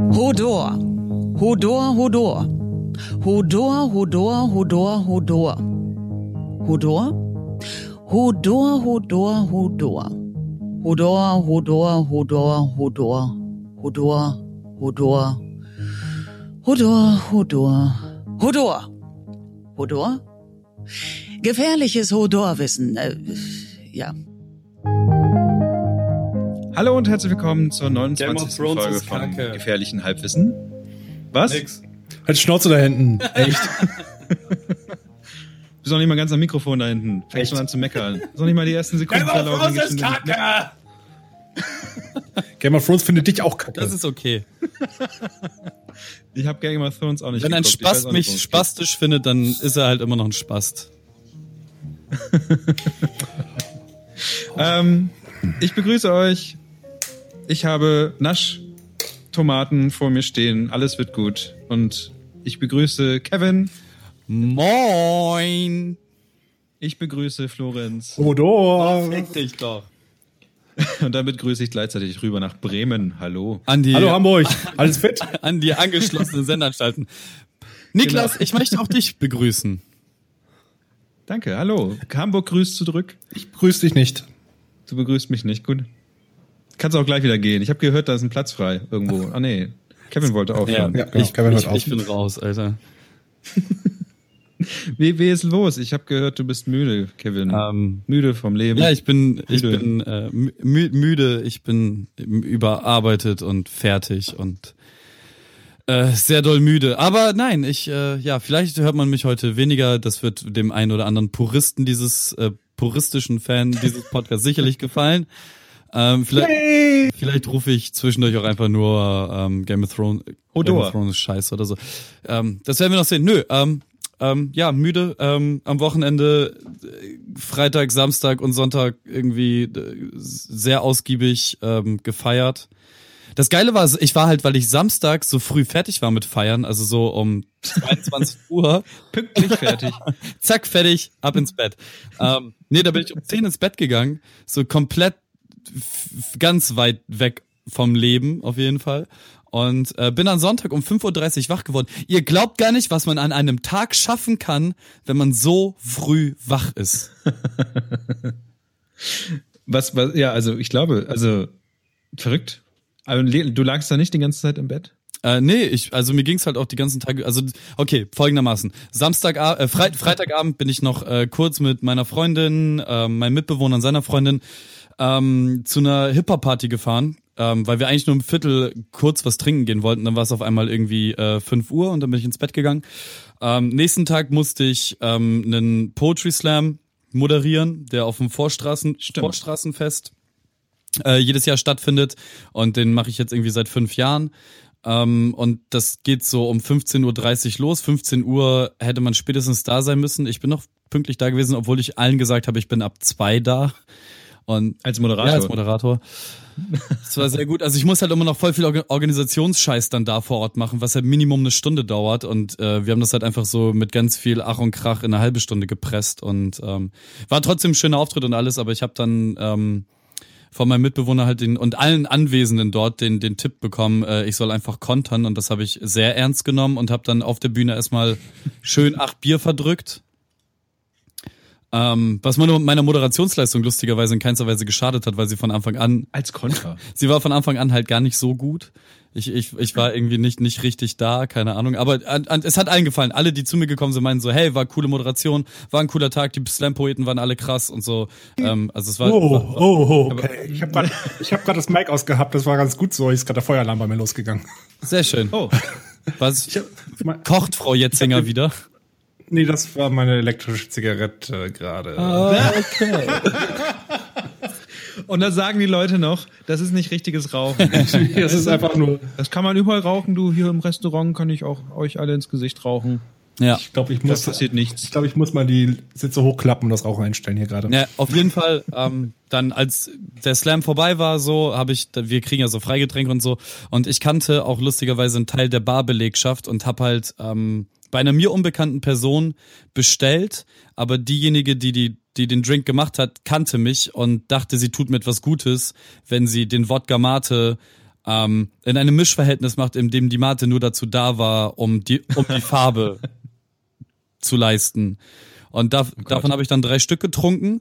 Hodor. Hodor, Hodor. Hodor, Hodor, Hodor, Hodor. Hodor? Hodor, Hodor, Hodor. Hodor, Hodor, Hodor, Hodor. Hodor, Hodor. Hodor, Hodor. Hodor. Hodor? Gefährliches Hodor-Wissen. Ja. Hallo und herzlich willkommen zur Game of 29. Thrones Folge ist von Kacke. Gefährlichen Halbwissen. Was? Nix. Halt Schnauze da hinten. Echt? Du bist noch nicht mal ganz am Mikrofon da hinten. Fängst schon an zu meckern. Ist noch nicht mal die ersten Sekunden Game of verlaufen. Thrones ist Kacke! Game of Thrones findet dich auch kacke. Das ist okay. Ich habe Game of Thrones auch nicht Wenn ein geguckt. Ich weiß Spast auch nicht, mich worum es spastisch findet, dann ist er halt immer noch ein Spast. geht. Ich begrüße euch. Ich habe Naschtomaten vor mir stehen. Alles wird gut. Und ich begrüße Kevin. Moin! Ich begrüße Florenz. Hodor. Fick dich doch. Und damit grüße ich gleichzeitig rüber nach Bremen. Hallo. Hallo Hamburg. Alles fit? An die angeschlossenen Sendanstalten. Niklas, Genau. ich möchte auch dich begrüßen. Danke, hallo. Hamburg grüßt zurück. Ich grüße dich nicht. Du begrüßt mich nicht, gut. Kannst auch gleich wieder gehen. Ich habe gehört, da ist ein Platz frei irgendwo. Ah nee, Kevin wollte aufhören. Ja, genau. Kevin hört auf. Ich bin raus, Alter. Wie ist los? Ich habe gehört, du bist müde, Kevin. Müde vom Leben. Ja, ich bin Müde. müde, ich bin überarbeitet und fertig und sehr doll müde. Aber nein, vielleicht hört man mich heute weniger. Das wird dem einen oder anderen Puristen puristischen Fan dieses Podcasts sicherlich gefallen. Vielleicht rufe ich zwischendurch auch einfach nur Game of Thrones ist scheiße oder so. Das werden wir noch sehen. Nö, müde. Am Wochenende, Freitag, Samstag und Sonntag irgendwie sehr ausgiebig gefeiert. Das Geile war, ich war halt, weil ich Samstag so früh fertig war mit Feiern, also so um 22 Uhr. Pünktlich fertig. Zack, fertig, ab ins Bett. Da bin ich um 10 ins Bett gegangen, so komplett ganz weit weg vom Leben auf jeden Fall. Und bin am Sonntag um 5.30 Uhr wach geworden. Ihr glaubt gar nicht, was man an einem Tag schaffen kann, wenn man so früh wach ist. Ich glaube, verrückt. Aber du lagst da nicht die ganze Zeit im Bett? Mir ging's halt auch die ganzen Tage, folgendermaßen. Freitagabend bin ich noch kurz mit meiner Freundin, meinem Mitbewohner und seiner Freundin zu einer Hip-Hop-Party gefahren, weil wir eigentlich nur um Viertel kurz was trinken gehen wollten. Dann war es auf einmal irgendwie 5 Uhr und dann bin ich ins Bett gegangen. Nächsten Tag musste ich einen Poetry Slam moderieren, der auf dem Vorstraßenfest jedes Jahr stattfindet, und den mache ich jetzt irgendwie seit 5 Jahren. Und das geht so um 15.30 Uhr los. 15 Uhr hätte man spätestens da sein müssen. Ich bin noch pünktlich da gewesen, obwohl ich allen gesagt habe, ich bin ab 2 da. Und Als Moderator? Ja, als Moderator. Das war sehr gut. Also ich muss halt immer noch voll viel Organisationsscheiß dann da vor Ort machen, was halt Minimum eine Stunde dauert. Und wir haben das halt einfach so mit ganz viel Ach und Krach in eine halbe Stunde gepresst. Und war trotzdem ein schöner Auftritt und alles, aber ich habe dann von meinem Mitbewohner halt und allen Anwesenden dort den Tipp bekommen, ich soll einfach kontern, und das habe ich sehr ernst genommen und habe dann auf der Bühne erstmal schön 8 Bier verdrückt. Was meiner Moderationsleistung lustigerweise in keinster Weise geschadet hat, weil sie von Anfang an... Als Konter. Sie war von Anfang an halt gar nicht so gut. Ich war irgendwie nicht richtig da, keine Ahnung. Aber es hat allen gefallen. Alle, die zu mir gekommen sind, meinen so, hey, war coole Moderation, war ein cooler Tag, die Slam-Poeten waren alle krass und so. Also es war... Okay. Ich hab grad das Mic ausgehabt, das war ganz gut so. Ist gerade der Feueralarm bei mir losgegangen. Sehr schön. Oh. Kocht Frau Jetzinger wieder? Nee, das war meine elektrische Zigarette gerade. Okay. Und da sagen die Leute noch, das ist nicht richtiges Rauchen. Das ist einfach nur... Das kann man überall rauchen, du. Hier im Restaurant kann ich auch euch alle ins Gesicht rauchen. Ja. Ich glaube, Das passiert nichts. Ich glaube, ich muss mal die Sitze hochklappen und das Rauchen einstellen hier gerade. Ja, auf jeden Fall. Dann, als der Slam vorbei war, wir kriegen ja so Freigetränke und so. Und ich kannte auch lustigerweise einen Teil der Barbelegschaft und hab halt bei einer mir unbekannten Person bestellt, aber diejenige, die den Drink gemacht hat, kannte mich und dachte, sie tut mir etwas Gutes, wenn sie den Wodka Mate in einem Mischverhältnis macht, in dem die Mate nur dazu da war, um die Farbe zu leisten. Und davon habe ich dann 3 Stück getrunken.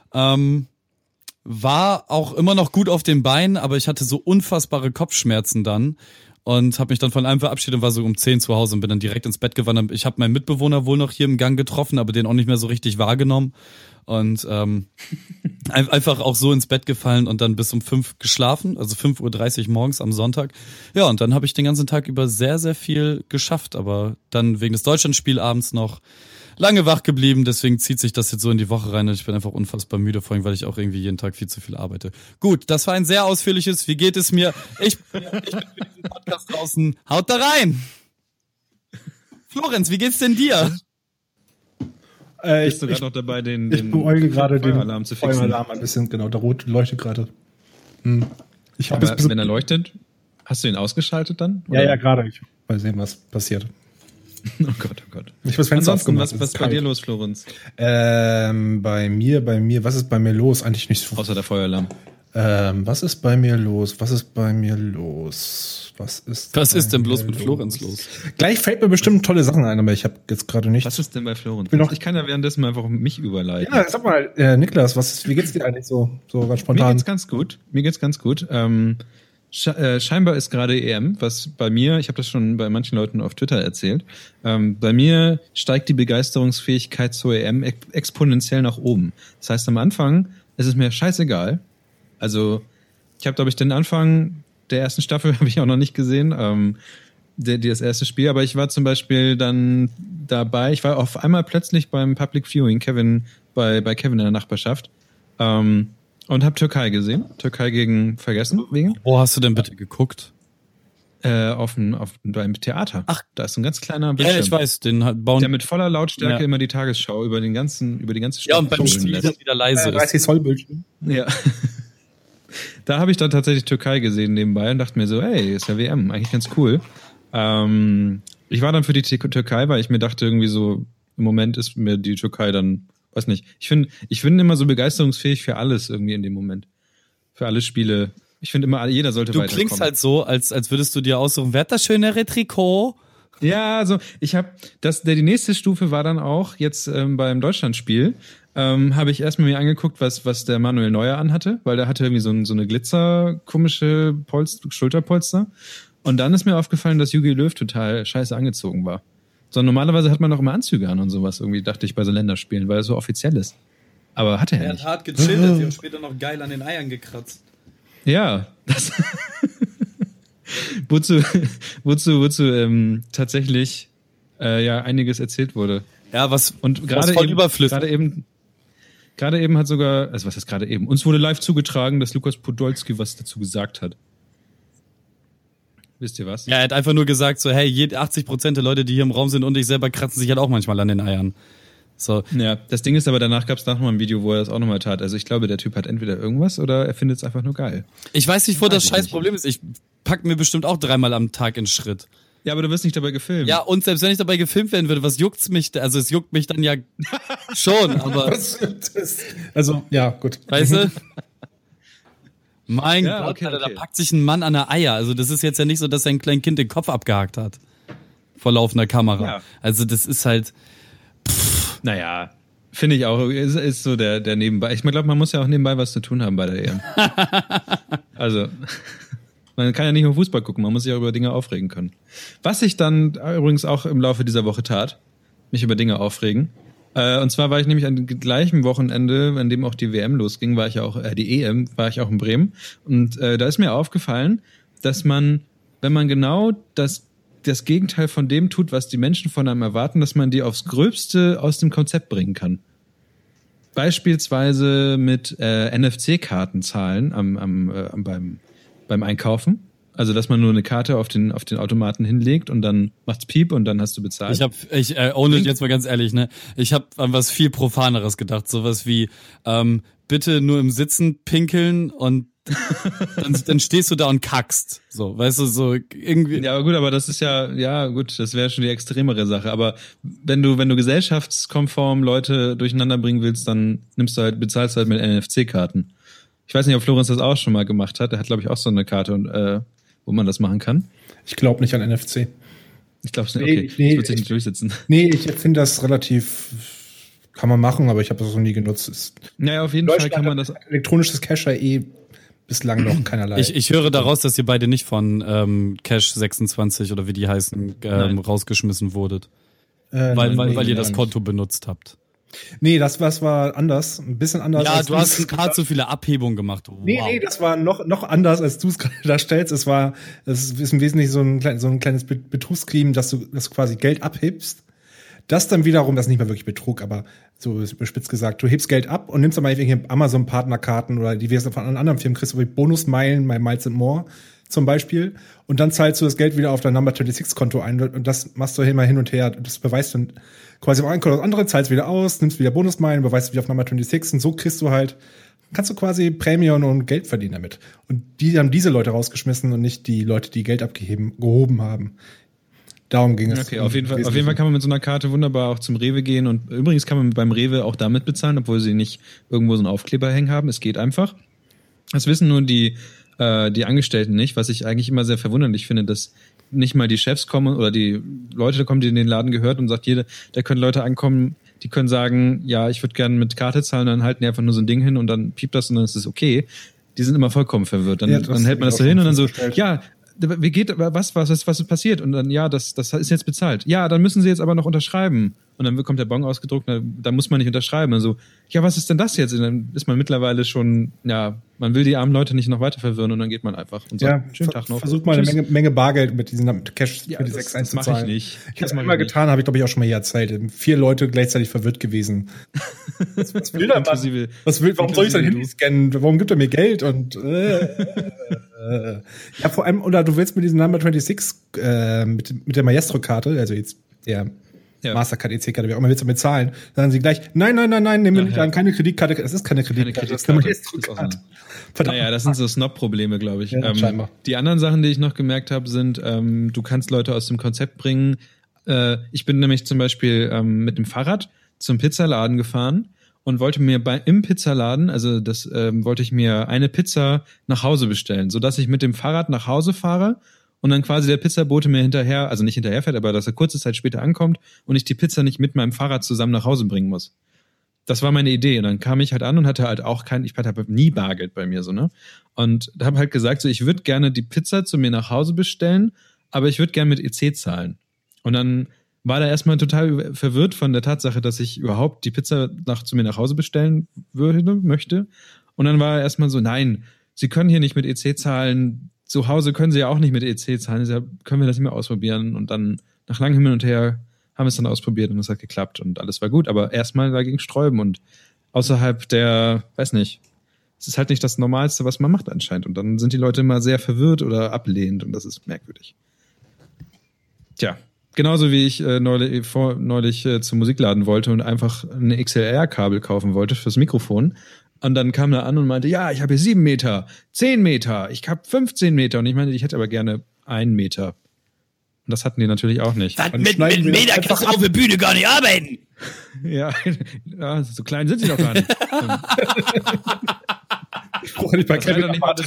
War auch immer noch gut auf den Beinen, aber ich hatte so unfassbare Kopfschmerzen dann und habe mich dann von einem verabschiedet und war so um 10 zu Hause und bin dann direkt ins Bett gewandert. Ich habe meinen Mitbewohner wohl noch hier im Gang getroffen, aber den auch nicht mehr so richtig wahrgenommen und einfach auch so ins Bett gefallen und dann bis um 5 geschlafen, also 5:30 Uhr morgens am Sonntag. Ja, und dann habe ich den ganzen Tag über sehr, sehr viel geschafft, aber dann wegen des Deutschlandspiels abends noch lange wach geblieben, deswegen zieht sich das jetzt so in die Woche rein und ich bin einfach unfassbar müde, vor allem, weil ich auch irgendwie jeden Tag viel zu viel arbeite. Gut, das war ein sehr ausführliches, wie geht es mir? Ich bin für diesen Podcast draußen. Haut da rein! Florenz, wie geht's denn dir? Bist du gerade noch dabei, ich beäuge gerade den Feueralarm zu fixen? Feueralarm ein bisschen, genau, der rot leuchtet gerade. Aber wenn er leuchtet, hast du ihn ausgeschaltet dann? Oder? Ja, gerade. Ich will sehen, was passiert. Oh Gott, oh Gott. Ich muss Fenster Ansonsten, aufgemacht. was ist bei dir los, Florenz? Bei mir, was ist bei mir los? Eigentlich nicht so. Außer der Feueralarm. Was ist bei mir los? Was ist denn bloß mit Florenz los? Gleich fällt mir bestimmt tolle Sachen ein, aber ich habe jetzt gerade nicht. Was ist denn bei Florenz? Ich kann ja währenddessen einfach mich überleiten. Ja, sag mal, Niklas, wie geht's dir eigentlich so ganz spontan? Mir geht's ganz gut. Scheinbar ist gerade EM, was bei mir, ich habe das schon bei manchen Leuten auf Twitter erzählt, bei mir steigt die Begeisterungsfähigkeit zur EM exponentiell nach oben. Das heißt, am Anfang ist es mir scheißegal. Also ich habe, glaube ich, den Anfang der ersten Staffel habe ich auch noch nicht gesehen, das erste Spiel, aber ich war zum Beispiel dann dabei, ich war auf einmal plötzlich beim Public Viewing, bei Kevin in der Nachbarschaft, und habe Türkei gesehen. Türkei gegen Vergessen. Wo hast du denn bitte geguckt? Beim Theater. Ach, da ist so ein ganz kleiner Bildschirm. Ja, ich weiß, den bauen. Der mit voller Lautstärke immer die Tagesschau über die ganze Stunde. Ja, und beim Spiel dann wieder leise ist. 30 Zoll Bildschirm. Ja. Da habe ich dann tatsächlich Türkei gesehen nebenbei und dachte mir so, ey, ist ja WM, eigentlich ganz cool. Ich war dann für die Türkei, weil ich mir dachte irgendwie so, im Moment ist mir die Türkei dann, weiß nicht. Ich finde immer so begeisterungsfähig für alles irgendwie in dem Moment. Für alle Spiele. Ich finde immer, jeder sollte weiterkommen. Du klingst halt so, als würdest du dir aussuchen, wer hat das schönere Trikot? Ja, also die nächste Stufe war dann auch jetzt beim Deutschlandspiel, habe ich erstmal mir angeguckt, was der Manuel Neuer anhatte, weil der hatte irgendwie so eine komische Schulterpolster. Und dann ist mir aufgefallen, dass Jogi Löw total scheiße angezogen war. So, normalerweise hat man doch immer Anzüge an und sowas, irgendwie dachte ich bei so Länderspielen, weil es so offiziell ist. Aber hat er ja nicht. Er hat hart gechillt und später noch geil an den Eiern gekratzt. Ja, das wozu tatsächlich einiges erzählt wurde. Ja, was voll überflüssig. Gerade eben hat sogar, also was ist gerade eben? Uns wurde live zugetragen, dass Lukas Podolski was dazu gesagt hat. Wisst ihr was? Ja, er hat einfach nur gesagt so, hey, 80% der Leute, die hier im Raum sind und ich selber kratzen sich halt auch manchmal an den Eiern. So. Ja, das Ding ist aber, danach gab es nochmal ein Video, wo er das auch nochmal tat. Also ich glaube, der Typ hat entweder irgendwas oder er findet es einfach nur geil. Ich weiß nicht, wo das scheiß Problem ist. Ich pack mir bestimmt auch 3-mal am Tag in Schritt. Ja, aber du wirst nicht dabei gefilmt. Ja, und selbst wenn ich dabei gefilmt werden würde, was juckt's mich? Also es juckt mich dann ja schon, aber... Also, ja, gut. Weißt du? Mein Gott, okay, Alter, da packt sich ein Mann an der Eier. Also das ist jetzt ja nicht so, dass sein kleines Kind den Kopf abgehakt hat. Vor laufender Kamera. Ja. Also das ist halt... Naja, finde ich auch. Ist so der Nebenbei. Ich glaube, man muss ja auch nebenbei was zu tun haben bei der EM. Also... Man kann ja nicht nur Fußball gucken, man muss sich auch über Dinge aufregen können. Was ich dann übrigens auch im Laufe dieser Woche tat, mich über Dinge aufregen. Und zwar war ich nämlich an dem gleichen Wochenende, an dem auch die WM losging, die EM, war ich auch in Bremen. Und da ist mir aufgefallen, dass man, wenn man genau das Gegenteil von dem tut, was die Menschen von einem erwarten, dass man die aufs Gröbste aus dem Konzept bringen kann. Beispielsweise mit NFC-Karten zahlen beim Einkaufen. Also, dass man nur eine Karte auf den Automaten hinlegt und dann macht's Piep und dann hast du bezahlt. Ohne jetzt mal ganz ehrlich, ne? Ich habe an was viel Profaneres gedacht. Sowas wie, bitte nur im Sitzen pinkeln und dann stehst du da und kackst. So, weißt du, so irgendwie. Ja, aber gut, aber das ist ja gut, das wäre schon die extremere Sache. Aber wenn du gesellschaftskonform Leute durcheinander bringen willst, dann bezahlst du halt mit NFC-Karten. Ich weiß nicht, ob Florenz das auch schon mal gemacht hat. Er hat, glaube ich, auch so eine Karte und wo man das machen kann. Ich glaube nicht an NFC. Ich glaube es nicht, okay. Nee, das wird sich nicht durchsetzen. Nee, ich finde das relativ, kann man machen, aber ich habe das noch nie genutzt. Naja, auf jeden Fall kann man das. Elektronisches Cash bislang noch keinerlei. Ich höre daraus, dass ihr beide nicht von Cash 26 oder wie die heißen, rausgeschmissen wurdet. Weil ihr das Konto benutzt habt. Nee, das war anders. Ein bisschen anders. Ja, du hast gerade so viele Abhebungen gemacht. Wow. Nee, das war noch anders, als du es gerade darstellst. Es ist im Wesentlichen so ein kleines Betrugsscheme, dass du quasi Geld abhebst. Das dann wiederum, das ist nicht mehr wirklich Betrug, aber so überspitzt gesagt, du hebst Geld ab und nimmst dann mal irgendwelche Amazon-Partnerkarten oder die wir von anderen Firmen kriegst, wie Bonusmeilen, bei Miles & More zum Beispiel. Und dann zahlst du das Geld wieder auf dein Number 26-Konto ein und das machst du immer hin und her. Das beweist dann quasi auf ein Konto das andere, zahlst wieder aus, nimmst wieder Bonusmeilen, beweist wieder auf Number 26 und so kannst du quasi Prämien und Geld verdienen damit. Und die haben diese Leute rausgeschmissen und nicht die Leute, die Geld gehoben haben. Darum ging es. Okay, auf jeden Fall kann man mit so einer Karte wunderbar auch zum Rewe gehen und übrigens kann man beim Rewe auch damit bezahlen, obwohl sie nicht irgendwo so einen Aufkleber hängen haben. Es geht einfach. Das wissen nur die Angestellten nicht, was ich eigentlich immer sehr verwunderlich finde, dass nicht mal die Chefs kommen oder die Leute kommen, die in den Laden gehört und sagt da können Leute ankommen, die können sagen, ja, ich würde gerne mit Karte zahlen, dann halten die einfach nur so ein Ding hin und dann piept das und dann ist es okay. Die sind immer vollkommen verwirrt. Dann hält man das so hin und dann so, ja, wie geht, was ist passiert? Und dann, ja, das ist jetzt bezahlt. Ja, dann müssen sie jetzt aber noch unterschreiben. Und dann kommt der Bon ausgedruckt, da muss man nicht unterschreiben. Also, ja, was ist denn das jetzt? Und dann ist man mittlerweile schon, ja, man will die armen Leute nicht noch weiter verwirren und dann geht man einfach und sagt, schönen Tag noch. Versucht mal eine Menge Bargeld mit diesen Cash für die 6 einzuzahlen. Das mache ich nicht. Ich habe es immer getan, habe ich glaube ich auch schon mal hier erzählt. 4 Leute gleichzeitig verwirrt gewesen. Was will der Mann? Warum soll ich sein Handy scannen? Warum gibt er mir Geld? Und ja, vor allem, oder du willst mit diesem Number 26 mit der Maestro-Karte, also jetzt der Mastercard, EC-Karte, wie auch immer, willst du bezahlen? Dann sagen sie gleich, nein, nehmen wir nicht an, keine Kreditkarte, es ist keine Kreditkarte, das ist eine Maestro-Karte. Naja, das sind so Snob-Probleme, glaube ich. Ja, scheinbar. Die anderen Sachen, die ich noch gemerkt habe, sind, du kannst Leute aus dem Konzept bringen. Ich bin nämlich zum Beispiel mit dem Fahrrad zum Pizzaladen gefahren und wollte mir im Pizzaladen, wollte ich mir eine Pizza nach Hause bestellen, sodass ich mit dem Fahrrad nach Hause fahre und dann quasi der Pizzabote mir nicht hinterherfährt, aber dass er kurze Zeit später ankommt und ich die Pizza nicht mit meinem Fahrrad zusammen nach Hause bringen muss. Das war meine Idee. Und dann kam ich halt an und hatte halt auch ich hatte nie Bargeld bei mir, so, ne? Und habe halt gesagt, so, ich würde gerne die Pizza zu mir nach Hause bestellen, aber ich würde gerne mit EC zahlen. Und dann war da erstmal total verwirrt von der Tatsache, dass ich überhaupt die Pizza zu mir nach Hause bestellen möchte. Und dann war er erstmal so, nein, Sie können hier nicht mit EC zahlen, zu Hause können Sie ja auch nicht mit EC zahlen, deshalb können wir das nicht mehr ausprobieren. Und dann nach langem Hin und Her haben wir es dann ausprobiert und es hat geklappt und alles war gut. Aber erstmal dagegen sträuben und außerhalb weiß nicht, es ist halt nicht das Normalste, was man macht anscheinend. Und dann sind die Leute immer sehr verwirrt oder ablehnend und das ist merkwürdig. Tja, genauso wie ich neulich zum Musikladen wollte und einfach ein XLR-Kabel kaufen wollte fürs Mikrofon. Und dann kam er an und meinte, ja, ich habe hier 7 Meter, 10 Meter, ich habe 15 Meter. Und ich meinte, ich hätte aber gerne 1 Meter. Und das hatten die natürlich auch nicht. Mit Meter kannst du auf der Bühne gar nicht arbeiten. Ja, so klein sind sie doch gar nicht. Ich brauche nicht bei Kevin nicht mal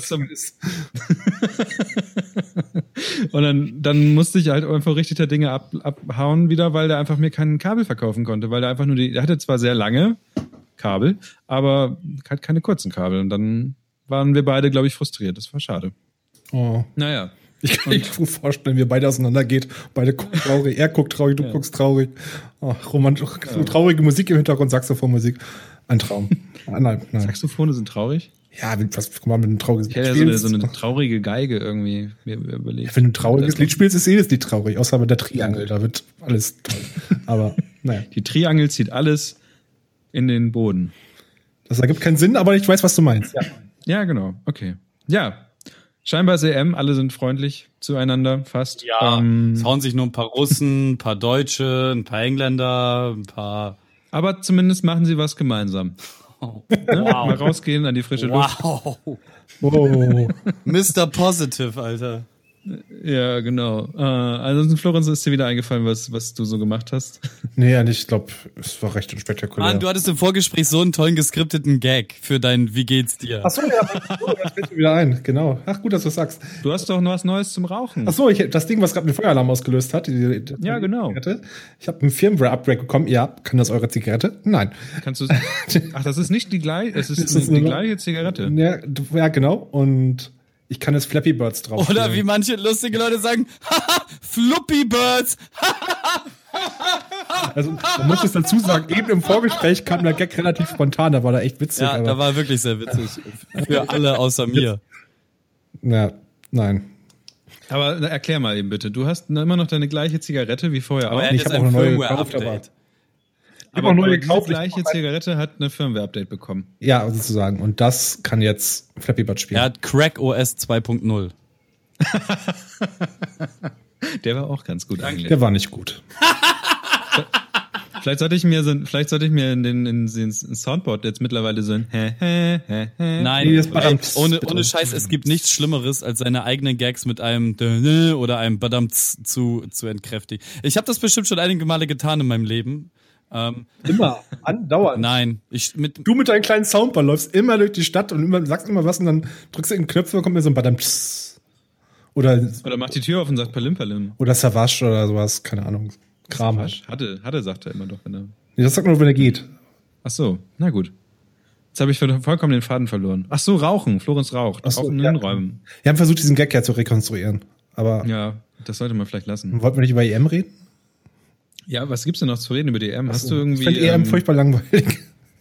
Und dann musste ich halt einfach richtig der Dinge abhauen wieder, weil der einfach mir kein Kabel verkaufen konnte, weil der einfach der hatte zwar sehr lange Kabel, aber halt keine kurzen Kabel. Und dann waren wir beide, glaube ich, frustriert. Das war schade. Oh. Naja. Ich kann mir vorstellen, wie wir beide auseinandergeht. Beide gucken traurig. Er guckt traurig, du guckst traurig. Oh, traurige Musik im Hintergrund, Saxophonmusik. Ein Traum. Nein. Saxophone sind traurig? Ja, guck mal, mit einem traurigen Lied spielst. Ich hätte so eine traurige Geige irgendwie mir überlegt. Ja, wenn du ein trauriges Lied spielst, ist jedes Lied traurig. Außer mit der Triangel, da wird alles toll. Aber, naja. Die Triangel zieht alles in den Boden. Das ergibt keinen Sinn, aber ich weiß, was du meinst. Ja, genau. Okay. Ja. Scheinbar ist EM, alle sind freundlich zueinander, fast. Ja, es hauen sich nur ein paar Russen, ein paar Deutsche, ein paar Engländer, ein paar... Aber zumindest machen sie was gemeinsam. Oh. Ne? Wow. Mal rausgehen an die frische Luft. Wow. Oh. Mr. Positive, Alter. Ja, genau. Ansonsten, Florenz, ist dir wieder eingefallen, was du so gemacht hast? Nee, ich glaube, es war recht unspektakulär. Mann, du hattest im Vorgespräch so einen tollen geskripteten Gag für dein Wie geht's dir? Achso, ja, das fällt mir wieder ein. Genau. Ach, gut, dass du sagst. Du hast doch noch was Neues zum Rauchen. Achso, das Ding, was gerade den Feueralarm ausgelöst hat. Ja, genau. Zigarette. Ich habe ein Firmware-Upgrade bekommen. Ja, kann das eure Zigarette? Nein. Kannst du? Ach, das ist nicht die gleiche. Es ist die gleiche Zigarette. Ja, genau. Und ich kann jetzt Flappy Birds drauf. Oder wie manche lustige Leute sagen, haha, Fluppy Birds. Also, man muss es dazu sagen, eben im Vorgespräch kam der Gag relativ spontan, da war da echt witzig. Ja, aber da war wirklich sehr witzig. Für alle außer mir. Ja, nein. Aber erklär mal eben bitte. Du hast immer noch deine gleiche Zigarette wie vorher Aber auch. er hat Ich jetzt hab auch ein eine neue gekauft, Firmware-Update. habe auch neue diese gekauft. gleiche Zigarette hat eine Firmware-Update bekommen. Ja, sozusagen. Und das kann jetzt Flappy Bird spielen. Er hat Crack OS 2.0. Der war auch ganz gut eigentlich. Der war nicht gut. Vielleicht sollte ich mir in den Soundboard jetzt mittlerweile so ein Nein, Nee, das Badamts, ohne bitte. Scheiß, es gibt nichts Schlimmeres, als seine eigenen Gags mit einem oder einem Badamts zu entkräftigen. Ich habe das bestimmt schon einige Male getan in meinem Leben. Immer, andauernd. Nein, Du mit deinem kleinen Soundball läufst immer durch die Stadt und sagst immer was und dann drückst du in den Knöpfe und kommt mir so ein Badamts. Oder macht die Tür auf und sagt Palim Palim. Oder Savage oder sowas, keine Ahnung. Kram halt. Hatte, sagt er immer doch, wenn er. Nee, das sagt nur, wenn er geht. Ach so, na gut. Jetzt habe ich vollkommen den Faden verloren. Ach so, Rauchen. Florenz raucht. Ach so, Auch in ja. Innenräumen. Wir haben versucht, diesen Gag ja zu rekonstruieren. Aber Ja, das sollte man vielleicht lassen. wollten wir nicht über EM reden? Ja, was gibt's denn noch zu reden über die EM? Hast du irgendwie. Ich finde EM furchtbar langweilig.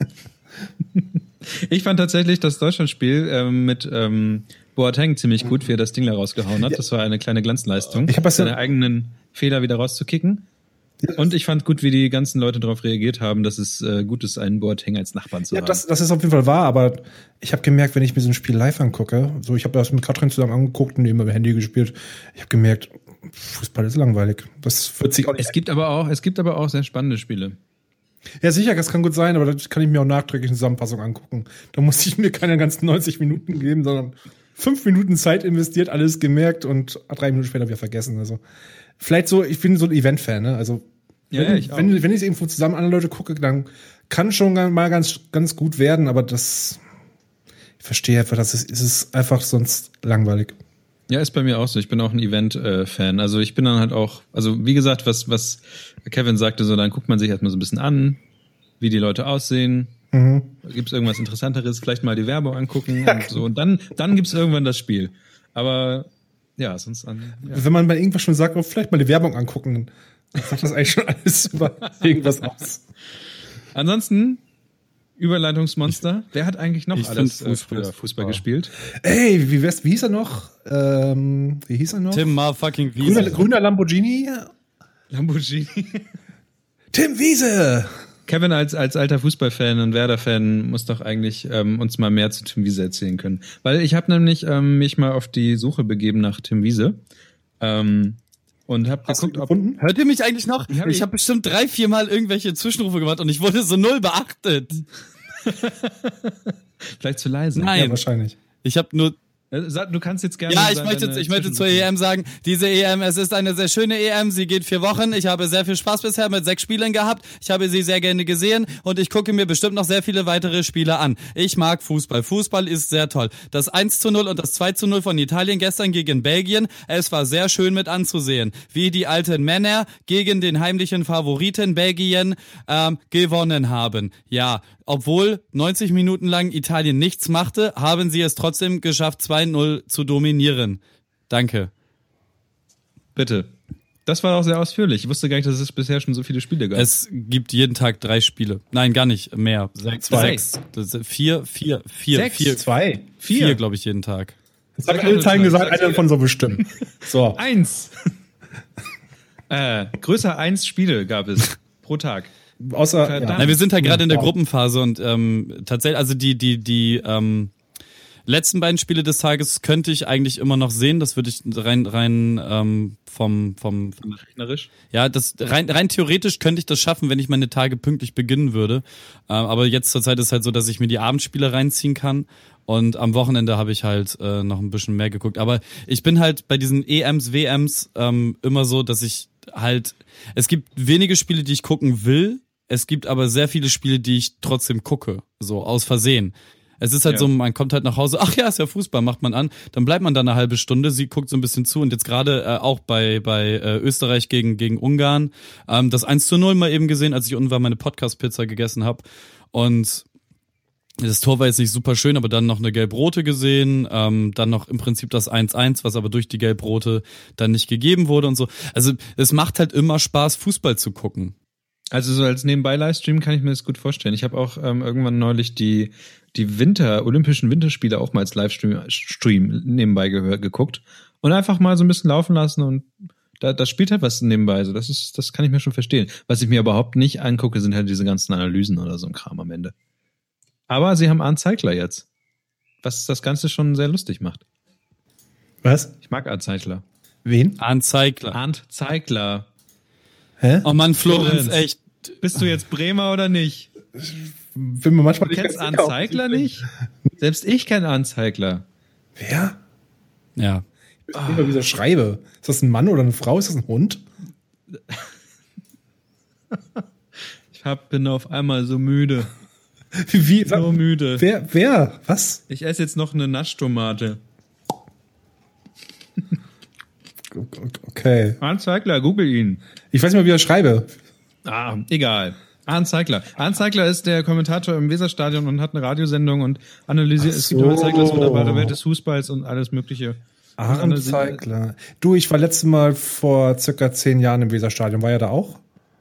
Ich fand tatsächlich das Deutschlandspiel mit Boateng ziemlich gut, wie er das Ding da rausgehauen hat. Ja. Das war eine kleine Glanzleistung, Ich hab das ja- seine eigenen Fehler wieder rauszukicken. Und ich fand gut, wie die ganzen Leute darauf reagiert haben, dass es gut ist, einen Boateng als Nachbarn zu Ja, haben. das ist auf jeden Fall wahr, aber ich habe gemerkt, wenn ich mir so ein Spiel live angucke, so ich habe das mit Katrin zusammen angeguckt und eben mit dem Handy gespielt, ich habe gemerkt, Fußball ist langweilig. Das wird sich auch nicht. Es gibt aber auch sehr spannende Spiele. Ja, sicher, das kann gut sein, aber das kann ich mir auch nachträglich in Zusammenfassung angucken. Da muss ich mir keine ganzen 90 Minuten geben, sondern 5 Minuten Zeit investiert, alles gemerkt und 3 Minuten später wieder vergessen. Also vielleicht so, ich bin so ein Event-Fan, ne? Also Ja, ich auch. wenn ich es irgendwo zusammen andere Leute gucke, dann kann schon mal ganz gut werden, aber ich verstehe einfach, es ist einfach sonst langweilig. Ja, ist bei mir auch so. Ich bin auch ein Event-Fan. Also ich bin dann halt auch, also wie gesagt, was Kevin sagte, so dann guckt man sich erstmal so ein bisschen an, wie die Leute aussehen. Gibt es irgendwas Interessanteres? Vielleicht mal die Werbung angucken und so. Und dann gibt es irgendwann das Spiel. Aber ja, sonst ja. Wenn man bei irgendwas schon sagt, oh, vielleicht mal die Werbung angucken, dann sagt das eigentlich schon alles über irgendwas aus. Ansonsten, Überleitungsmonster. Wer hat eigentlich noch Ich alles find Fußball Fußball super. gespielt? Ey, wie hieß er noch? Wie hieß er noch? Tim fucking Wiese. Grüner Lamborghini? Lamborghini. Tim Wiese! Kevin als alter Fußballfan und Werder-Fan muss doch eigentlich uns mal mehr zu Tim Wiese erzählen können. Weil ich habe nämlich mich mal auf die Suche begeben nach Tim Wiese und habe geguckt, ob... Hört ihr mich eigentlich noch? Ja, Ich habe bestimmt 3-4 Mal irgendwelche Zwischenrufe gemacht und ich wurde so null beachtet. Vielleicht zu leise. Nein. Ja, wahrscheinlich. Ich habe nur... Du kannst jetzt gerne... Ja, ich deine möchte zur Zwischenrufe- EM sagen, diese EM, es ist eine sehr schöne EM, sie geht 4 Wochen, ich habe sehr viel Spaß bisher mit 6 Spielen gehabt, ich habe sie sehr gerne gesehen und ich gucke mir bestimmt noch sehr viele weitere Spiele an. Ich mag Fußball, Fußball ist sehr toll. Das 1:0 und das 2:0 von Italien gestern gegen Belgien, es war sehr schön mit anzusehen, wie die alten Männer gegen den heimlichen Favoriten Belgien gewonnen haben. Ja, obwohl 90 Minuten lang Italien nichts machte, haben sie es trotzdem geschafft, 2:0 zu dominieren. Danke. Bitte. Das war auch sehr ausführlich. Ich wusste gar nicht, dass es bisher schon so viele Spiele gab. Es gibt jeden Tag 3 Spiele. Nein, gar nicht mehr. 6. 4, 2. 4, glaube ich, jeden Tag. Jetzt habe ich alle Zahlen gesagt, einer davon soll bestimmen. So. 1. Größer 1 Spiele gab es pro Tag. Außer, Verdammt. Nein, wir sind halt gerade in der Wow. Gruppenphase und tatsächlich, also letzten beiden Spiele des Tages könnte ich eigentlich immer noch sehen. Das würde ich rein vom Rechnerisch. ja, das rein theoretisch könnte ich das schaffen, wenn ich meine Tage pünktlich beginnen würde. Aber jetzt zur Zeit ist halt so, dass ich mir die Abendspiele reinziehen kann. Und am Wochenende habe ich halt noch ein bisschen mehr geguckt. Aber ich bin halt bei diesen EMs, WMs immer so, dass ich halt, es gibt wenige Spiele, die ich gucken will. Es gibt aber sehr viele Spiele, die ich trotzdem gucke, so aus Versehen. Es ist halt so, man kommt halt nach Hause, ach ja, ist ja Fußball, macht man an, dann bleibt man da eine halbe Stunde, sie guckt so ein bisschen zu und jetzt gerade auch bei Österreich gegen Ungarn, das 1:0 mal eben gesehen, als ich unten war, meine Podcast-Pizza gegessen habe und das Tor war jetzt nicht super schön, aber dann noch eine Gelb-Rote gesehen, dann noch im Prinzip das 1:1, was aber durch die Gelb-Rote dann nicht gegeben wurde und so. Also es macht halt immer Spaß, Fußball zu gucken. Also so als Nebenbei-Livestream kann ich mir das gut vorstellen. Ich habe auch irgendwann neulich die Olympischen Winterspiele auch mal als Livestream nebenbei geguckt und einfach mal so ein bisschen laufen lassen und da spielt halt was nebenbei. Also das kann ich mir schon verstehen. Was ich mir überhaupt nicht angucke, sind halt diese ganzen Analysen oder so ein Kram am Ende. Aber sie haben Arndt Zeigler jetzt, was das Ganze schon sehr lustig macht. Was? Ich mag Arndt Zeigler. Wen? Arndt Zeigler. Arndt Zeigler. Hä? Oh Mann, Florenz, echt. Bist du jetzt Bremer oder nicht? Bin mir manchmal Du kennst Arndt Zeigler nicht? Selbst ich kenne Arndt Zeigler. Wer? Ja. Ich weiß nicht mal, wie ich das schreibe. Ist das ein Mann oder eine Frau? Ist das ein Hund? Ich bin auf einmal so müde. Wie? So müde. Wer? Was? Ich esse jetzt noch eine Naschtomate. Okay. Arndt Zeigler, google ihn. Ich weiß nicht mal, wie ich das schreibe. Egal. Arndt Zeigler. Arndt Zeigler ist der Kommentator im Weserstadion und hat eine Radiosendung und analysiert. Es gibt Arndt Zeiglers wunderbare Welt des Fußballs und alles Mögliche. Arndt Zeigler. Du, ich war letztes Mal vor circa 10 Jahren im Weserstadion. War ja da auch?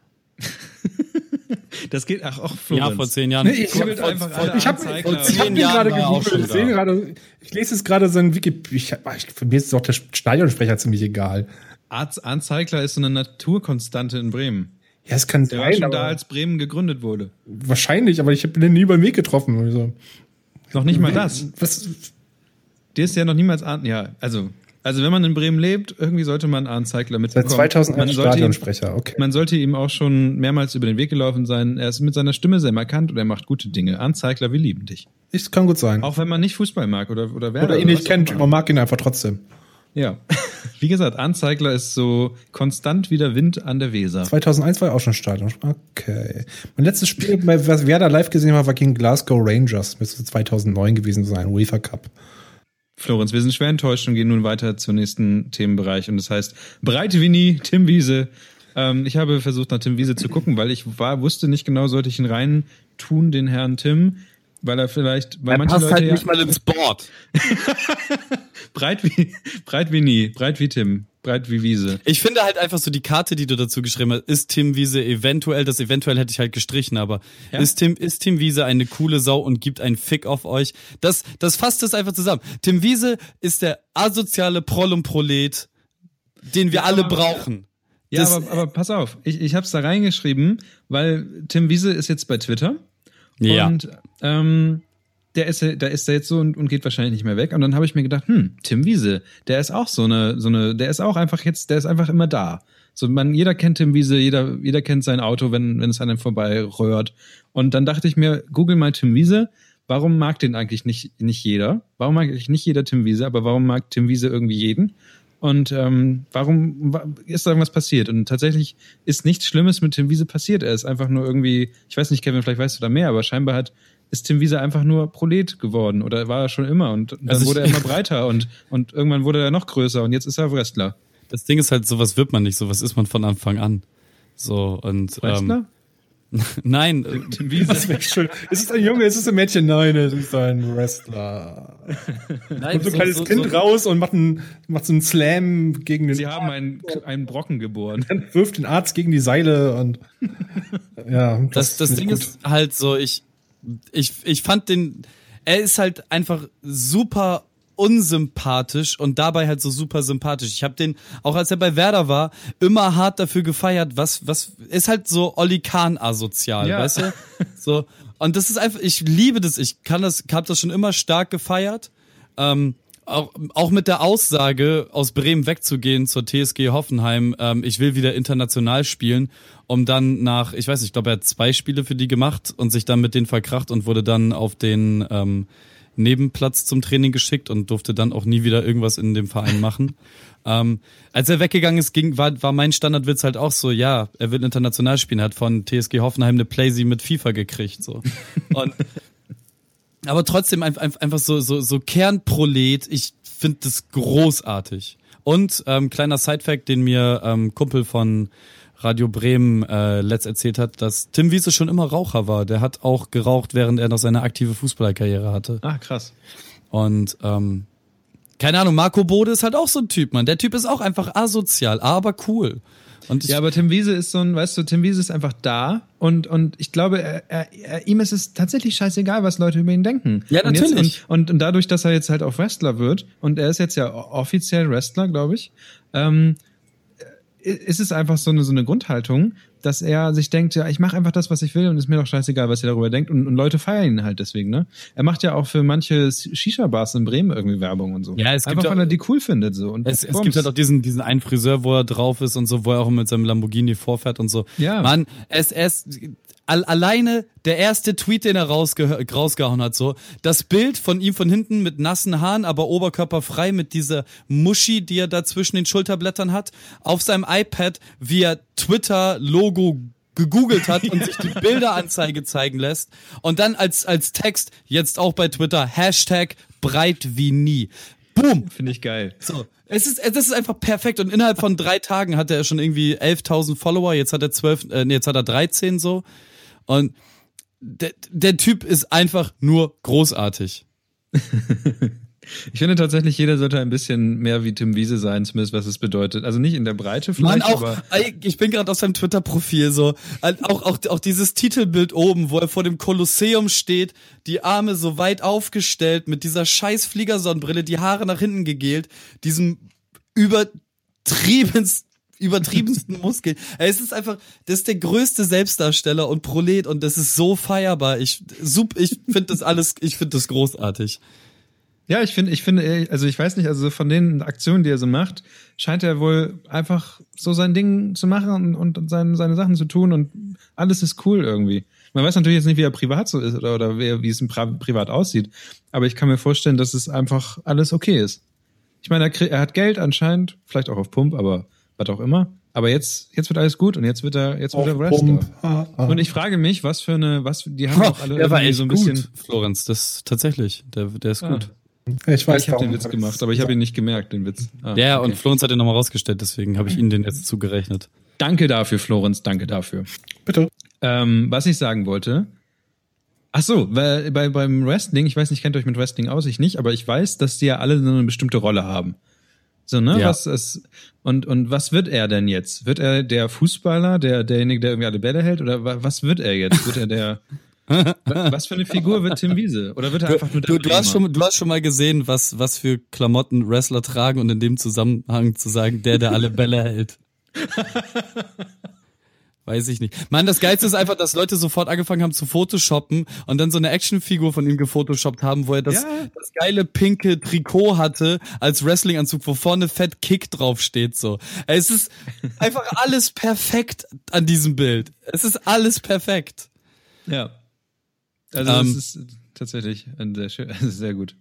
Das geht auch Florenz. Ja, vor 10 Jahren. Nee, ich Googelt einfach alle Ich habe Arndt vor Zeigler. 10 Jahren Jahren war er auch gegoogelt. schon Ich lese jetzt gerade so ein für mich ist doch der Stadionsprecher ziemlich egal. Arndt Zeigler ist so eine Naturkonstante in Bremen. Ja, es kann Der war sein, schon aber da, als Bremen gegründet wurde. wahrscheinlich, aber ich habe den nie über den Weg getroffen. Also. Noch nicht mal das. Was? Der ist ja noch niemals Arndt. Ja, also wenn man in Bremen lebt, irgendwie sollte man Arndt Zeigler mitbekommen. Seit 2001 Stadionsprecher, okay. Man sollte ihm auch schon mehrmals über den Weg gelaufen sein. Er ist mit seiner Stimme sehr markant und er macht gute Dinge. Arndt Zeigler, wir lieben dich. Das kann gut sein. Auch wenn man nicht Fußball mag oder Werder. Oder ihn nicht was kennt, auch immer. man mag ihn einfach trotzdem. Ja. Wie gesagt, Arndt Zeigler ist so konstant wie der Wind an der Weser. 2001 war er auch schon Stadion. Okay. Mein letztes Spiel, was Werder live gesehen hat, war gegen Glasgow Rangers. Müsste 2009 gewesen sein, UEFA Cup. Florenz, wir sind schwer enttäuscht und gehen nun weiter zum nächsten Themenbereich. Und das heißt, Breite wie nie, Tim Wiese. Ich habe versucht, nach Tim Wiese zu gucken, weil ich wusste nicht genau, sollte ich ihn rein tun, den Herrn Tim, weil er vielleicht, weil manche passt Leute halt ja, nicht mal ins Board. breit wie nie, breit wie Tim, breit wie Wiese. Ich finde halt einfach so die Karte, die du dazu geschrieben hast, ist Tim Wiese eventuell, das eventuell hätte ich halt gestrichen, aber Ja? ist Tim Wiese eine coole Sau und gibt einen Fick auf euch? Das fasst es einfach zusammen. Tim Wiese ist der asoziale Proll und Prolet, den wir alle brauchen. Ja, Das- aber pass auf, ich habe es da reingeschrieben, weil Tim Wiese ist jetzt bei Twitter Ja. und da ist er jetzt so und geht wahrscheinlich nicht mehr weg. Und dann habe ich mir gedacht, Tim Wiese, der ist auch der ist auch einfach jetzt, der ist einfach immer da. So, jeder kennt Tim Wiese, jeder kennt sein Auto, wenn es an ihm vorbei röhrt. Und dann dachte ich mir, google mal Tim Wiese. Warum mag den eigentlich nicht jeder? Warum mag eigentlich nicht jeder Tim Wiese, aber warum mag Tim Wiese irgendwie jeden? Und warum ist da irgendwas passiert? Und tatsächlich ist nichts Schlimmes mit Tim Wiese passiert. Er ist einfach nur irgendwie, ich weiß nicht, Kevin, vielleicht weißt du da mehr, aber scheinbar ist Tim Wiese einfach nur Prolet geworden oder war er schon immer und dann Also wurde er immer breiter und irgendwann wurde er noch größer und jetzt ist er Wrestler. Das Ding ist halt, sowas wird man nicht, sowas ist man von Anfang an. So, und Wrestler? nein, Tim Wiese. Das wäre schön. Ist es ein Junge, ist es ein Mädchen? Nein, es ist ein Wrestler. nein, Und so ein kleines Kind raus und macht so einen Slam gegen den Sie haben einen Brocken geboren. wirft den Arzt gegen die Seile und ja. Das find ich Ding gut. ist halt so, ich fand er ist halt einfach super unsympathisch und dabei halt so super sympathisch. Ich habe den, auch als er bei Werder war, immer hart dafür gefeiert, was ist halt so Olli Kahn asozial, Ja. weißt du? So, und das ist einfach, ich liebe das, hab das schon immer stark gefeiert. Auch mit der Aussage, aus Bremen wegzugehen zur TSG Hoffenheim, ich will wieder international spielen, um dann nach, ich weiß nicht, ich glaube, er hat 2 Spiele für die gemacht und sich dann mit denen verkracht und wurde dann auf den Nebenplatz zum Training geschickt und durfte dann auch nie wieder irgendwas in dem Verein machen. Als er weggegangen ist, war mein Standardwitz halt auch so, ja, er will international spielen, er hat von TSG Hoffenheim eine Playsee mit FIFA gekriegt, so. Und aber trotzdem einfach so Kernprolet, ich finde das großartig. Und kleiner Sidefact, den mir Kumpel von Radio Bremen letzt erzählt hat, dass Tim Wiese schon immer Raucher war. Der hat auch geraucht, während er noch seine aktive Fußballerkarriere hatte. Ah, krass. Und keine Ahnung, Marco Bode ist halt auch so ein Typ, Mann. Der Typ ist auch einfach asozial, aber cool. Und Ja, aber Tim Wiese ist so ein, weißt du, Tim Wiese ist einfach da und ich glaube, ihm ist es tatsächlich scheißegal, was Leute über ihn denken. Ja, natürlich. Und dadurch, dass er jetzt halt auch Wrestler wird und er ist jetzt ja offiziell Wrestler, glaube ich, ist es einfach so eine Grundhaltung, dass er sich denkt, ja, ich mache einfach das, was ich will und ist mir doch scheißegal, was ihr darüber denkt und Leute feiern ihn halt deswegen, ne? Er macht ja auch für manche Shisha-Bars in Bremen irgendwie Werbung und so. Ja, es gibt einfach, auch, weil er die cool findet, so. Und es gibt halt auch diesen einen Friseur, wo er drauf ist und so, wo er auch mit seinem Lamborghini vorfährt und so. Ja. Mann, alleine der erste Tweet, den er rausgehauen hat, so, das Bild von ihm von hinten mit nassen Haaren, aber oberkörperfrei mit dieser Muschi, die er da zwischen den Schulterblättern hat, auf seinem iPad, wie er Twitter-Logo gegoogelt hat und sich die Bilderanzeige zeigen lässt und dann als Text, jetzt auch bei Twitter, Hashtag breit wie nie. Boom! Finde ich geil. So. Das ist einfach perfekt und innerhalb von 3 Tagen hatte er schon irgendwie 11.000 Follower, jetzt hat er 13 so. Und der Typ ist einfach nur großartig. Ich finde tatsächlich, jeder sollte ein bisschen mehr wie Tim Wiese sein, zumindest was es bedeutet. Also nicht in der Breite vielleicht, Mann, auch, aber ich bin gerade auf seinem Twitter-Profil so, auch dieses Titelbild oben, wo er vor dem Kolosseum steht, die Arme so weit aufgestellt, mit dieser scheiß Fliegersonnenbrille, die Haare nach hinten gegelt, diesem übertriebensten Muskeln. Es ist einfach, das ist der größte Selbstdarsteller und Prolet und das ist so feierbar. Ich finde das großartig. ja, ich finde, also ich weiß nicht, also von den Aktionen, die er so macht, scheint er wohl einfach so sein Ding zu machen und seine Sachen zu tun und alles ist cool irgendwie. Man weiß natürlich jetzt nicht, wie er privat so ist oder wie es privat aussieht, aber ich kann mir vorstellen, dass es einfach alles okay ist. Ich meine, er hat Geld anscheinend, vielleicht auch auf Pump, aber was auch immer. Aber jetzt wird alles gut und jetzt wird er Wrestler. Und ich frage mich, die haben auch alle der war echt so ein bisschen gut, Florenz, das tatsächlich, der ist gut. Ich weiß, ich habe den Witz gemacht, aber ich habe ihn nicht gemerkt, den Witz. Ja, okay. und Florenz hat ihn nochmal rausgestellt, deswegen habe ich Ihnen den jetzt zugerechnet. Danke dafür, Florenz, danke dafür. Bitte. Was ich sagen wollte, ach so, weil beim Wrestling, ich weiß nicht, kennt ihr euch mit Wrestling aus, ich nicht, aber ich weiß, dass die ja alle so eine bestimmte Rolle haben. So, ne? Ja. Und was wird er denn jetzt? Wird er der Fußballer, derjenige, der irgendwie alle Bälle hält? Oder was wird er jetzt? Wird er der was für eine Figur wird Tim Wiese? Oder wird er einfach nur der Du hast schon mal gesehen, was für Klamotten Wrestler tragen und in dem Zusammenhang zu sagen, der alle Bälle hält. Weiß ich nicht. Mann, das Geilste ist einfach, dass Leute sofort angefangen haben zu photoshoppen und dann so eine Actionfigur von ihm gefotoshoppt haben, wo er das geile pinke Trikot hatte als Wrestlinganzug, wo vorne fett Kick draufsteht, so. Es ist einfach alles perfekt an diesem Bild. Es ist alles perfekt. Ja. Also das ist tatsächlich sehr gut.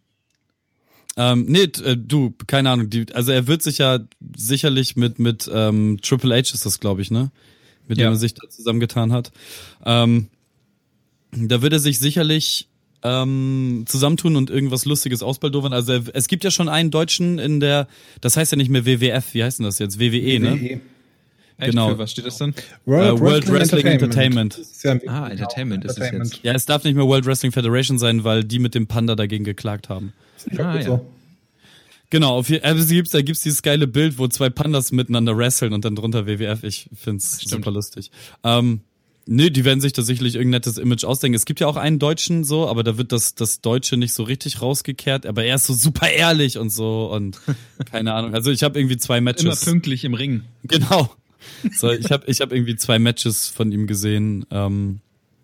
Du, keine Ahnung, also er wird sich ja sicherlich mit Triple H ist das, glaube ich, ne? Mit dem er sich da zusammengetan hat. Da wird er sich sicherlich zusammentun und irgendwas Lustiges ausbaldowern. Also es gibt ja schon einen Deutschen das heißt ja nicht mehr WWF, wie heißt denn das jetzt? WWE, ne? Genau. Für was steht das dann? World Wrestling Entertainment. Entertainment ist es jetzt. Ja, es darf nicht mehr World Wrestling Federation sein, weil die mit dem Panda dagegen geklagt haben. Ja. Genau, da gibt's dieses geile Bild, wo 2 Pandas miteinander wresteln und dann drunter WWF. Ich find's super lustig. Die werden sich da sicherlich irgendein nettes Image ausdenken. Es gibt ja auch einen Deutschen so, aber da wird das Deutsche nicht so richtig rausgekehrt, aber er ist so super ehrlich und so und keine Ahnung. Also ich habe irgendwie 2 Matches. Immer pünktlich im Ring. Genau. So, ich hab irgendwie 2 Matches von ihm gesehen.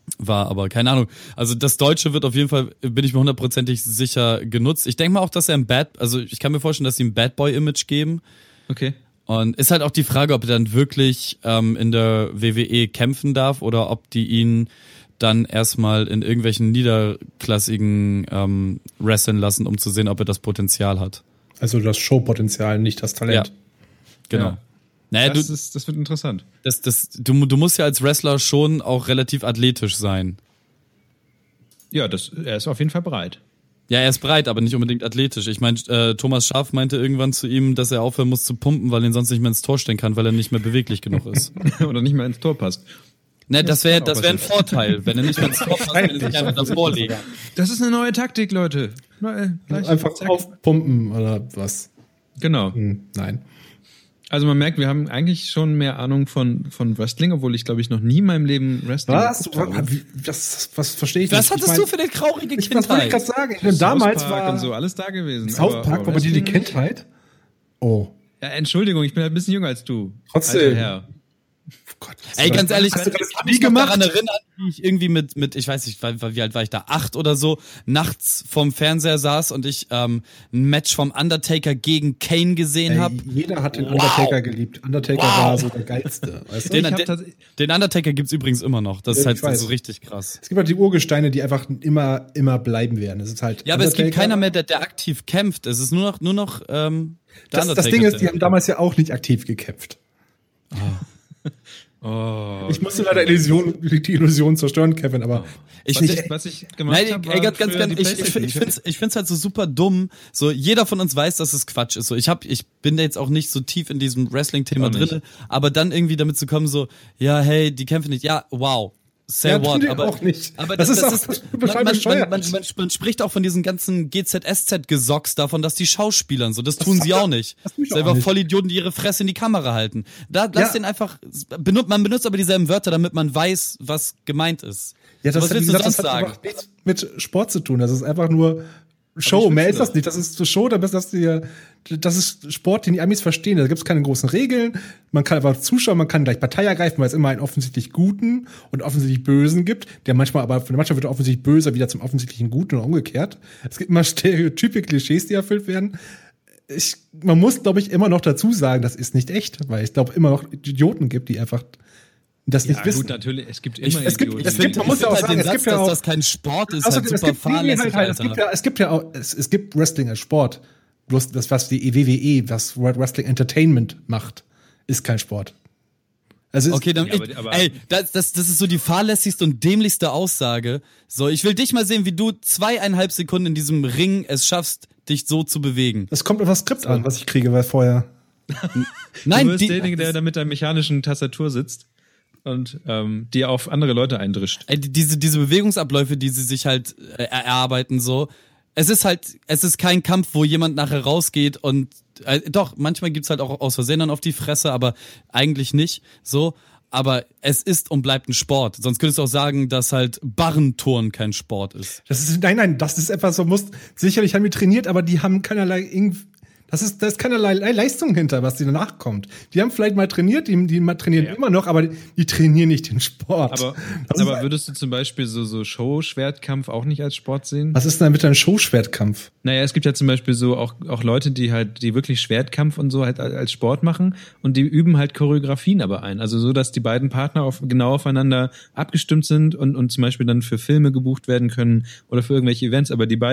war, aber keine Ahnung. Also das Deutsche wird auf jeden Fall, bin ich mir 100%ig sicher, genutzt. Ich denke mal auch, dass er ich kann mir vorstellen, dass sie ein Bad Boy-Image geben. Okay. Und ist halt auch die Frage, ob er dann wirklich in der WWE kämpfen darf oder ob die ihn dann erstmal in irgendwelchen niederklassigen wresteln lassen, um zu sehen, ob er das Potenzial hat. Also das Showpotenzial, nicht das Talent. Ja, genau. Ja. Naja, Das wird interessant. Du musst ja als Wrestler schon auch relativ athletisch sein. Ja, er ist auf jeden Fall bereit. Ja, er ist breit, aber nicht unbedingt athletisch. Ich meine, Thomas Schaaf meinte irgendwann zu ihm, dass er aufhören muss zu pumpen, weil er ihn sonst nicht mehr ins Tor stellen kann, weil er nicht mehr beweglich genug ist. Oder nicht mehr ins Tor passt. Ne, das wäre ein Vorteil, wenn er nicht mehr ins Tor passt, wenn er sich einfach das vorlegen. Das ist eine neue Taktik, Leute. Einfach aufpumpen oder was? Genau. Nein. Also man merkt, wir haben eigentlich schon mehr Ahnung von Wrestling, obwohl ich, glaube ich, noch nie in meinem Leben Wrestling habe. Was verstehe ich nicht? Was hattest du für eine traurige Kindheit? Was wollte ich gerade sagen? Damals war und so alles da gewesen. South Park war bei dir die Kindheit? Oh. Ja, Entschuldigung, ich bin halt ein bisschen jünger als du. Trotzdem. Alter Herr. Oh Gott, Ey, ganz ehrlich, hast du das ich kann mich daran erinnern, wie ich irgendwie mit ich weiß nicht, wie alt war ich da, 8 oder so, nachts vorm Fernseher saß und ich ein Match vom Undertaker gegen Kane gesehen habe. Jeder hat den Undertaker geliebt. Undertaker war so der Geilste. Weißt du? Den Undertaker gibt's übrigens immer noch. Das ist halt so richtig krass. Es gibt halt die Urgesteine, die einfach immer bleiben werden. Es ist halt ja, aber es gibt keiner mehr, der aktiv kämpft. Es ist nur noch das Ding ist, die haben damals ja auch nicht aktiv gekämpft. Oh, ich musste leider die Illusion zerstören, Kevin, aber was ich gemacht habe, ich find's halt so super dumm. So, jeder von uns weiß, dass es Quatsch ist. So, ich bin da jetzt auch nicht so tief in diesem Wrestling-Thema drin, aber dann irgendwie damit zu kommen, so, ja, hey, die kämpfen nicht, ja, wow. Say ja, what, aber auch nicht. Aber das ist auch man spricht auch von diesen ganzen GZSZ-Gesocks davon, dass die Schauspielern so, das tun sie auch nicht. Selber Vollidioten, die ihre Fresse in die Kamera halten. Lass den einfach, man benutzt aber dieselben Wörter, damit man weiß, was gemeint ist. Ja, was willst du sonst sagen? Das hat nichts mit Sport zu tun. Das ist einfach nur Show. Mehr ist das nicht. Das ist Show, das ist Sport, den die Amis verstehen. Da gibt es keine großen Regeln. Man kann einfach zuschauen, man kann gleich Partei ergreifen, weil es immer einen offensichtlich Guten und offensichtlich Bösen gibt, der manchmal wird er offensichtlich böser wieder zum offensichtlichen Guten und umgekehrt. Es gibt immer Stereotype, Klischees, die erfüllt werden. Man muss, glaube ich, immer noch dazu sagen, das ist nicht echt, weil es, glaube ich, immer noch Idioten gibt, die einfach das nicht wissen. Gut, natürlich, es gibt immer Idioten. Man muss ja auch sagen, dass das kein Sport ist, halt super fahrlässig, es gibt Wrestling als Sport. Bloß das, was die WWE, was World Wrestling Entertainment macht, ist kein Sport. Also okay, dann das ist so die fahrlässigste und dämlichste Aussage. So, ich will dich mal sehen, wie du 2,5 Sekunden in diesem Ring es schaffst, dich so zu bewegen. Es kommt auf das Skript an, was ich kriege, weil vorher. Nein, du bist derjenige, der da mit der mechanischen Tastatur sitzt und die auf andere Leute eindrischt. Diese Bewegungsabläufe, die sie sich halt erarbeiten, so. Es ist kein Kampf, wo jemand nachher rausgeht und doch, manchmal gibt's halt auch aus Versehen dann auf die Fresse, aber eigentlich nicht so. Aber es ist und bleibt ein Sport. Sonst könntest du auch sagen, dass halt Barrenturnen kein Sport ist. Nein, das ist etwas so, sicherlich haben die trainiert, aber die haben keinerlei da ist keinerlei Leistung hinter, was danach kommt. Die haben vielleicht mal trainiert, die trainieren immer noch, aber die trainieren nicht den Sport. Aber würdest du zum Beispiel so Show-Schwertkampf auch nicht als Sport sehen? Was ist denn bitte ein Show-Schwertkampf? Naja, es gibt ja zum Beispiel so auch Leute, die wirklich Schwertkampf und so halt als Sport machen und die üben halt Choreografien aber ein. Also so, dass die beiden Partner genau aufeinander abgestimmt sind und zum Beispiel dann für Filme gebucht werden können oder für irgendwelche Events. Aber die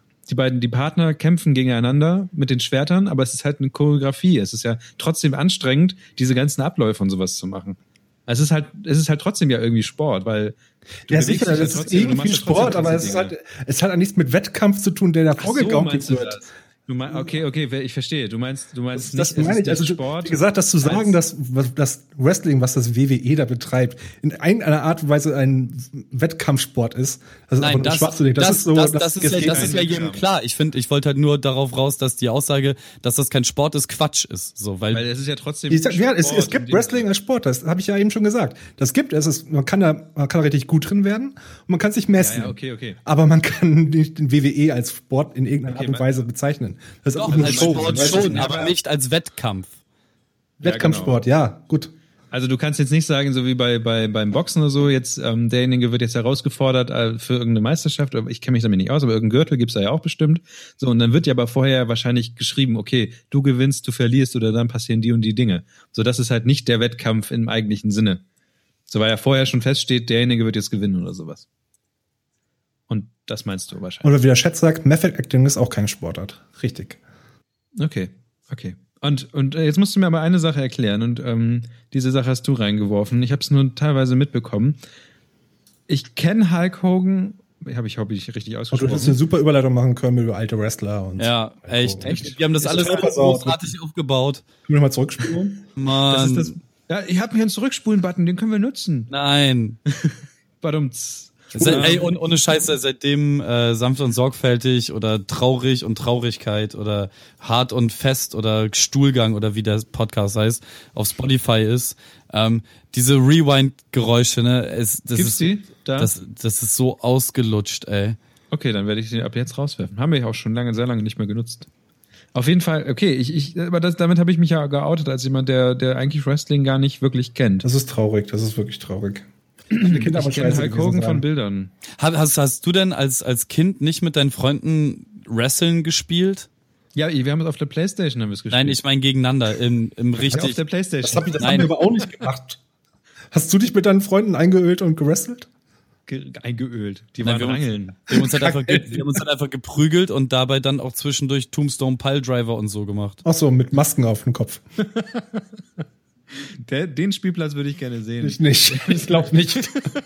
Partner kämpfen gegeneinander mit den Schwertern, aber es ist halt eine Choreografie. Es ist ja trotzdem anstrengend, diese ganzen Abläufe und sowas zu machen. Es ist halt trotzdem ja irgendwie Sport, weil ja sicher, das ist irgendwie Sport, aber es hat nichts mit Wettkampf zu tun, der da vorgegaukelt wird. Okay, ich verstehe. Du meinst nicht, das meine ich. Also Sport. Wie gesagt, das zu sagen, dass das Wrestling, was das WWE da betreibt, in einer Art und Weise ein Wettkampfsport ist, das ist Nein, einfach Schwachsinn. Das ist ja jedem klar. Ich wollte halt nur darauf raus, dass die Aussage, dass das kein Sport ist, Quatsch ist. So, weil es ist ja trotzdem. Es gibt Wrestling als Sport, das habe ich ja eben schon gesagt. Das gibt es. Man kann da richtig gut drin werden und man kann sich messen. Ja, okay. Aber man kann nicht den WWE als Sport in irgendeiner Art und Weise bezeichnen. Das ist auch eine Show, schon, aber nicht als Wettkampf. Wettkampfsport, ja, gut. Also du kannst jetzt nicht sagen, so wie beim Boxen oder so, jetzt derjenige wird jetzt herausgefordert für irgendeine Meisterschaft, ich kenne mich damit nicht aus, aber irgendeinen Gürtel gibt's da ja auch bestimmt. So, und dann wird ja aber vorher wahrscheinlich geschrieben, okay, du gewinnst, du verlierst oder dann passieren die und die Dinge. So, das ist halt nicht der Wettkampf im eigentlichen Sinne. So, weil ja vorher schon feststeht, derjenige wird jetzt gewinnen oder sowas. Und das meinst du wahrscheinlich. Oder wie der Chat sagt, Method Acting ist auch keine Sportart. Richtig. Okay. Und jetzt musst du mir aber eine Sache erklären und diese Sache hast du reingeworfen. Ich habe es nur teilweise mitbekommen. Ich kenne Hulk Hogan, habe ich richtig ausgesprochen. Und du hättest eine super Überleitung machen können über alte Wrestler und. Ja, echt. Wir haben das alles großartig aufgebaut. Können wir nochmal zurückspulen? Mann. Ja, ich habe hier einen Zurückspulen-Button, den können wir nutzen. Nein. Ey, und ohne Scheiße, seitdem sanft und sorgfältig oder traurig und Traurigkeit oder hart und fest oder Stuhlgang oder wie der Podcast heißt, auf Spotify ist, diese Rewind-Geräusche, ne, das ist so ausgelutscht, ey. Okay, dann werde ich den ab jetzt rauswerfen. Haben wir ja auch schon sehr lange nicht mehr genutzt. Auf jeden Fall, okay, aber damit habe ich mich ja geoutet als jemand, der eigentlich Wrestling gar nicht wirklich kennt. Das ist traurig, das ist wirklich traurig. Ich kenne Hulk Hogan von Bildern. Hast du denn als Kind nicht mit deinen Freunden Wrestling gespielt? Ja, wir haben es auf der Playstation gespielt. Nein, ich meine gegeneinander, im richtig. Auf der Playstation. Das haben wir aber auch nicht gemacht. Hast du dich mit deinen Freunden eingeölt und gewrestelt? Eingeölt. Die waren Rangeln. Wir haben uns halt einfach geprügelt und dabei dann auch zwischendurch Tombstone Piledriver und so gemacht. Ach so, mit Masken auf dem Kopf. Den Spielplatz würde ich gerne sehen. Ich nicht. Ich glaube nicht.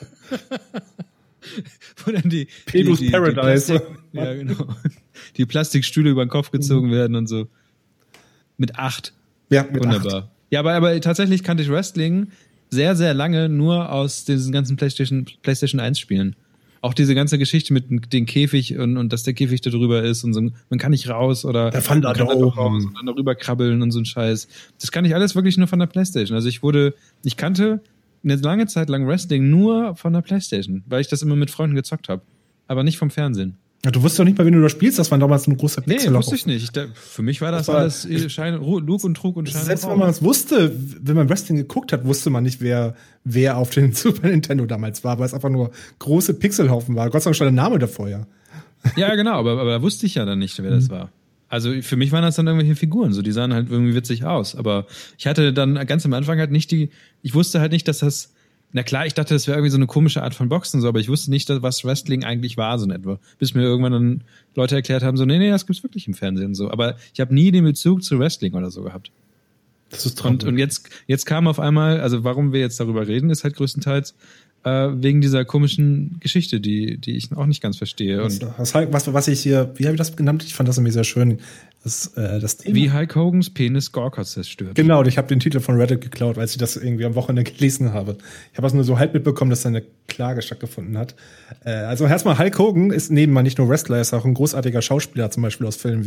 Wo dann die Paradise. Ja, genau. Die Plastikstühle über den Kopf gezogen werden und so. Mit 8. Ja, mit Wunderbar. 8. Ja, aber tatsächlich kannte ich Wrestling sehr, sehr lange nur aus diesen ganzen PlayStation 1 Spielen. Auch diese ganze Geschichte mit dem Käfig und dass der Käfig da drüber ist und so, man kann nicht raus oder der Thunder man kann da doch raus und dann darüber krabbeln und so ein Scheiß. Das kann ich alles wirklich nur von der PlayStation. Also ich kannte eine lange Zeit lang Wrestling nur von der PlayStation, weil ich das immer mit Freunden gezockt habe. Aber nicht vom Fernsehen. Ja, du wusstest doch nicht mal, wen du da spielst. Das war damals ein großer Pixel. Nee, wusste ich nicht. Für mich war das alles Lug und Trug und Schein. Selbst wenn man es wusste, wenn man Wrestling geguckt hat, wusste man nicht, wer auf den Super Nintendo damals war, weil es einfach nur große Pixelhaufen war. Gott sei Dank stand der Name davor, ja. Ja, genau, aber da wusste ich ja dann nicht, wer das war. Also für mich waren das dann irgendwelche Figuren, so die sahen halt irgendwie witzig aus. Aber ich hatte dann ganz am Anfang halt ich wusste halt nicht, dass das. Na klar, ich dachte, das wäre irgendwie so eine komische Art von Boxen, so, aber ich wusste nicht, was Wrestling eigentlich war, so in etwa. Bis mir irgendwann dann Leute erklärt haben, so, nee, das gibt's wirklich im Fernsehen, so. Aber ich habe nie den Bezug zu Wrestling oder so gehabt. Das ist traurig. Und jetzt kam auf einmal, also warum wir jetzt darüber reden, ist halt größtenteils wegen dieser komischen Geschichte, die ich auch nicht ganz verstehe. Was ich hier, wie habe ich das genannt? Ich fand das irgendwie sehr schön. Das Thema. Wie Hulk Hogans Penis Gorka zerstört. Genau, ich habe den Titel von Reddit geklaut, als ich das irgendwie am Wochenende gelesen habe. Ich habe das nur so halb mitbekommen, dass da eine Klage stattgefunden hat. Also erstmal, Hulk Hogan ist nebenbei nicht nur Wrestler, er ist auch ein großartiger Schauspieler, zum Beispiel aus Filmen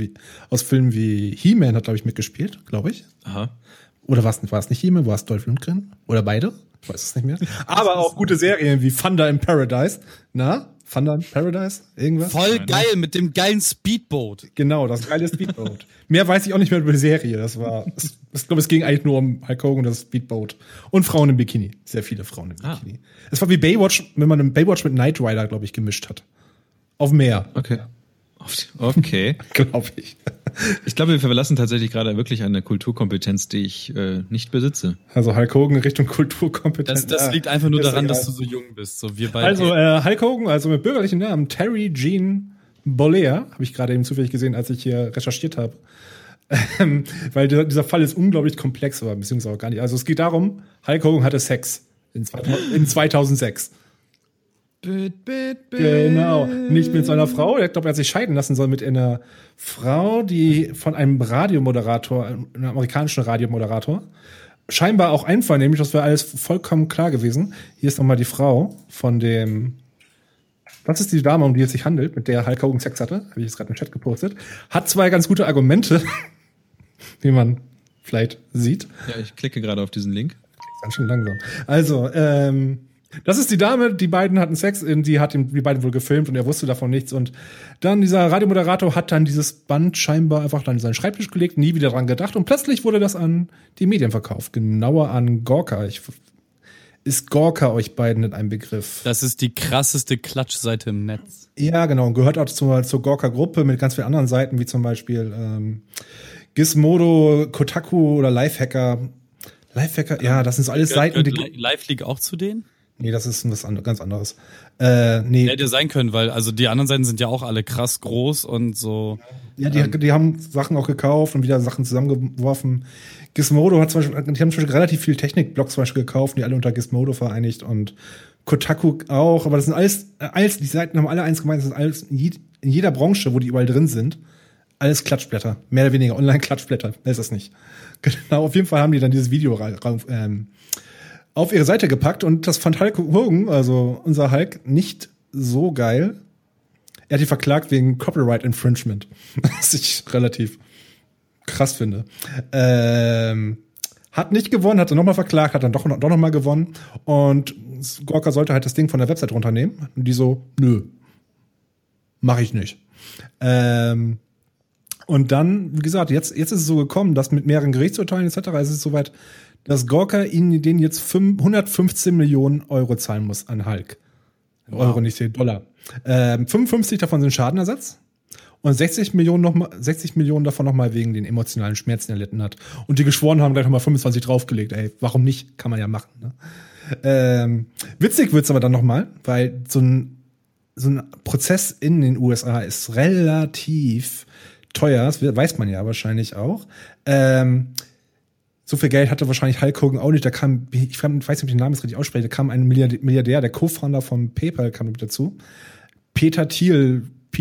wie He-Man hat, glaube ich, mitgespielt, glaube ich. Aha. Oder war es nicht He-Man, war es Dolph Lundgren? Oder beide? Ich weiß es nicht mehr. Aber auch gute Serien wie Thunder in Paradise. Na? Thunder in Paradise? Irgendwas? Voll geil, mit dem geilen Speedboat. Genau, das geile Speedboat. Mehr weiß ich auch nicht mehr über die Serie. Ich glaube, es ging eigentlich nur um Hulk Hogan und das Speedboat. Und Frauen im Bikini. Sehr viele Frauen im Bikini. Es war wie Baywatch, wenn man Baywatch mit Knight Rider, glaube ich, gemischt hat. Auf Meer. Okay. Okay. Glaube ich. Ich glaube, wir verlassen tatsächlich gerade wirklich eine Kulturkompetenz, die ich nicht besitze. Also Hulk Hogan in Richtung Kulturkompetenz. Das liegt einfach nur daran, dass du so jung bist. So wir beide. Also Hulk Hogan, also mit bürgerlichen Namen Terry Gene Bollea, habe ich gerade eben zufällig gesehen, als ich hier recherchiert habe. Weil dieser Fall ist unglaublich komplex, aber beziehungsweise auch gar nicht. Also es geht darum, Hulk Hogan hatte Sex in 2006. Genau, nicht mit seiner Frau. Ich glaube, er hat sich scheiden lassen, sondern mit einer Frau, die von einem Radiomoderator, einem amerikanischen Radiomoderator, scheinbar auch einvernehmlich, das wäre alles vollkommen klar gewesen. Hier ist nochmal die Frau von dem, was ist die Dame, um die es sich handelt, mit der Hulk Hogan Sex hatte, habe ich jetzt gerade im Chat gepostet, hat zwei ganz gute Argumente, wie man vielleicht sieht. Ja, ich klicke gerade auf diesen Link. Ganz schön langsam. Also, Das ist die Dame, die beiden hatten Sex, die hat die beiden wohl gefilmt und er wusste davon nichts. Und dann dieser Radiomoderator hat dann dieses Band scheinbar einfach dann in seinen Schreibtisch gelegt, nie wieder dran gedacht und plötzlich wurde das an die Medien verkauft. Genauer an Gorka. Ist Gorka euch beiden in einem Begriff? Das ist die krasseste Klatschseite im Netz. Ja, genau. Und gehört auch zur Gorka-Gruppe mit ganz vielen anderen Seiten, wie zum Beispiel Gizmodo, Kotaku oder Lifehacker. Lifehacker, ja, das sind so alles Seiten, die... Live-League auch zu denen? Nee, das ist was ganz anderes. Nee. Hätte sein können, weil also die anderen Seiten sind ja auch alle krass groß und so. Ja, die haben Sachen auch gekauft und wieder Sachen zusammengeworfen. Gizmodo hat die haben zum Beispiel relativ viel Technik-Blogs zum Beispiel gekauft, die alle unter Gizmodo vereinigt und Kotaku auch, aber das sind alles, die Seiten haben alle eins gemeint, das ist alles in jeder Branche, wo die überall drin sind, alles Klatschblätter, mehr oder weniger Online-Klatschblätter, mehr ist das nicht. Genau, auf jeden Fall haben die dann dieses Video auf ihre Seite gepackt und das fand Hulk Hogan, also unser Hulk, nicht so geil. Er hat die verklagt wegen Copyright Infringement, was ich relativ krass finde. Hat nicht gewonnen, hat dann nochmal verklagt, hat dann doch nochmal gewonnen und Gorka sollte halt das Ding von der Website runternehmen und die so, nö, mach ich nicht. Und dann, wie gesagt, jetzt ist es so gekommen, dass mit mehreren Gerichtsurteilen etc. ist es soweit, dass Gorka ihnen den jetzt 115 Millionen Euro zahlen muss an Hulk. Wow. Euro, nicht $. 55 davon sind Schadenersatz und 60 Millionen davon nochmal wegen den emotionalen Schmerzen erlitten hat. Und die geschworen haben, gleich nochmal 25 draufgelegt. Ey, warum nicht? Kann man ja machen. Ne? Witzig wird's aber dann nochmal, weil so ein Prozess in den USA ist relativ teuer. Das weiß man ja wahrscheinlich auch. So viel Geld hatte wahrscheinlich Hulk Hogan auch nicht. Da kam, ich weiß nicht, ob ich den Namen jetzt richtig ausspreche, da kam ein Milliardär, der Co-Founder von PayPal kam mit dazu. Peter Thiel.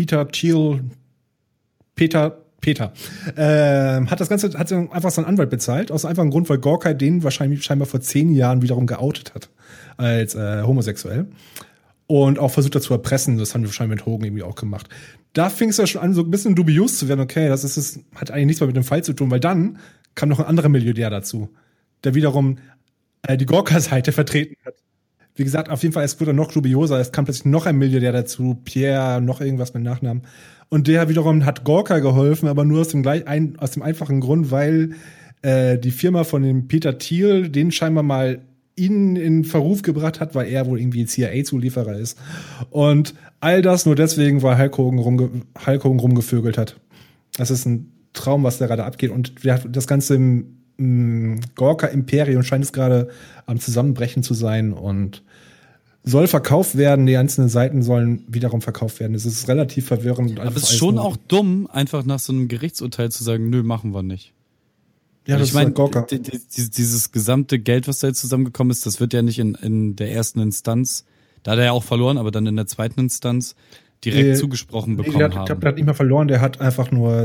Hat das Ganze, hat einfach so einen Anwalt bezahlt, aus einfachen Grund, weil Gorka den wahrscheinlich scheinbar vor 10 Jahren wiederum geoutet hat als homosexuell. Und auch versucht dazu erpressen, das haben wir wahrscheinlich mit Hogan irgendwie auch gemacht. Da fing es ja schon an, so ein bisschen dubios zu werden, okay, hat eigentlich nichts mehr mit dem Fall zu tun, weil dann kam noch ein anderer Milliardär dazu, der wiederum die Gorka-Seite vertreten hat. Wie gesagt, auf jeden Fall, es wurde noch dubioser, es kam plötzlich noch ein Milliardär dazu, Pierre, noch irgendwas mit Nachnamen. Und der wiederum hat Gorka geholfen, aber nur aus dem einfachen Grund, weil die Firma von dem Peter Thiel den scheinbar mal ihn in Verruf gebracht hat, weil er wohl irgendwie ein CIA-Zulieferer ist. Und all das nur deswegen, weil Hulk Hogan rumgevögelt hat. Das ist ein Traum, was da gerade abgeht. Und das ganze Gorka-Imperium scheint es gerade am Zusammenbrechen zu sein und soll verkauft werden. Die einzelnen Seiten sollen wiederum verkauft werden. Es ist relativ verwirrend. Aber es ist schon auch dumm, einfach nach so einem Gerichtsurteil zu sagen, nö, machen wir nicht. Ja, das ich meine, ist Gorka. Dieses gesamte Geld, was da jetzt zusammengekommen ist, das wird ja nicht in der ersten Instanz, da hat er ja auch verloren, aber dann in der zweiten Instanz direkt zugesprochen bekommen haben. Der hat nicht mal verloren, der hat einfach nur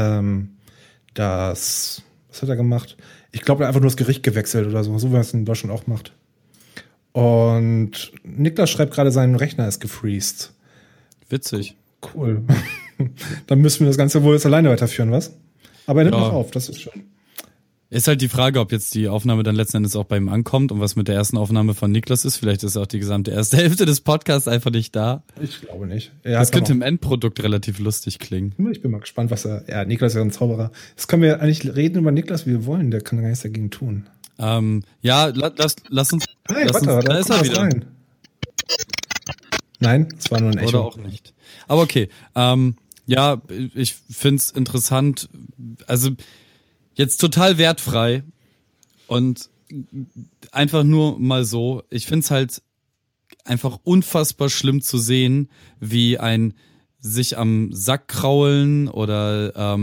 was hat er gemacht? Ich glaube, er hat einfach nur das Gericht gewechselt oder so wie man es in Deutschland auch macht. Und Niklas schreibt gerade, sein Rechner ist gefreezed. Witzig. Cool. Dann müssen wir das Ganze wohl jetzt alleine weiterführen, was? Aber er nimmt noch auf, das ist schön. Ist halt die Frage, ob jetzt die Aufnahme dann letzten Endes auch bei ihm ankommt und was mit der ersten Aufnahme von Niklas ist. Vielleicht ist auch die gesamte erste Hälfte des Podcasts einfach nicht da. Ich glaube nicht. Das könnte im Endprodukt relativ lustig klingen. Ich bin mal gespannt, Niklas ist ja ein Zauberer. Das können wir eigentlich reden über Niklas, wie wir wollen. Der kann gar nichts dagegen tun. Ja, lass uns. Hey, da ist er wieder. Rein. Nein, es war nur ein Echo. Oder auch nicht. Aber okay. Ja, ich find's interessant. Also jetzt total wertfrei und einfach nur mal so. Ich find's halt einfach unfassbar schlimm zu sehen, wie ein sich am Sack kraulen oder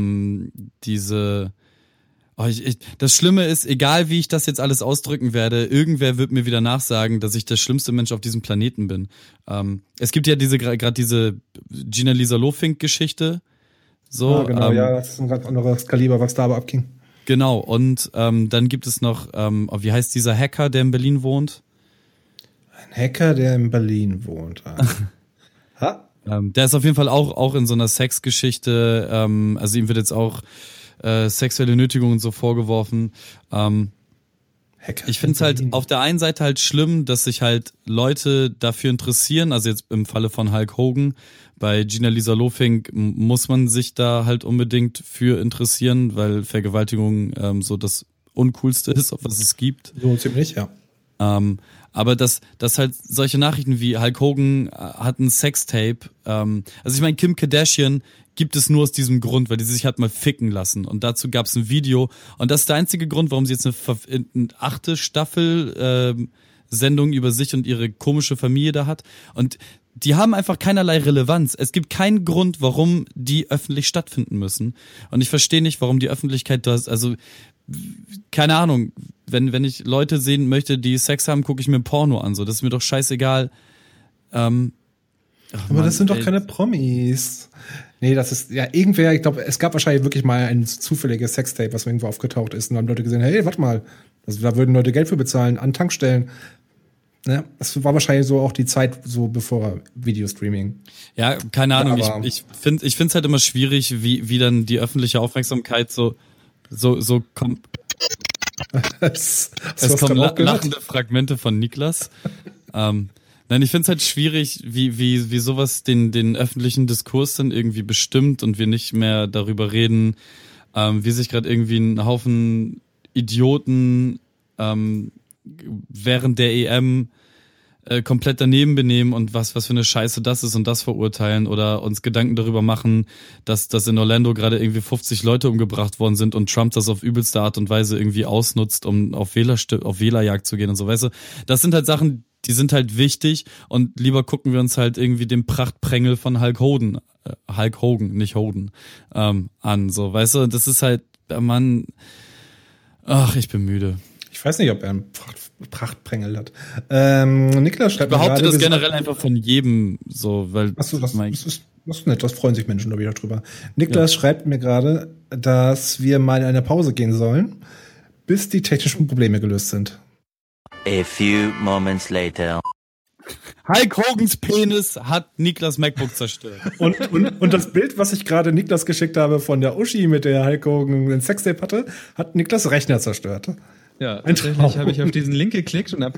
das Schlimme ist, egal wie ich das jetzt alles ausdrücken werde, irgendwer wird mir wieder nachsagen, dass ich der schlimmste Mensch auf diesem Planeten bin. Es gibt ja gerade diese Gina-Lisa Lofink-Geschichte. So, genau, das ist ein ganz anderes Kaliber, was da aber abging. Genau, und dann gibt es noch, wie heißt dieser Hacker, der in Berlin wohnt? Ein Hacker, der in Berlin wohnt. Ha? Der ist auf jeden Fall auch in so einer Sexgeschichte, also ihm wird jetzt auch sexuelle Nötigung und so vorgeworfen. Ich finde es halt auf der einen Seite halt schlimm, dass sich halt Leute dafür interessieren, also jetzt im Falle von Hulk Hogan, bei Gina Lisa Lofink muss man sich da halt unbedingt für interessieren, weil Vergewaltigung so das Uncoolste ist, auf was es gibt. So ziemlich, ja. Aber dass halt solche Nachrichten wie Hulk Hogan hat ein Sextape, also ich meine, Kim Kardashian gibt es nur aus diesem Grund, weil die sich hat mal ficken lassen. Und dazu gab es ein Video. Und das ist der einzige Grund, warum sie jetzt eine 8. Staffel Sendung über sich und ihre komische Familie da hat. Und die haben einfach keinerlei Relevanz. Es gibt keinen Grund, warum die öffentlich stattfinden müssen. Und ich verstehe nicht, warum die Öffentlichkeit das, also keine Ahnung, wenn ich Leute sehen möchte, die Sex haben, gucke ich mir Porno an. So, das ist mir doch scheißegal. Aber das sind doch keine Promis. Nee, das ist ja irgendwer, ich glaube, es gab wahrscheinlich wirklich mal ein zufälliges Sextape, was irgendwo aufgetaucht ist. Und dann haben Leute gesehen, hey, warte mal, da würden Leute Geld für bezahlen an Tankstellen. Ja, das war wahrscheinlich so auch die Zeit, so bevor Videostreaming. Ja, keine Ahnung. Ja, ich finde es halt immer schwierig, wie dann die öffentliche Aufmerksamkeit so kommt. Es kommen lachende Fragmente von Niklas. Nein, ich finde es halt schwierig, wie sowas den öffentlichen Diskurs dann irgendwie bestimmt und wir nicht mehr darüber reden, wie sich gerade irgendwie ein Haufen Idioten während der EM komplett daneben benehmen und was für eine Scheiße das ist und das verurteilen oder uns Gedanken darüber machen, dass in Orlando gerade irgendwie 50 Leute umgebracht worden sind und Trump das auf übelste Art und Weise irgendwie ausnutzt, um auf Wählerjagd zu gehen und so, weißt du? Das sind halt Sachen, die sind halt wichtig und lieber gucken wir uns halt irgendwie den Prachtprängel von Hulk Hogan, nicht Hogan, an, so, weißt du? Das ist halt, Mann, ach, ich bin müde. Ich weiß nicht, ob er einen Prachtprängel hat. Niklas schreibt ich behaupte das generell einfach von jedem so, weil das ist nett, das freuen sich Menschen, glaube ich, darüber. Niklas schreibt mir gerade, dass wir mal in eine Pause gehen sollen, bis die technischen Probleme gelöst sind. A few moments later. Hulk Hogans Penis hat Niklas MacBook zerstört. Und das Bild, was ich gerade Niklas geschickt habe von der Uschi, mit der Hulk Hogan ein Sextape hatte, hat Niklas Rechner zerstört. Ja, tatsächlich habe ich auf diesen Link geklickt und ab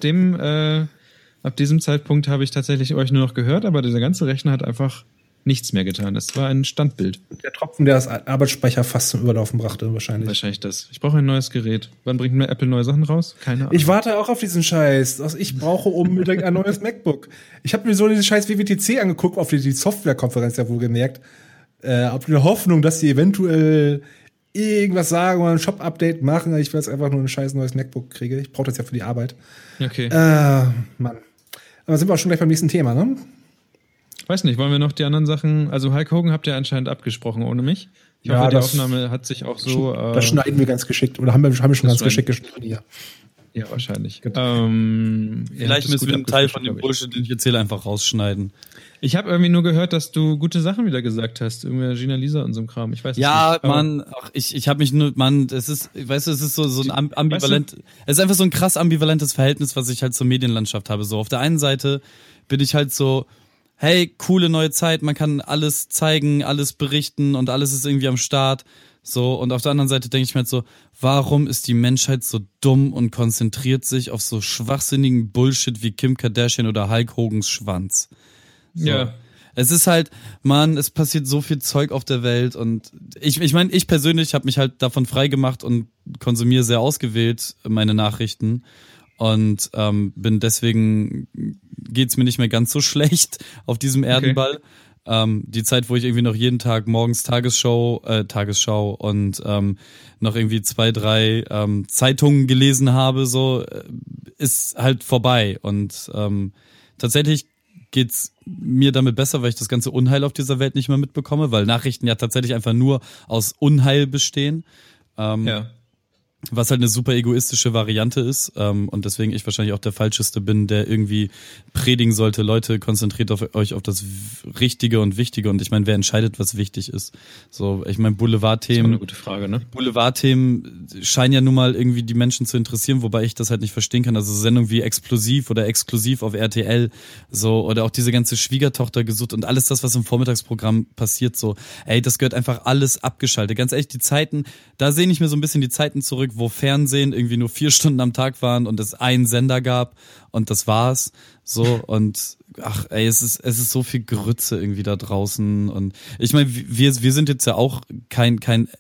diesem Zeitpunkt habe ich tatsächlich euch nur noch gehört, aber dieser ganze Rechner hat einfach nichts mehr getan. Das war ein Standbild. Der Tropfen, der das Arbeitsspeicher fast zum Überlaufen brachte, wahrscheinlich. Wahrscheinlich das. Ich brauche ein neues Gerät. Wann bringt mir Apple neue Sachen raus? Keine Ahnung. Ich warte auch auf diesen Scheiß, was ich brauche unbedingt ein neues MacBook. Ich habe mir so diese scheiß WWDC angeguckt, auf die Softwarekonferenz ja wohl gemerkt. Auf die Hoffnung, dass sie eventuell irgendwas sagen oder ein Shop-Update machen. Ich will jetzt einfach nur ein scheiß neues MacBook kriege. Ich brauche das ja für die Arbeit. Okay. Mann. Aber sind wir auch schon gleich beim nächsten Thema, ne? Weiß nicht, wollen wir noch die anderen Sachen, also Hulk Hogan habt ihr anscheinend abgesprochen ohne mich. Ich hoffe, die Aufnahme hat sich auch so... Das schneiden wir ganz geschickt, oder haben wir schon ganz geschickt geschnitten hier. Ja, wahrscheinlich. Vielleicht müssen wir einen Teil von dem Bullshit, den ich erzähle, einfach rausschneiden. Ich habe irgendwie nur gehört, dass du gute Sachen wieder gesagt hast. Irgendwie Gina Lisa und so ein Kram. Ich weiß ja, nicht. Mann, ich habe mich nur, Mann, es ist, weißt du, es ist so ein ambivalent, weißt du? Es ist einfach so ein krass ambivalentes Verhältnis, was ich halt zur Medienlandschaft habe. So, auf der einen Seite bin ich halt so, hey, coole neue Zeit, man kann alles zeigen, alles berichten und alles ist irgendwie am Start. So, und auf der anderen Seite denke ich mir halt so, warum ist die Menschheit so dumm und konzentriert sich auf so schwachsinnigen Bullshit wie Kim Kardashian oder Hulk Hogans Schwanz? So. Ja. Es ist halt, Mann, es passiert so viel Zeug auf der Welt und ich meine, ich persönlich habe mich halt davon freigemacht und konsumiere sehr ausgewählt meine Nachrichten und bin deswegen, geht's mir nicht mehr ganz so schlecht auf diesem Erdenball. Okay. Die Zeit, wo ich irgendwie noch jeden Tag morgens Tagesschau und noch irgendwie 2, 3 Zeitungen gelesen habe, so ist halt vorbei und tatsächlich geht's mir damit besser, weil ich das ganze Unheil auf dieser Welt nicht mehr mitbekomme, weil Nachrichten ja tatsächlich einfach nur aus Unheil bestehen. Ja. Was halt eine super egoistische Variante ist und deswegen ich wahrscheinlich auch der Falscheste bin, der irgendwie predigen sollte, Leute, konzentriert euch auf das Richtige und Wichtige und ich meine, wer entscheidet, was wichtig ist? So, ich meine, Boulevardthemen. Das ist eine gute Frage, ne? Boulevardthemen scheinen ja nun mal irgendwie die Menschen zu interessieren, wobei ich das halt nicht verstehen kann. Also Sendungen wie Explosiv oder Exklusiv auf RTL, so, oder auch diese ganze Schwiegertochter gesucht und alles das, was im Vormittagsprogramm passiert, so, ey, das gehört einfach alles abgeschaltet. Ganz ehrlich, die Zeiten, da sehne ich mir so ein bisschen die Zeiten zurück, wo Fernsehen irgendwie nur 4 Stunden am Tag waren und es einen Sender gab und das war's. So, und ach ey, es ist so viel Grütze irgendwie da draußen. Und ich meine, wir sind jetzt ja auch kein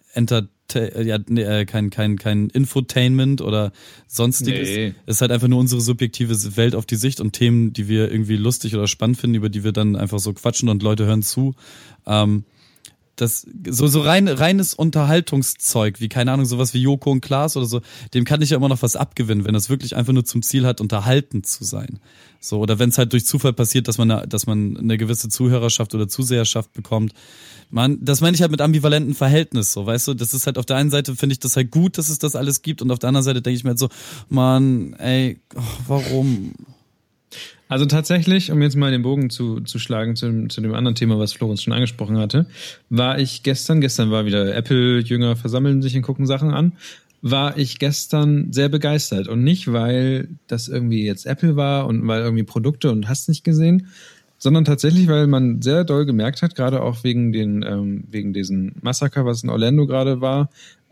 Infotainment oder sonstiges. Nee. Es ist halt einfach nur unsere subjektive Welt auf die Sicht und Themen, die wir irgendwie lustig oder spannend finden, über die wir dann einfach so quatschen und Leute hören zu. Das so reines Unterhaltungszeug, wie keine Ahnung, sowas wie Joko und Klaas oder so, dem kann ich ja immer noch was abgewinnen, wenn das wirklich einfach nur zum Ziel hat, unterhaltend zu sein. So, oder wenn es halt durch Zufall passiert, dass man eine gewisse Zuhörerschaft oder Zuseherschaft bekommt. Das meine ich halt mit ambivalenten Verhältnis, so, weißt du, das ist halt auf der einen Seite finde ich das halt gut, dass es das alles gibt und auf der anderen Seite denke ich mir halt so, Mann, ey, warum? Also tatsächlich, um jetzt mal den Bogen zu schlagen zu dem anderen Thema, was Florenz schon angesprochen hatte, war ich gestern war wieder Apple-Jünger versammeln sich und gucken Sachen an, war ich gestern sehr begeistert. Und nicht, weil das irgendwie jetzt Apple war und weil irgendwie Produkte und hast nicht gesehen, sondern tatsächlich, weil man sehr doll gemerkt hat, gerade auch wegen diesen Massaker, was in Orlando gerade war,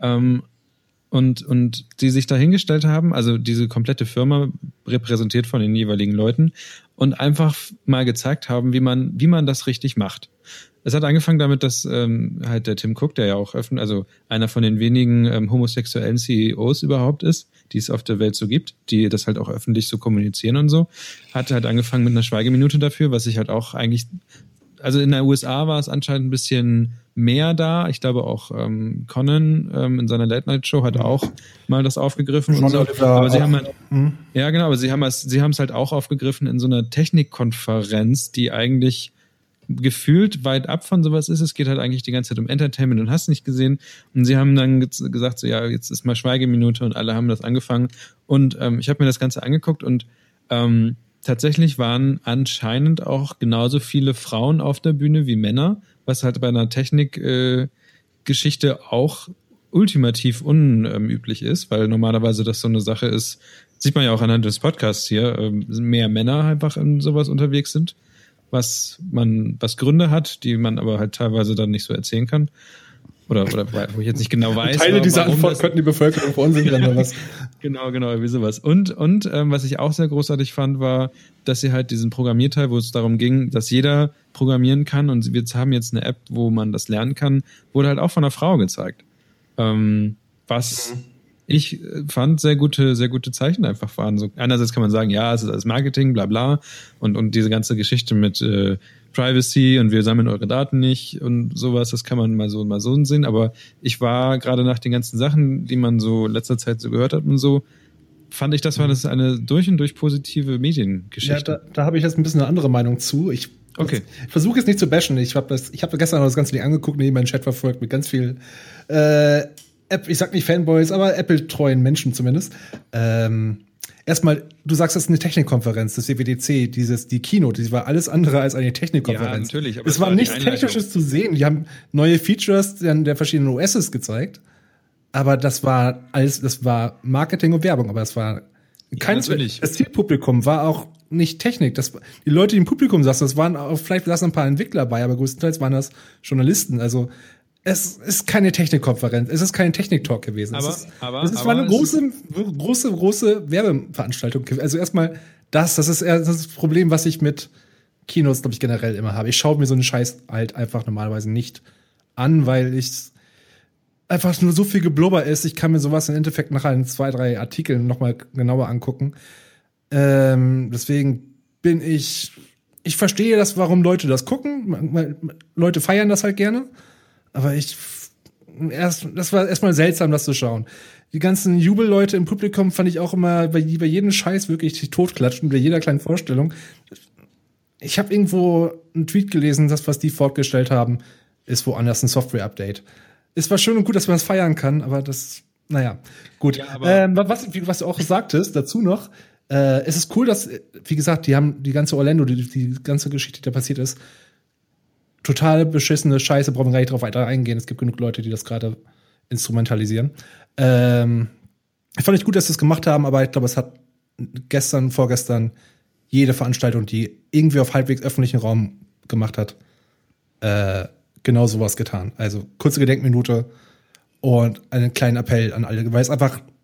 und die sich da hingestellt haben, also diese komplette Firma repräsentiert von den jeweiligen Leuten und einfach mal gezeigt haben, wie man das richtig macht. Es hat angefangen damit, dass halt der Tim Cook, der ja auch also einer von den wenigen homosexuellen CEOs überhaupt ist, die es auf der Welt so gibt, die das halt auch öffentlich so kommunizieren und so, hat halt angefangen mit einer Schweigeminute dafür, was ich halt auch eigentlich, also in der USA war es anscheinend ein bisschen mehr da. Ich glaube auch Conan in seiner Late-Night-Show hat auch mal das aufgegriffen. Und so. Aber sie haben halt, ja genau, aber sie haben es halt auch aufgegriffen in so einer Technikkonferenz, die eigentlich gefühlt weit ab von sowas ist. Es geht halt eigentlich die ganze Zeit um Entertainment und hast nicht gesehen. Und sie haben dann gesagt, so ja, jetzt ist mal Schweigeminute und alle haben das angefangen. Und ich habe mir das Ganze angeguckt und tatsächlich waren anscheinend auch genauso viele Frauen auf der Bühne wie Männer, was halt bei einer Technikgeschichte auch ultimativ unüblich ist, weil normalerweise das so eine Sache ist, sieht man ja auch anhand des Podcasts hier, mehr Männer einfach in sowas unterwegs sind, was Gründe hat, die man aber halt teilweise dann nicht so erzählen kann. Oder wo ich jetzt nicht genau weiß. Teile dieser Antwort könnten die Bevölkerung verunsichern oder was. Genau, wie sowas. Und was ich auch sehr großartig fand, war, dass sie halt diesen Programmierteil, wo es darum ging, dass jeder programmieren kann und wir haben jetzt eine App, wo man das lernen kann, wurde halt auch von einer Frau gezeigt. Was ich fand sehr gute Zeichen einfach waren. So, einerseits kann man sagen, ja, es ist alles Marketing, bla bla und diese ganze Geschichte mit Privacy und wir sammeln eure Daten nicht und sowas, das kann man mal so sehen, aber ich war gerade nach den ganzen Sachen, die man so in letzter Zeit so gehört hat und so, fand ich, das eine durch und durch positive Mediengeschichte. Ja, da habe ich jetzt ein bisschen eine andere Meinung zu. Ich versuche jetzt nicht zu bashen. Ich habe gestern noch das ganze Ding angeguckt, neben meinen Chat verfolgt mit ganz viel ich sag nicht Fanboys, aber Apple-treuen Menschen zumindest. Erstmal, du sagst, das ist eine Technikkonferenz, das WWDC, die Keynote, die war alles andere als eine Technikkonferenz. Ja, natürlich. Aber es war nichts Technisches zu sehen. Die haben neue Features der verschiedenen OSs gezeigt. Aber das war Marketing und Werbung, aber das war das Zielpublikum war auch nicht Technik. Die Leute, die im Publikum saßen, vielleicht saßen ein paar Entwickler bei, aber größtenteils waren das Journalisten. Also es ist keine Technikkonferenz, es ist kein Technik-Talk gewesen. Es war eine große Werbeveranstaltung. Also erstmal das ist das Problem, was ich mit Kinos, glaube ich, generell immer habe. Ich schaue mir so einen Scheiß halt einfach normalerweise nicht an, weil ich einfach nur so viel Geblubber ist. Ich kann mir sowas im Endeffekt nachher in 2, 3 Artikeln nochmal genauer angucken. Deswegen ich verstehe das, warum Leute das gucken. Leute feiern das halt gerne. Aber das war erstmal seltsam, das zu schauen. Die ganzen Jubelleute im Publikum fand ich auch immer bei jedem Scheiß wirklich totklatschen, bei jeder kleinen Vorstellung. Ich habe irgendwo einen Tweet gelesen, das, was die vorgestellt haben, ist woanders ein Software-Update. Es war schön und gut, dass man das feiern kann, aber naja, gut. Ja, was du auch sagtest, dazu noch, es ist cool, dass, wie gesagt, die haben die ganze Orlando, die ganze Geschichte, die da passiert ist, total beschissene Scheiße, brauchen wir gar nicht drauf weiter eingehen. Es gibt genug Leute, die das gerade instrumentalisieren. Fand ich gut, dass sie es gemacht haben, aber ich glaube, es hat vorgestern jede Veranstaltung, die irgendwie auf halbwegs öffentlichen Raum gemacht hat, genau sowas getan. Also kurze Gedenkminute und einen kleinen Appell an alle, weil es einfach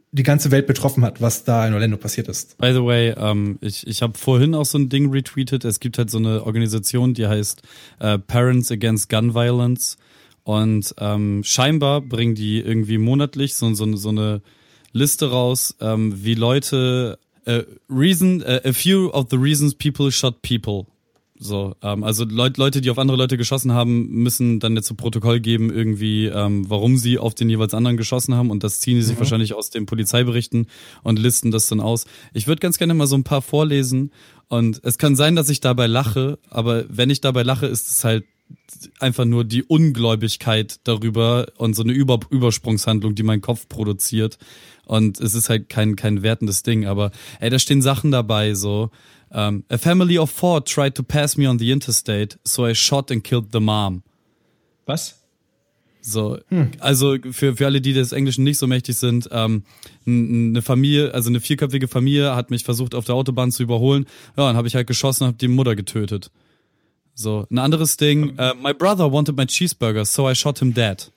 die ganze Welt betroffen hat, was da in Orlando passiert ist. By the way, ich habe vorhin auch so ein Ding retweetet. Es gibt halt so eine Organisation, die heißt Parents Against Gun Violence. Und scheinbar bringen die irgendwie monatlich so eine Liste raus, wie Leute a few of the reasons people shot people. So, also Leute, die auf andere Leute geschossen haben, müssen dann jetzt so Protokoll geben, irgendwie, warum sie auf den jeweils anderen geschossen haben, und das ziehen die sich wahrscheinlich aus den Polizeiberichten und listen das dann aus. Ich würde ganz gerne mal so ein paar vorlesen, und es kann sein, dass ich dabei lache, aber wenn ich dabei lache, ist es halt einfach nur die Ungläubigkeit darüber und so eine Übersprungshandlung, die mein Kopf produziert, und es ist halt kein wertendes Ding, aber da stehen Sachen dabei, so a family of 4 tried to pass me on the interstate, so I shot and killed the mom. Was? So, also für alle, die des Englischen nicht so mächtig sind, eine Familie, also eine 4-köpfige Familie hat mich versucht, auf der Autobahn zu überholen. Ja, dann habe ich halt geschossen und habe die Mutter getötet. So, ein anderes Ding, my brother wanted my cheeseburger, so I shot him dead.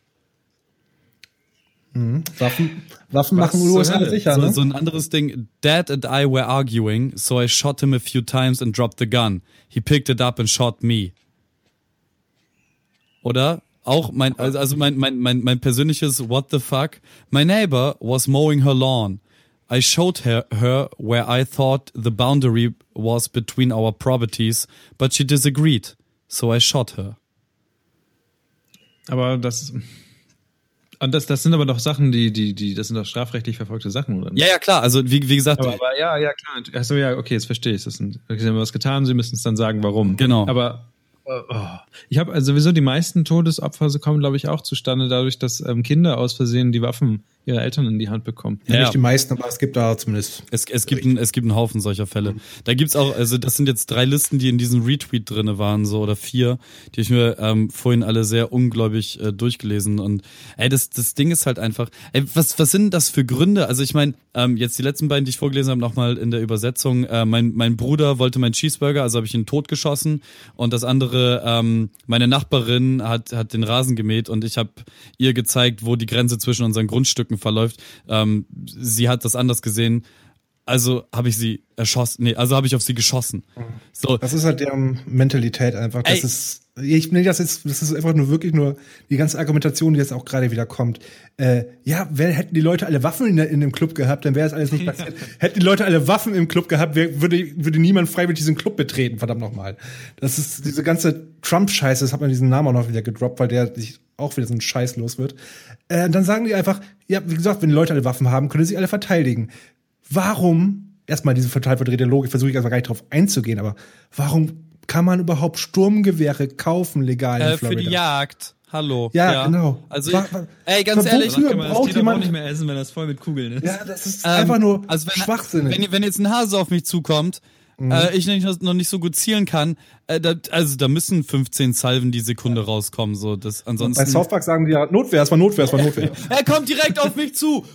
Waffen machen USA sicher, ne? So ein anderes Ding, Dad and I were arguing, so I shot him a few times and dropped the gun. He picked it up and shot me. Oder auch mein persönliches What the fuck? My neighbor was mowing her lawn. I showed her where I thought the boundary was between our properties, but she disagreed, so I shot her. Aber das sind aber doch Sachen, das sind doch strafrechtlich verfolgte Sachen, oder nicht? Ja, klar, also wie gesagt. Aber ja, klar. Achso, ja, okay, jetzt verstehe ich. Sie haben was getan, sie müssen es dann sagen, warum. Genau. Aber ich habe also sowieso die meisten Todesopfer kommen, glaube ich, auch zustande dadurch, dass Kinder aus Versehen die Waffen ihrer Eltern in die Hand bekommen. Ja, nicht die meisten, aber es gibt da zumindest. Es gibt einen Haufen solcher Fälle. Da gibt's auch, also das sind jetzt 3 Listen, die in diesem Retweet drinne waren, so, oder 4, die ich mir vorhin alle sehr ungläubig durchgelesen, und das Ding ist halt einfach, was sind das für Gründe? Also ich meine, jetzt die letzten beiden, die ich vorgelesen habe, nochmal in der Übersetzung, mein Bruder wollte meinen Cheeseburger, also habe ich ihn totgeschossen, und das andere, meine Nachbarin hat den Rasen gemäht, und ich habe ihr gezeigt, wo die Grenze zwischen unseren Grundstücken verläuft. Sie hat das anders gesehen, also habe ich sie erschossen. Nee, also habe ich auf sie geschossen. So. Das ist halt deren Mentalität einfach. Das ist einfach nur wirklich nur die ganze Argumentation, die jetzt auch gerade wieder kommt. Hätten die Leute alle Waffen in dem Club gehabt, dann wäre es alles nicht passiert. Hätten die Leute alle Waffen im Club gehabt, würde niemand freiwillig diesen Club betreten, verdammt nochmal. Das ist diese ganze Trump-Scheiße, das hat man diesen Namen auch noch wieder gedroppt, weil der sich auch wieder so ein Scheiß los wird. Dann sagen die einfach, ja, wie gesagt, wenn die Leute alle Waffen haben, können sie alle verteidigen. Warum, erstmal diese total verdrehte Logik, versuche ich erstmal gar nicht drauf einzugehen, aber warum kann man überhaupt Sturmgewehre kaufen, legal in Florida? Für die Jagd. Hallo. Ja, genau. Also, ganz ehrlich, braucht jemand nicht mehr essen, wenn das voll mit Kugeln ist. Ja, das ist einfach nur schwachsinnig. Wenn jetzt ein Hase auf mich zukommt, ich noch nicht so gut zielen kann, da müssen 15 Salven die Sekunde rauskommen, so, das ansonsten. Bei South Park sagen die ja, Notwehr, es war Notwehr. Er kommt direkt auf mich zu.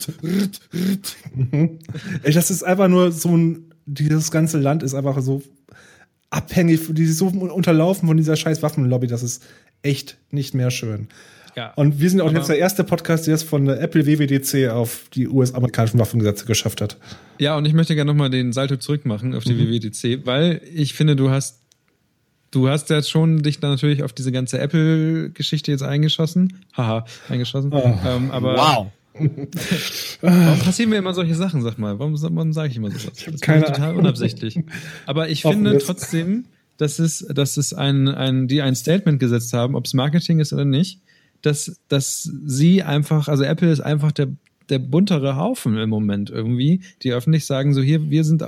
Das ist einfach nur dieses ganze Land ist einfach so abhängig, die ist so unterlaufen von dieser scheiß Waffenlobby, das ist echt nicht mehr schön. Ja. Und wir sind auch jetzt der erste Podcast, der es von der Apple WWDC auf die US-amerikanischen Waffengesetze geschafft hat. Ja, und ich möchte gerne nochmal den Salto zurück machen auf die WWDC, weil ich finde, du hast ja schon dich dann natürlich auf diese ganze Apple-Geschichte jetzt eingeschossen. Eingeschossen. Aber wow. Warum passieren mir immer solche Sachen, sag mal? Warum sage ich immer sowas? Das ist total unabsichtlich. Aber ich finde trotzdem, dass es die ein Statement gesetzt haben, ob es Marketing ist oder nicht, dass sie einfach, also Apple ist einfach der buntere Haufen im Moment irgendwie, die öffentlich sagen, so hier, wir sind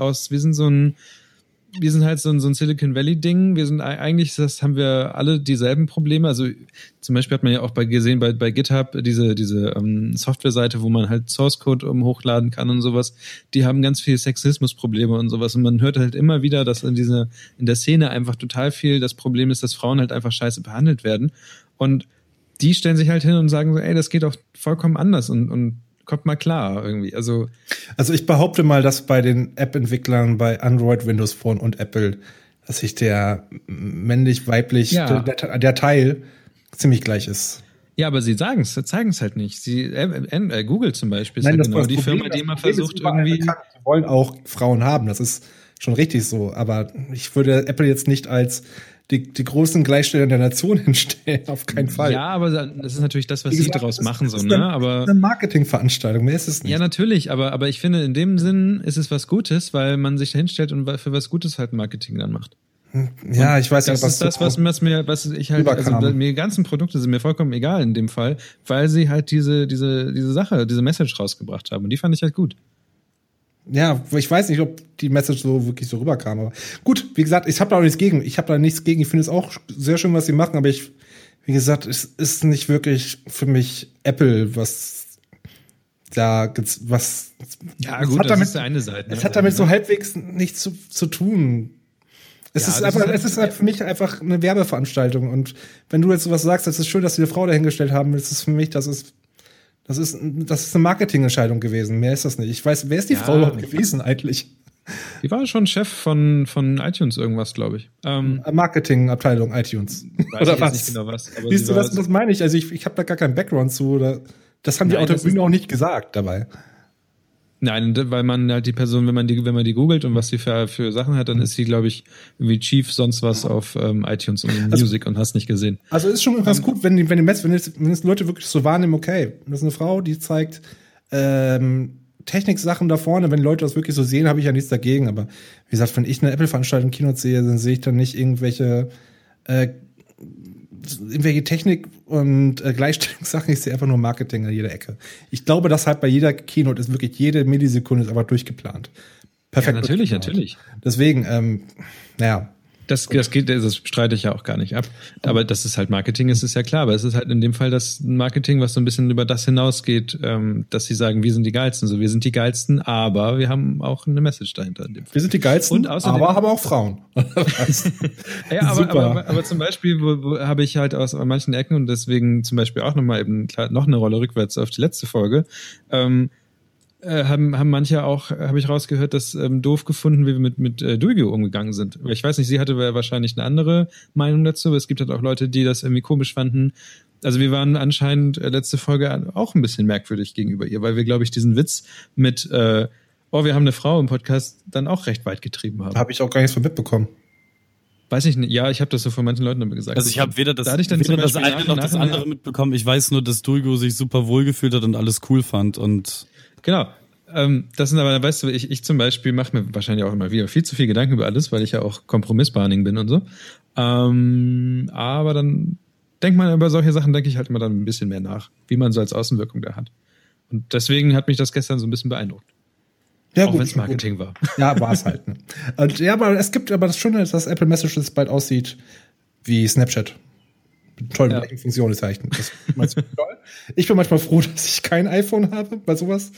halt so ein Silicon Valley Ding, wir sind eigentlich, das haben wir alle dieselben Probleme, also zum Beispiel hat man ja auch gesehen bei GitHub diese Softwareseite, wo man halt Source Code hochladen kann und sowas, die haben ganz viel Sexismusprobleme und sowas, und man hört halt immer wieder, dass in der Szene einfach total viel das Problem ist, dass Frauen halt einfach scheiße behandelt werden, und die stellen sich halt hin und sagen so, ey, das geht doch vollkommen anders und kommt mal klar irgendwie. Also ich behaupte mal, dass bei den App-Entwicklern bei Android, Windows Phone und Apple, dass sich der männlich-weiblich, der Teil ziemlich gleich ist. Ja, aber sie zeigen es halt nicht. Google zum Beispiel ist Nein, halt das genau war das die Problem, Firma, die das immer Problem ist versucht überall irgendwie. bekannt. Sie wollen auch Frauen haben, das ist schon richtig so. Aber ich würde Apple jetzt nicht als die großen Gleichsteller der Nation hinstellen, auf keinen Fall. Ja, aber das ist natürlich das, was Wie sie gesagt, daraus das machen, ist so, eine, ne? Aber eine Marketingveranstaltung, mehr ist es nicht. ja, natürlich, aber ich finde, in dem Sinn ist es was Gutes, weil man sich hinstellt und für was Gutes halt Marketing dann macht. Ja, ich weiß Das nicht, ist das, was ich halt, überkam. also mir die ganzen Produkte sind mir vollkommen egal in dem Fall, weil sie halt diese Sache, diese Message rausgebracht haben und die fand ich halt gut. Ja, ich weiß nicht, ob die Message so wirklich so rüberkam. Aber gut, wie gesagt, ich habe da auch nichts gegen. Ich finde es auch sehr schön, was sie machen, aber wie gesagt, es ist nicht wirklich für mich Apple, was da was. Ja, gut, das ist eine Seite. Es hat damit so halbwegs nichts zu tun. Es ist halt für mich einfach eine Werbeveranstaltung. Und wenn du jetzt sowas sagst, das ist schön, dass sie eine Frau dahingestellt haben, das ist für mich, das ist eine Marketingentscheidung gewesen. Mehr ist das nicht. Ich weiß, wer ist die Frau überhaupt gewesen eigentlich? Die war schon Chef von iTunes irgendwas, glaube ich. Marketingabteilung iTunes. Oder was? Nicht genau was. Aber Siehst du, das meine ich. Also ich habe da gar keinen Background zu. Oder das haben die Autoren auch nicht gesagt dabei. Nein, weil man halt die Person, wenn man die googelt und was sie für Sachen hat, dann ist sie, glaube ich, irgendwie Chief sonst was auf iTunes und Music und hast nicht gesehen. Also ist schon ganz gut, wenn es Leute wirklich so wahrnehmen, okay, das ist eine Frau, die zeigt Techniksachen da vorne, wenn Leute das wirklich so sehen, habe ich ja nichts dagegen, aber wie gesagt, wenn ich eine Apple-Veranstaltung im Kino sehe, dann sehe ich dann nicht irgendwelche Technik- und Gleichstellungssachen, ich sehe einfach nur Marketing an jeder Ecke. Ich glaube, dass halt bei jeder Keynote ist wirklich jede Millisekunde ist aber durchgeplant. Perfekt. Ja, natürlich. Deswegen, naja. Das streite ich ja auch gar nicht ab. Aber das ist halt Marketing, ist ja klar. Aber es ist halt in dem Fall das Marketing, was so ein bisschen über das hinausgeht, dass sie sagen, wir sind die Geilsten. So, wir sind die Geilsten, aber wir haben auch eine Message dahinter. In dem Fall. Wir sind die Geilsten, und außerdem, aber haben auch Frauen. Ja, aber zum Beispiel, wo habe ich halt aus manchen Ecken und deswegen zum Beispiel auch nochmal eben noch eine Rolle rückwärts auf die letzte Folge, haben manche auch, habe ich rausgehört, das doof gefunden, wie wir mit Duigio umgegangen sind. Ich weiß nicht, sie hatte wahrscheinlich eine andere Meinung dazu, aber es gibt halt auch Leute, die das irgendwie komisch fanden. Also wir waren anscheinend letzte Folge auch ein bisschen merkwürdig gegenüber ihr, weil wir, glaube ich, diesen Witz mit wir haben eine Frau im Podcast dann auch recht weit getrieben haben. Habe ich auch gar nichts von mitbekommen. Weiß ich nicht. Ja, ich habe das so von manchen Leuten aber gesagt. Also ich habe weder das eine noch das andere mitbekommen. Ich weiß nur, dass Duigio sich super wohl gefühlt hat und alles cool fand und genau. Das sind aber, weißt du, ich zum Beispiel mache mir wahrscheinlich auch immer wieder viel zu viel Gedanken über alles, weil ich ja auch Kompromissbehandling bin und so. Aber dann denkt man über solche Sachen, denke ich halt immer dann ein bisschen mehr nach, wie man so als Außenwirkung da hat. Und deswegen hat mich das gestern so ein bisschen beeindruckt. Ja, auch wenn es Marketing war. Ja, war es halt. Ne? Und, ja, aber es gibt aber das Schöne ist, dass Apple Messages bald aussieht wie Snapchat. Toll, mit Funktionen zeichnen. Das toll. Ich bin manchmal froh, dass ich kein iPhone habe bei sowas.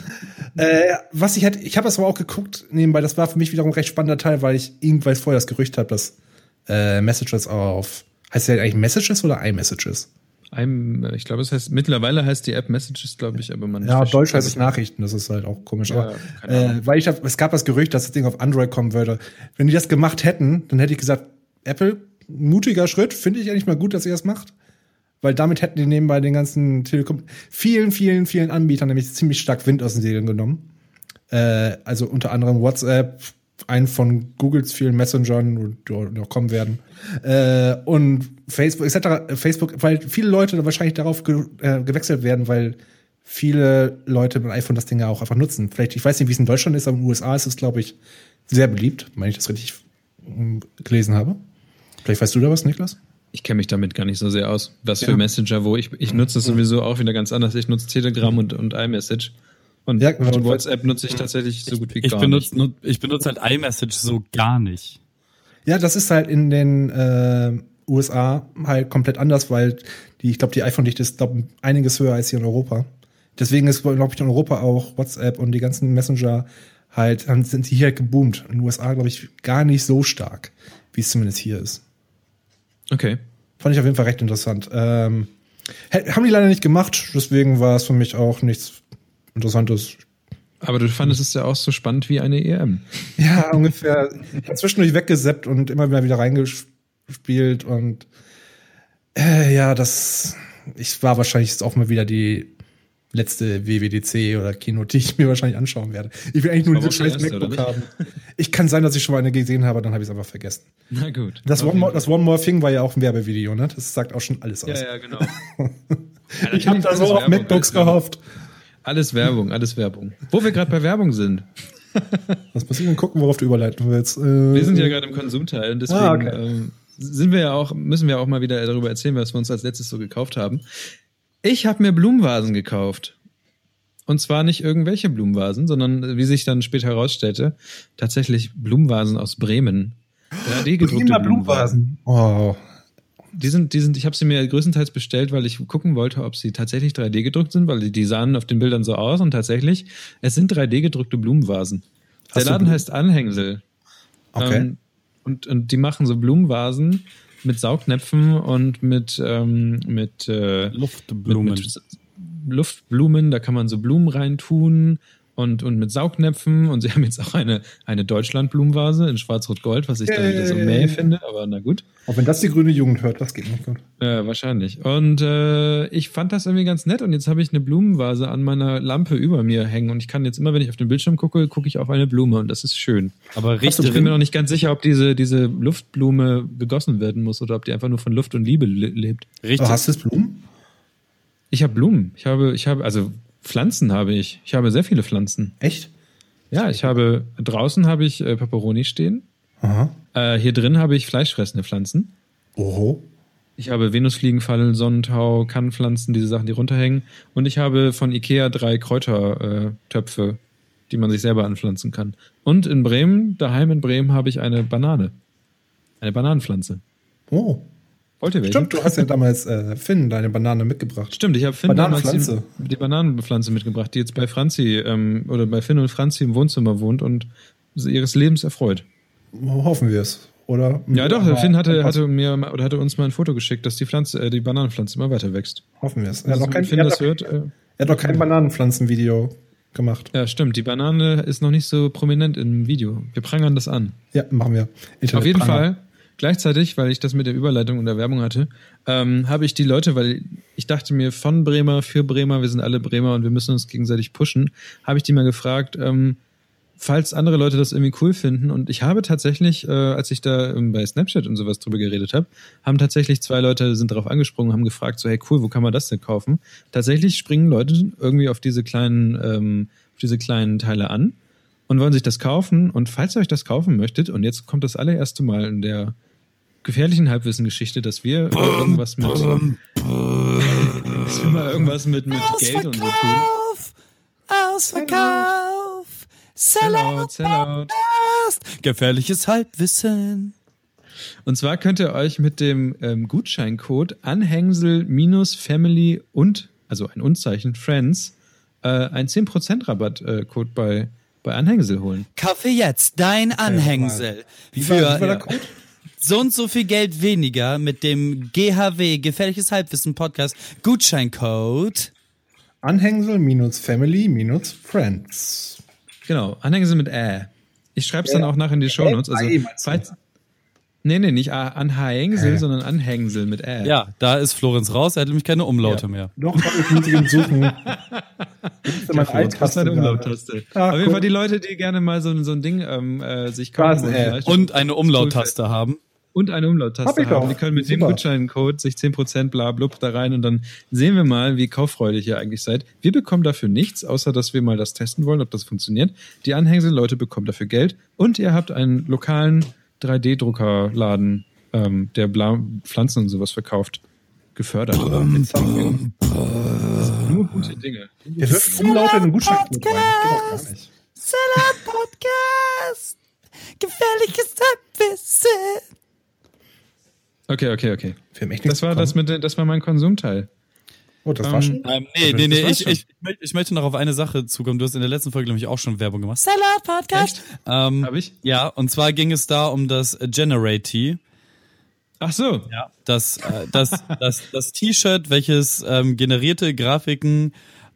Ich habe das aber auch geguckt nebenbei. Das war für mich wiederum ein recht spannender Teil, weil ich irgendwann vorher das Gerücht habe, dass Messages heißt ja eigentlich Messages oder iMessages? Ich glaube, mittlerweile heißt die App Messages, glaube ich, aber man. Ja, auf Deutsch heißt es Nachrichten, das ist halt auch komisch. Ja, aber, weil es gab das Gerücht, dass das Ding auf Android kommen würde. Wenn die das gemacht hätten, dann hätte ich gesagt, Apple, mutiger Schritt, finde ich eigentlich mal gut, dass ihr das macht. Weil damit hätten die nebenbei den ganzen vielen Anbietern nämlich ziemlich stark Wind aus den Segeln genommen. Also unter anderem WhatsApp, einen von Googles vielen Messengern, die noch kommen werden. Und Facebook etc. Facebook, weil viele Leute wahrscheinlich darauf gewechselt werden, weil viele Leute mit dem iPhone das Ding ja auch einfach nutzen. Vielleicht, ich weiß nicht, wie es in Deutschland ist, aber in den USA ist es, glaube ich, sehr beliebt, wenn ich das richtig gelesen habe. Vielleicht weißt du da was, Niklas? Ich kenne mich damit gar nicht so sehr aus. Was für Messenger, ich nutze es sowieso auch wieder ganz anders. Ich nutze Telegram und iMessage. Und WhatsApp nutze ich tatsächlich so gut wie gar nicht. Ich benutze halt iMessage so gar nicht. Ja, das ist halt in den USA halt komplett anders, weil ich glaube, die iPhone-Dichte ist, einiges höher als hier in Europa. Deswegen ist, glaube ich, in Europa auch WhatsApp und die ganzen Messenger halt, dann sind die hier halt geboomt. In den USA, glaube ich, gar nicht so stark, wie es zumindest hier ist. Okay. Fand ich auf jeden Fall recht interessant. Haben die leider nicht gemacht, deswegen war es für mich auch nichts Interessantes. Aber du fandest es ja auch so spannend wie eine EM. Ja, ungefähr. Ich habe zwischendurch weggesappt und immer wieder reingespielt und das ich war wahrscheinlich jetzt auch mal wieder die letzte WWDC oder Kino, die ich mir wahrscheinlich anschauen werde. Ich will eigentlich nur diese scheiß MacBook haben. Ich kann sein, dass ich schon mal eine gesehen habe, dann habe ich es einfach vergessen. Na gut. Das One More Thing war ja auch ein Werbevideo, ne? Das sagt auch schon alles aus. Ja, genau. Ich habe da so auf MacBooks gehofft. Alles Werbung. Wo wir gerade bei Werbung sind. Was muss ich denn gucken, worauf du überleiten willst? Wir sind ja gerade im Konsumteil und deswegen okay. müssen wir auch mal wieder darüber erzählen, was wir uns als letztes so gekauft haben. Ich habe mir Blumenvasen gekauft. Und zwar nicht irgendwelche Blumenvasen, sondern, wie sich dann später herausstellte, tatsächlich Blumenvasen aus Bremen. 3D-gedruckte Blumenvasen. Oh. Die sind, ich habe sie mir größtenteils bestellt, weil ich gucken wollte, ob sie tatsächlich 3D gedruckt sind, weil die sahen auf den Bildern so aus und tatsächlich, es sind 3D gedruckte Blumenvasen. Der Laden heißt Anhängsel. Okay. Und die machen so Blumenvasen mit Saugnäpfen und mit Luftblumen. Mit Luftblumen, da kann man so Blumen reintun und mit Saugnäpfen und sie haben jetzt auch eine Deutschland-Blumenvase in Schwarz-Rot-Gold, was ich dann wieder so mäh finde, aber na gut. Auch wenn das die grüne Jugend hört, das geht nicht gut. Ja, wahrscheinlich. Und ich fand das irgendwie ganz nett und jetzt habe ich eine Blumenvase an meiner Lampe über mir hängen und ich kann jetzt immer, wenn ich auf den Bildschirm gucke ich auf eine Blume und das ist schön. Aber Ich bin mir noch nicht ganz sicher, ob diese Luftblume gegossen werden muss oder ob die einfach nur von Luft und Liebe lebt. Richtig. Hast du jetzt Blumen? Ich habe Blumen. Ich habe, also Pflanzen habe ich. Ich habe sehr viele Pflanzen. Echt? Ja, draußen habe ich Peperoni stehen. Aha. Hier drin habe ich fleischfressende Pflanzen. Oho. Ich habe Venusfliegenfallen, Sonnentau, Kannpflanzen, diese Sachen, die runterhängen. Und ich habe von Ikea 3 Kräutertöpfe, die man sich selber anpflanzen kann. Und in Bremen, daheim in Bremen, habe ich eine Banane. Eine Bananenpflanze. Oh. Wollt ihr welche? Stimmt, du hast ja damals Finn deine Banane mitgebracht. Stimmt, ich habe Finn damals Bananenpflanze. die Bananenpflanze mitgebracht, die jetzt bei Franzi oder bei Finn und Franzi im Wohnzimmer wohnt und ihres Lebens erfreut. Hoffen wir es, oder? Ja, doch, Finn hatte uns mal ein Foto geschickt, dass die Bananenpflanze immer weiter wächst. Hoffen wir es. Er hat doch kein Bananenpflanzenvideo gemacht. Ja, stimmt, die Banane ist noch nicht so prominent im Video. Wir prangern das an. Ja, machen wir. Auf jeden Fall. Gleichzeitig, weil ich das mit der Überleitung und der Werbung hatte, habe ich die Leute, weil ich dachte mir von Bremer, für Bremer, wir sind alle Bremer und wir müssen uns gegenseitig pushen, habe ich die mal gefragt, falls andere Leute das irgendwie cool finden. Und ich habe tatsächlich, als ich da bei Snapchat und sowas drüber geredet habe, haben tatsächlich 2 Leute sind darauf angesprungen, haben gefragt, so hey cool, wo kann man das denn kaufen? Tatsächlich springen Leute irgendwie auf diese kleinen Teile an und wollen sich das kaufen. Und falls ihr euch das kaufen möchtet, und jetzt kommt das allererste Mal in der gefährlichen Halbwissen-Geschichte, dass wir irgendwas mit Geld und so tun. Ausverkauf, Sellout. Gefährliches Halbwissen. Und zwar könnt ihr euch mit dem Gutscheincode Anhängsel-Family also ein Unzeichen, Friends, ein 10% Rabattcode bei Anhängsel holen. Kaufe jetzt dein Anhängsel. Wie war der Code? So und so viel Geld weniger mit dem GHW, Gefährliches Halbwissen Podcast, Gutscheincode. Anhängsel-Family-Friends. Genau, Anhängsel mit Ich schreibe es dann auch nachher in die Shownotes. Also, nee, nicht Anhängsel, sondern Anhängsel mit Ja, da ist Florenz raus, er hat nämlich keine Umlaute mehr. Doch, ich muss ihn suchen. Was ist eine Umlauttaste? Auf jeden Fall die Leute, die gerne mal so ein Ding sich kaufen und eine Umlauttaste haben. Und eine Umlauttaste haben. Die können mit dem Gutscheincode sich 10% bla blub da rein und dann sehen wir mal, wie kauffreudig ihr eigentlich seid. Wir bekommen dafür nichts, außer dass wir mal das testen wollen, ob das funktioniert. Die Anhängsel-Leute bekommen dafür Geld und ihr habt einen lokalen 3D-Druckerladen, der Pflanzen und sowas verkauft, gefördert. Das sind nur gute Dinge. Der wirft Umlaute in den Gutscheincode rein. Das geht doch gar nicht. Sellout Podcast. Gefährliches Halbwissen. Okay. Wir haben echt Das war mein Konsumteil. Oh, das war schon? Nee. Ich möchte noch auf eine Sache zukommen. Du hast in der letzten Folge nämlich auch schon Werbung gemacht. Sellout Podcast. Hab ich? Ja, und zwar ging es da um das Generate. Ach so. Ja. Das T-Shirt, welches generierte Grafiken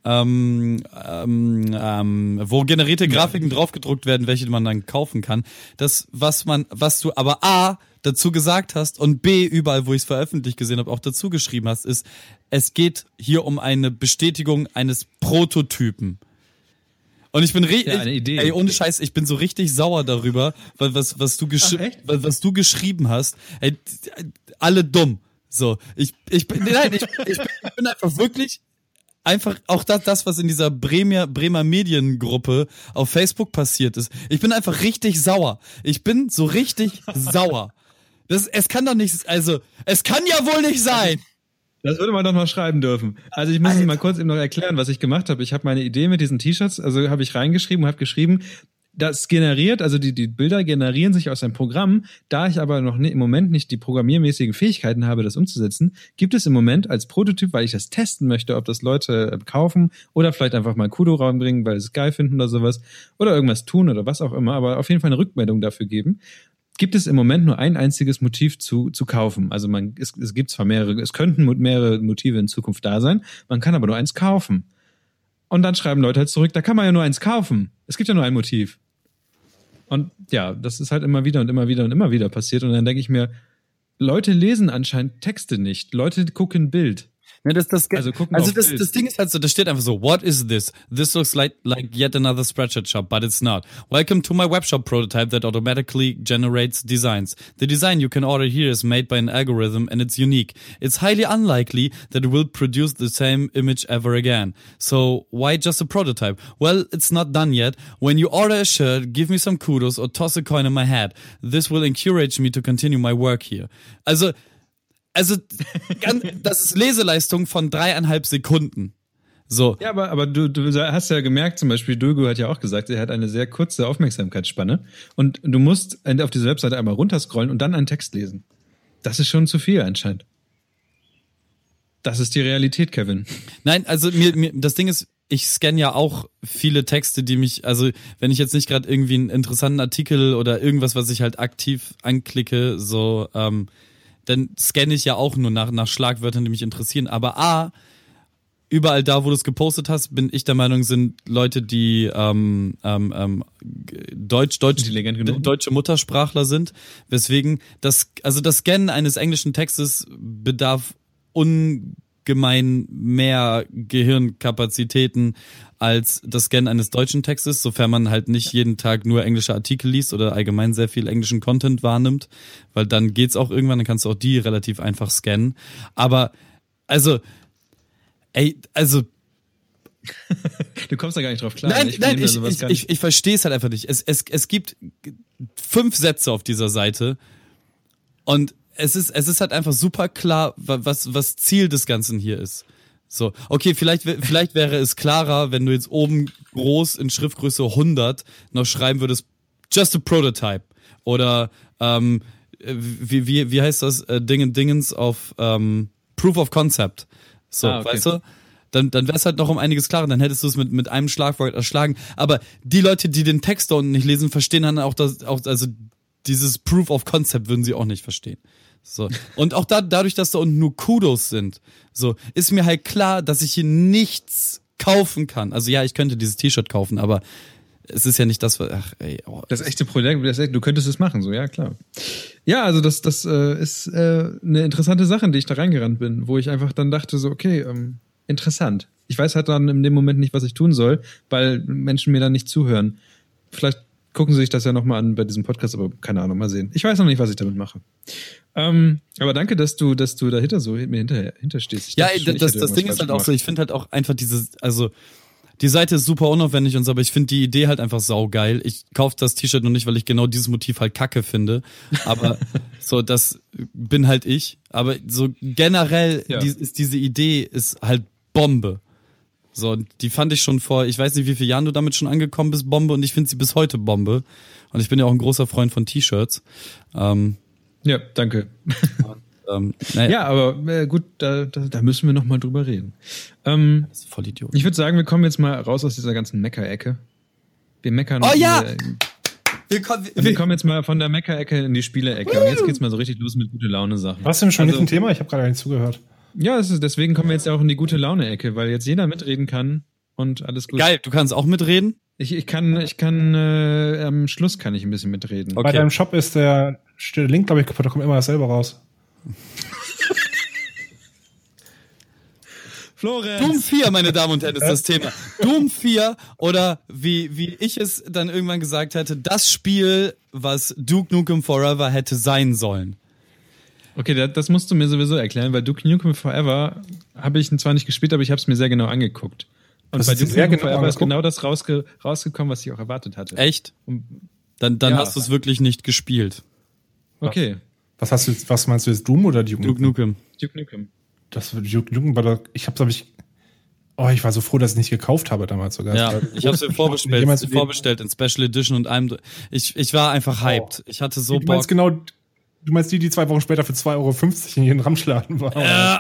wo generierte Grafiken draufgedruckt werden, welche man dann kaufen kann. Das, was du aber dazu gesagt hast und B, überall, wo ich es veröffentlicht gesehen habe, auch dazu geschrieben hast, ist, es geht hier um eine Bestätigung eines Prototypen. Und ich bin eine Idee. Ey, ohne Scheiß, ich bin so richtig sauer darüber, weil was du geschrieben hast. Ey, alle dumm. So, ich bin einfach wirklich auch das, was in dieser Bremer Mediengruppe auf Facebook passiert ist. Ich bin einfach richtig sauer. Ich bin so richtig sauer. Es kann doch nicht, also, es kann ja wohl nicht sein. Das würde man doch noch schreiben dürfen. Also ich muss es mal kurz eben noch erklären, was ich gemacht habe. Ich habe meine Idee mit diesen T-Shirts, also habe ich reingeschrieben und habe geschrieben, das generiert, also die Bilder generieren sich aus einem Programm. Da ich aber noch im Moment nicht die programmiermäßigen Fähigkeiten habe, das umzusetzen, gibt es im Moment als Prototyp, weil ich das testen möchte, ob das Leute kaufen oder vielleicht einfach mal Kudo reinbringen, weil sie es geil finden oder sowas oder irgendwas tun oder was auch immer, aber auf jeden Fall eine Rückmeldung dafür geben. Gibt es im Moment nur ein einziges Motiv zu kaufen. Also es gibt zwar es könnten mehrere Motive in Zukunft da sein, man kann aber nur eins kaufen. Und dann schreiben Leute halt zurück, da kann man ja nur eins kaufen. Es gibt ja nur ein Motiv. Und ja, das ist halt immer wieder und immer wieder und immer wieder passiert. Und dann denke ich mir, Leute lesen anscheinend Texte nicht. Leute gucken Bild. Ja, das Bild. Ding ist halt so, das steht einfach so, what is this? This looks like yet another spreadshirt shop, but it's not. Welcome to my webshop prototype that automatically generates designs. The design you can order here is made by an algorithm and it's unique. It's highly unlikely that it will produce the same image ever again. So why just a prototype? Well, it's not done yet. When you order a shirt, give me some kudos or toss a coin in my hat. This will encourage me to continue my work here. Also, das ist Leseleistung von 3,5 Sekunden. So. Ja, aber du hast ja gemerkt, zum Beispiel Dulgu hat ja auch gesagt, er hat eine sehr kurze Aufmerksamkeitsspanne und du musst auf diese Webseite einmal runterscrollen und dann einen Text lesen. Das ist schon zu viel anscheinend. Das ist die Realität, Kevin. Nein, also mir das Ding ist, ich scanne ja auch viele Texte, die mich, also wenn ich jetzt nicht gerade irgendwie einen interessanten Artikel oder irgendwas, was ich halt aktiv anklicke, so, dann scanne ich ja auch nur nach Schlagwörtern, die mich interessieren. Aber überall da, wo du es gepostet hast, bin ich der Meinung, sind Leute, die deutsche Muttersprachler sind. Weswegen das Scannen eines englischen Textes bedarf ungemein mehr Gehirnkapazitäten als das Scannen eines deutschen Textes, sofern man halt nicht jeden Tag nur englische Artikel liest oder allgemein sehr viel englischen Content wahrnimmt, weil dann geht's auch irgendwann, dann kannst du auch die relativ einfach scannen. Aber, du kommst da gar nicht drauf klar. Nein, ich verstehe es halt einfach nicht. Es gibt 5 Sätze auf dieser Seite und es ist halt einfach super klar, was Ziel des Ganzen hier ist. So, okay, vielleicht wäre es klarer, wenn du jetzt oben groß in Schriftgröße 100 noch schreiben würdest, just a prototype. Oder, wie heißt das? Dingens auf, Proof of Concept. So, okay. Weißt du? Dann wäre es halt noch um einiges klarer, dann hättest du es mit einem Schlagwort erschlagen. Aber die Leute, die den Text da unten nicht lesen, verstehen dann auch also dieses Proof of Concept würden sie auch nicht verstehen. So. Und auch dadurch, dass da unten nur Kudos sind, so, ist mir halt klar, dass ich hier nichts kaufen kann. Also ja, ich könnte dieses T-Shirt kaufen, aber es ist ja nicht das, das echte Projekt, du könntest es machen, so, ja, klar. Ja, also das ist eine interessante Sache, in die ich da reingerannt bin, wo ich einfach dann dachte so, okay, interessant. Ich weiß halt dann in dem Moment nicht, was ich tun soll, weil Menschen mir dann nicht zuhören. Vielleicht gucken Sie sich das ja nochmal an bei diesem Podcast, aber keine Ahnung, mal sehen. Ich weiß noch nicht, was ich damit mache. Aber danke, dass du dahinter so mir hinterstehst. Ja, das Ding ist halt auch so, ich finde halt auch einfach die Seite ist super unaufwendig und so, aber ich finde die Idee halt einfach saugeil. Ich kaufe das T-Shirt noch nicht, weil ich genau dieses Motiv halt kacke finde. Aber so, das bin halt ich. Aber so generell ist diese Idee ist halt Bombe. So, die fand ich schon vor, ich weiß nicht, wie viele Jahren du damit schon angekommen bist, Bombe, und ich finde sie bis heute Bombe. Und ich bin ja auch ein großer Freund von T-Shirts. Ja, danke. Ja, aber gut, da müssen wir noch mal drüber reden. Das ist voll Idiot. Ich würde sagen, wir kommen jetzt mal raus aus dieser ganzen Mecker-Ecke. Wir meckern. Oh ja! Wir kommen jetzt mal von der Mecker-Ecke in die Spiele-Ecke. Und jetzt geht's mal so richtig los mit gute Laune-Sachen. Was denn schon mit dem Thema? Ich habe gerade gar nicht zugehört. Ja, deswegen kommen wir jetzt auch in die gute Laune-Ecke, weil jetzt jeder mitreden kann und alles gut. Geil, du kannst auch mitreden? Ich kann am Schluss kann ich ein bisschen mitreden. Okay. Bei deinem Shop ist der Link, glaube ich, kaputt, da kommt immer dasselbe raus. Florian! Doom 4, meine Damen und Herren, ist das Thema. Doom 4 oder wie ich es dann irgendwann gesagt hätte, das Spiel, was Duke Nukem Forever hätte sein sollen. Okay, das musst du mir sowieso erklären, weil Duke Nukem Forever habe ich zwar nicht gespielt, aber ich habe es mir sehr genau angeguckt. Und Das bei ist Duke sehr Nukem genau Forever ist angeguckt? genau das rausgekommen, was ich auch erwartet hatte. Echt? Und- Dann Ja. hast du es wirklich nicht gespielt. Okay, Was meinst du jetzt, Doom oder Duke Duke Nukem? Nukem. Duke Nukem. Das Duke Nukem war doch, ich war so froh, dass ich es nicht gekauft habe damals sogar. Ja, ich habe es mir Jemals vorbestellt in Special Edition und allem. Ich war einfach hyped. Ich hatte so Du meinst Bock. genau, du meinst die 2 Wochen später für 2,50 € in ihren Ramschladen waren. Ja.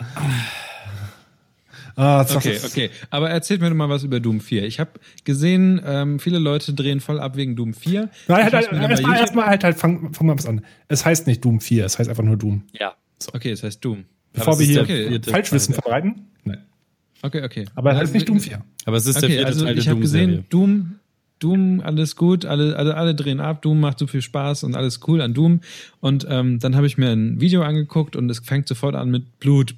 Okay. Aber erzählt mir doch mal was über Doom 4. Ich habe gesehen, viele Leute drehen voll ab wegen Doom 4. Nein, Ich hab's mir dann bei YouTube- erstmal fangen wir was an. Es heißt nicht Doom 4, es heißt einfach nur Doom. Ja. Okay, es heißt Doom. Bevor es wir ist hier der vierte Falschwissen Teil. verbreiten. Nein. Okay. Aber es heißt nicht Doom 4. Aber es ist der Okay, vierte also Teil ich der habe gesehen, Doom-Serie. Doom, alles gut, alle drehen ab, Doom macht so viel Spaß und alles cool an Doom. Und dann habe ich mir ein Video angeguckt und es fängt sofort an mit Blut,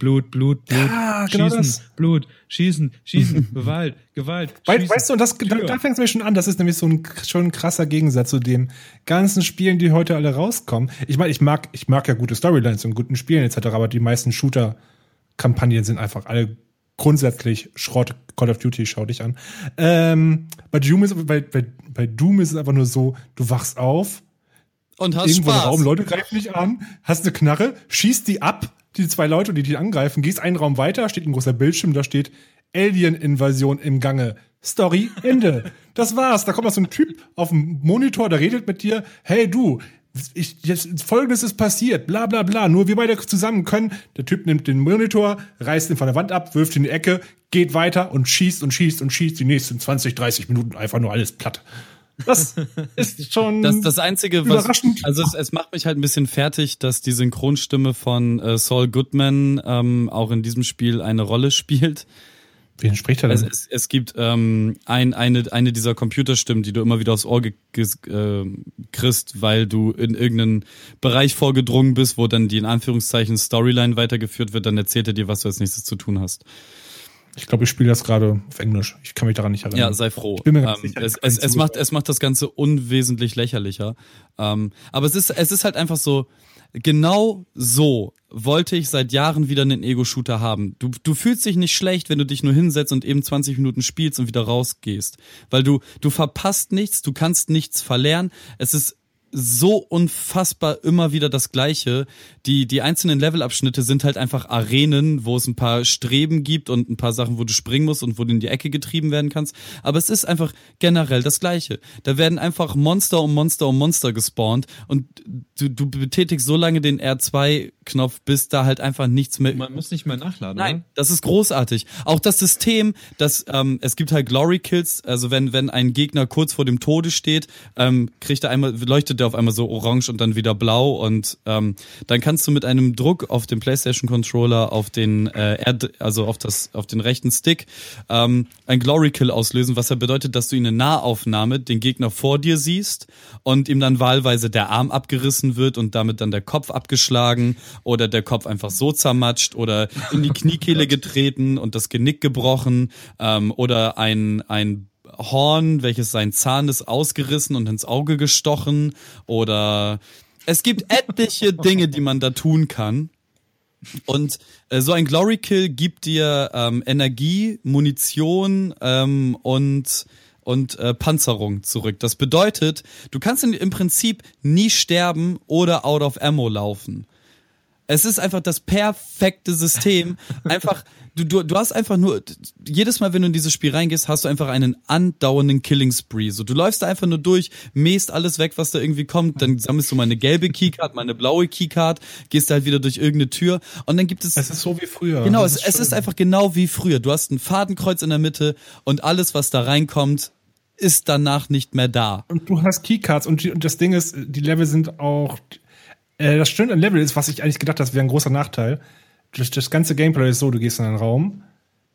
Ja, genau Schießen, das. Blut, Schießen, Gewalt, Schießen. Weißt du, und da fängt es mir schon an, das ist nämlich schon ein krasser Gegensatz zu den ganzen Spielen, die heute alle rauskommen. Ich meine, ich mag ja gute Storylines und guten Spielen etc., aber die meisten Shooter-Kampagnen sind einfach alle grundsätzlich Schrott. Call of Duty, schau dich an. Bei Doom ist es einfach nur so, du wachst auf, Und hast irgendwo im Spaß. Raum, Leute greifen dich an, hast eine Knarre, schießt die ab, die 2 Leute, die dich angreifen, gehst einen Raum weiter, steht ein großer Bildschirm, da steht Alien-Invasion im Gange. Story, Ende. Das war's. Da kommt noch so ein Typ auf dem Monitor, der redet mit dir. Hey du, jetzt Folgendes ist passiert, bla bla bla. Nur wir beide zusammen können. Der Typ nimmt den Monitor, reißt ihn von der Wand ab, wirft ihn in die Ecke, geht weiter und schießt die nächsten 20, 30 Minuten einfach nur alles platt. Das ist schon Das Einzige, was, überraschend. also es macht mich halt ein bisschen fertig, dass die Synchronstimme von Saul Goodman auch in diesem Spiel eine Rolle spielt. Wen spricht er denn? Es gibt eine dieser Computerstimmen, die du immer wieder aufs Ohr kriegst, weil du in irgendeinen Bereich vorgedrungen bist, wo dann die in Anführungszeichen Storyline weitergeführt wird, dann erzählt er dir, was du als nächstes zu tun hast. Ich glaube, ich spiele das gerade auf Englisch. Ich kann mich daran nicht erinnern. Ja, sei froh. Ich bin mir ganz sicher, Es macht das Ganze unwesentlich lächerlicher. Aber es ist halt einfach so, genau so wollte ich seit Jahren wieder einen Ego-Shooter haben. Du fühlst dich nicht schlecht, wenn du dich nur hinsetzt und eben 20 Minuten spielst und wieder rausgehst. Weil du verpasst nichts, du kannst nichts verlernen. Es ist so unfassbar immer wieder das Gleiche. Die einzelnen Levelabschnitte sind halt einfach Arenen, wo es ein paar Streben gibt und ein paar Sachen, wo du springen musst und wo du in die Ecke getrieben werden kannst. Aber es ist einfach generell das Gleiche. Da werden einfach Monster um Monster um Monster gespawnt und du betätigst so lange den R2-Knopf, bis da halt einfach nichts mehr... Man muss nicht mehr nachladen, Nein, oder? das ist großartig. Auch das System, es gibt halt Glory Kills, also wenn ein Gegner kurz vor dem Tode steht, leuchtet der auf einmal so orange und dann wieder blau und dann kannst du mit einem Druck auf den PlayStation Controller auf den auf den rechten Stick ein Glory Kill auslösen, was ja bedeutet, dass du in einer Nahaufnahme den Gegner vor dir siehst und ihm dann wahlweise der Arm abgerissen wird und damit dann der Kopf abgeschlagen oder der Kopf einfach so zermatscht oder in die Kniekehle getreten und das Genick gebrochen oder ein Horn, welches sein Zahn ist, ausgerissen und ins Auge gestochen oder es gibt etliche Dinge, die man da tun kann. Und so ein Glory Kill gibt dir Energie, Munition und Panzerung zurück. Das bedeutet, du kannst im Prinzip nie sterben oder out of ammo laufen. Es ist einfach das perfekte System. Einfach, du hast einfach nur, jedes Mal, wenn du in dieses Spiel reingehst, hast du einfach einen andauernden Killing Spree. So, du läufst da einfach nur durch, mähst alles weg, was da irgendwie kommt, dann sammelst du mal eine gelbe Keycard, mal eine blaue Keycard, gehst halt wieder durch irgendeine Tür und dann gibt es... Es ist so wie früher. Genau, Das es ist einfach genau wie früher. Du hast ein Fadenkreuz in der Mitte und alles, was da reinkommt, ist danach nicht mehr da. Und du hast Keycards und das Ding ist, die Level sind auch... das Schöne an Level ist, was ich eigentlich gedacht habe, das wäre ein großer Nachteil. Das ganze Gameplay ist so, du gehst in einen Raum,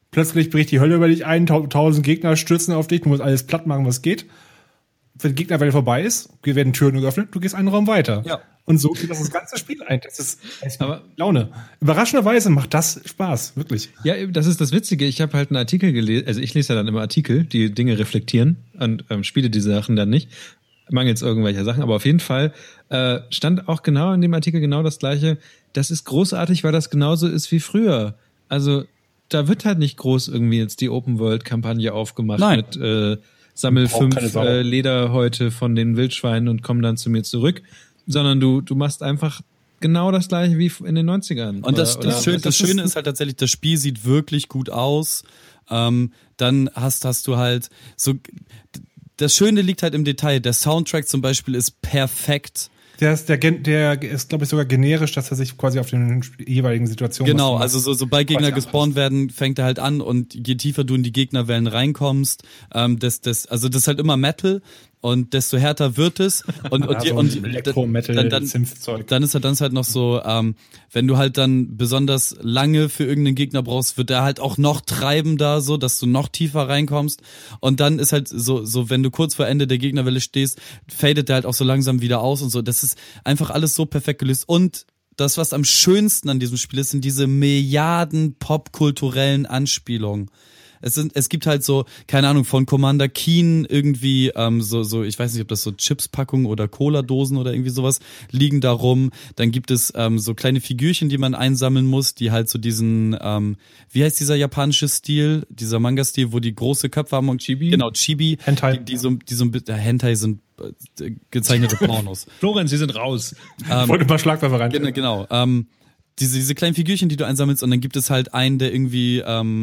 plötzlich bricht die Hölle über dich ein, 1000 Gegner stürzen auf dich, du musst alles platt machen, was geht. Wenn die Gegnerwelle vorbei ist, werden Türen geöffnet, du gehst einen Raum weiter. Ja. Und so geht das ganze Spiel ein. Das ist Laune. Überraschenderweise macht das Spaß, wirklich. Ja, das ist das Witzige. Ich habe halt einen Artikel gelesen, also ich lese ja dann immer Artikel, die Dinge reflektieren und spiele diese Sachen dann nicht, mangels irgendwelcher Sachen. Aber auf jeden Fall stand auch genau in dem Artikel genau das Gleiche. Das ist großartig, weil das genauso ist wie früher. Also da wird halt nicht groß irgendwie jetzt die Open-World-Kampagne aufgemacht. Nein. Mit sammel 5 keine Sau. Lederhäute von den Wildschweinen und komm dann zu mir zurück. Sondern du machst einfach genau das Gleiche wie in den 90ern. Und das Schöne ist halt tatsächlich, das Spiel sieht wirklich gut aus. Dann hast du halt so, das Schöne liegt halt im Detail. Der Soundtrack zum Beispiel ist perfekt. Der ist, glaube ich, sogar generisch, dass er sich quasi auf den jeweiligen Situationen. Genau, also sobald Gegner quasi gespawnt werden, fängt er halt an und je tiefer du in die Gegnerwellen reinkommst, das ist halt immer Metal und desto härter wird es und Elektro-Metal, dann Synth-Zeug. Dann ist halt noch so, wenn du halt dann besonders lange für irgendeinen Gegner brauchst, wird der halt auch noch treibender, so dass du noch tiefer reinkommst. Und dann ist halt so, wenn du kurz vor Ende der Gegnerwelle stehst, fadet der halt auch so langsam wieder aus und so. Das ist einfach alles so perfekt gelöst. Und das, was am schönsten an diesem Spiel ist, sind diese Milliarden popkulturellen Anspielungen. Es gibt halt so, keine Ahnung, von Commander Keen irgendwie so ich weiß nicht, ob das so Chipspackungen oder Cola-Dosen oder irgendwie sowas liegen da rum. Dann gibt es so kleine Figürchen, die man einsammeln muss, die halt so diesen, wie heißt dieser japanische Stil, dieser Manga-Stil, wo die große Köpfe haben und Chibi? Genau, Chibi. Hentai. Die so ein bisschen, Hentai sind gezeichnete Pornos. Florenz, Sie sind raus. Wollte mal Schlagwörter rein. Genau. Diese kleinen Figürchen, die du einsammelst, und dann gibt es halt einen, der irgendwie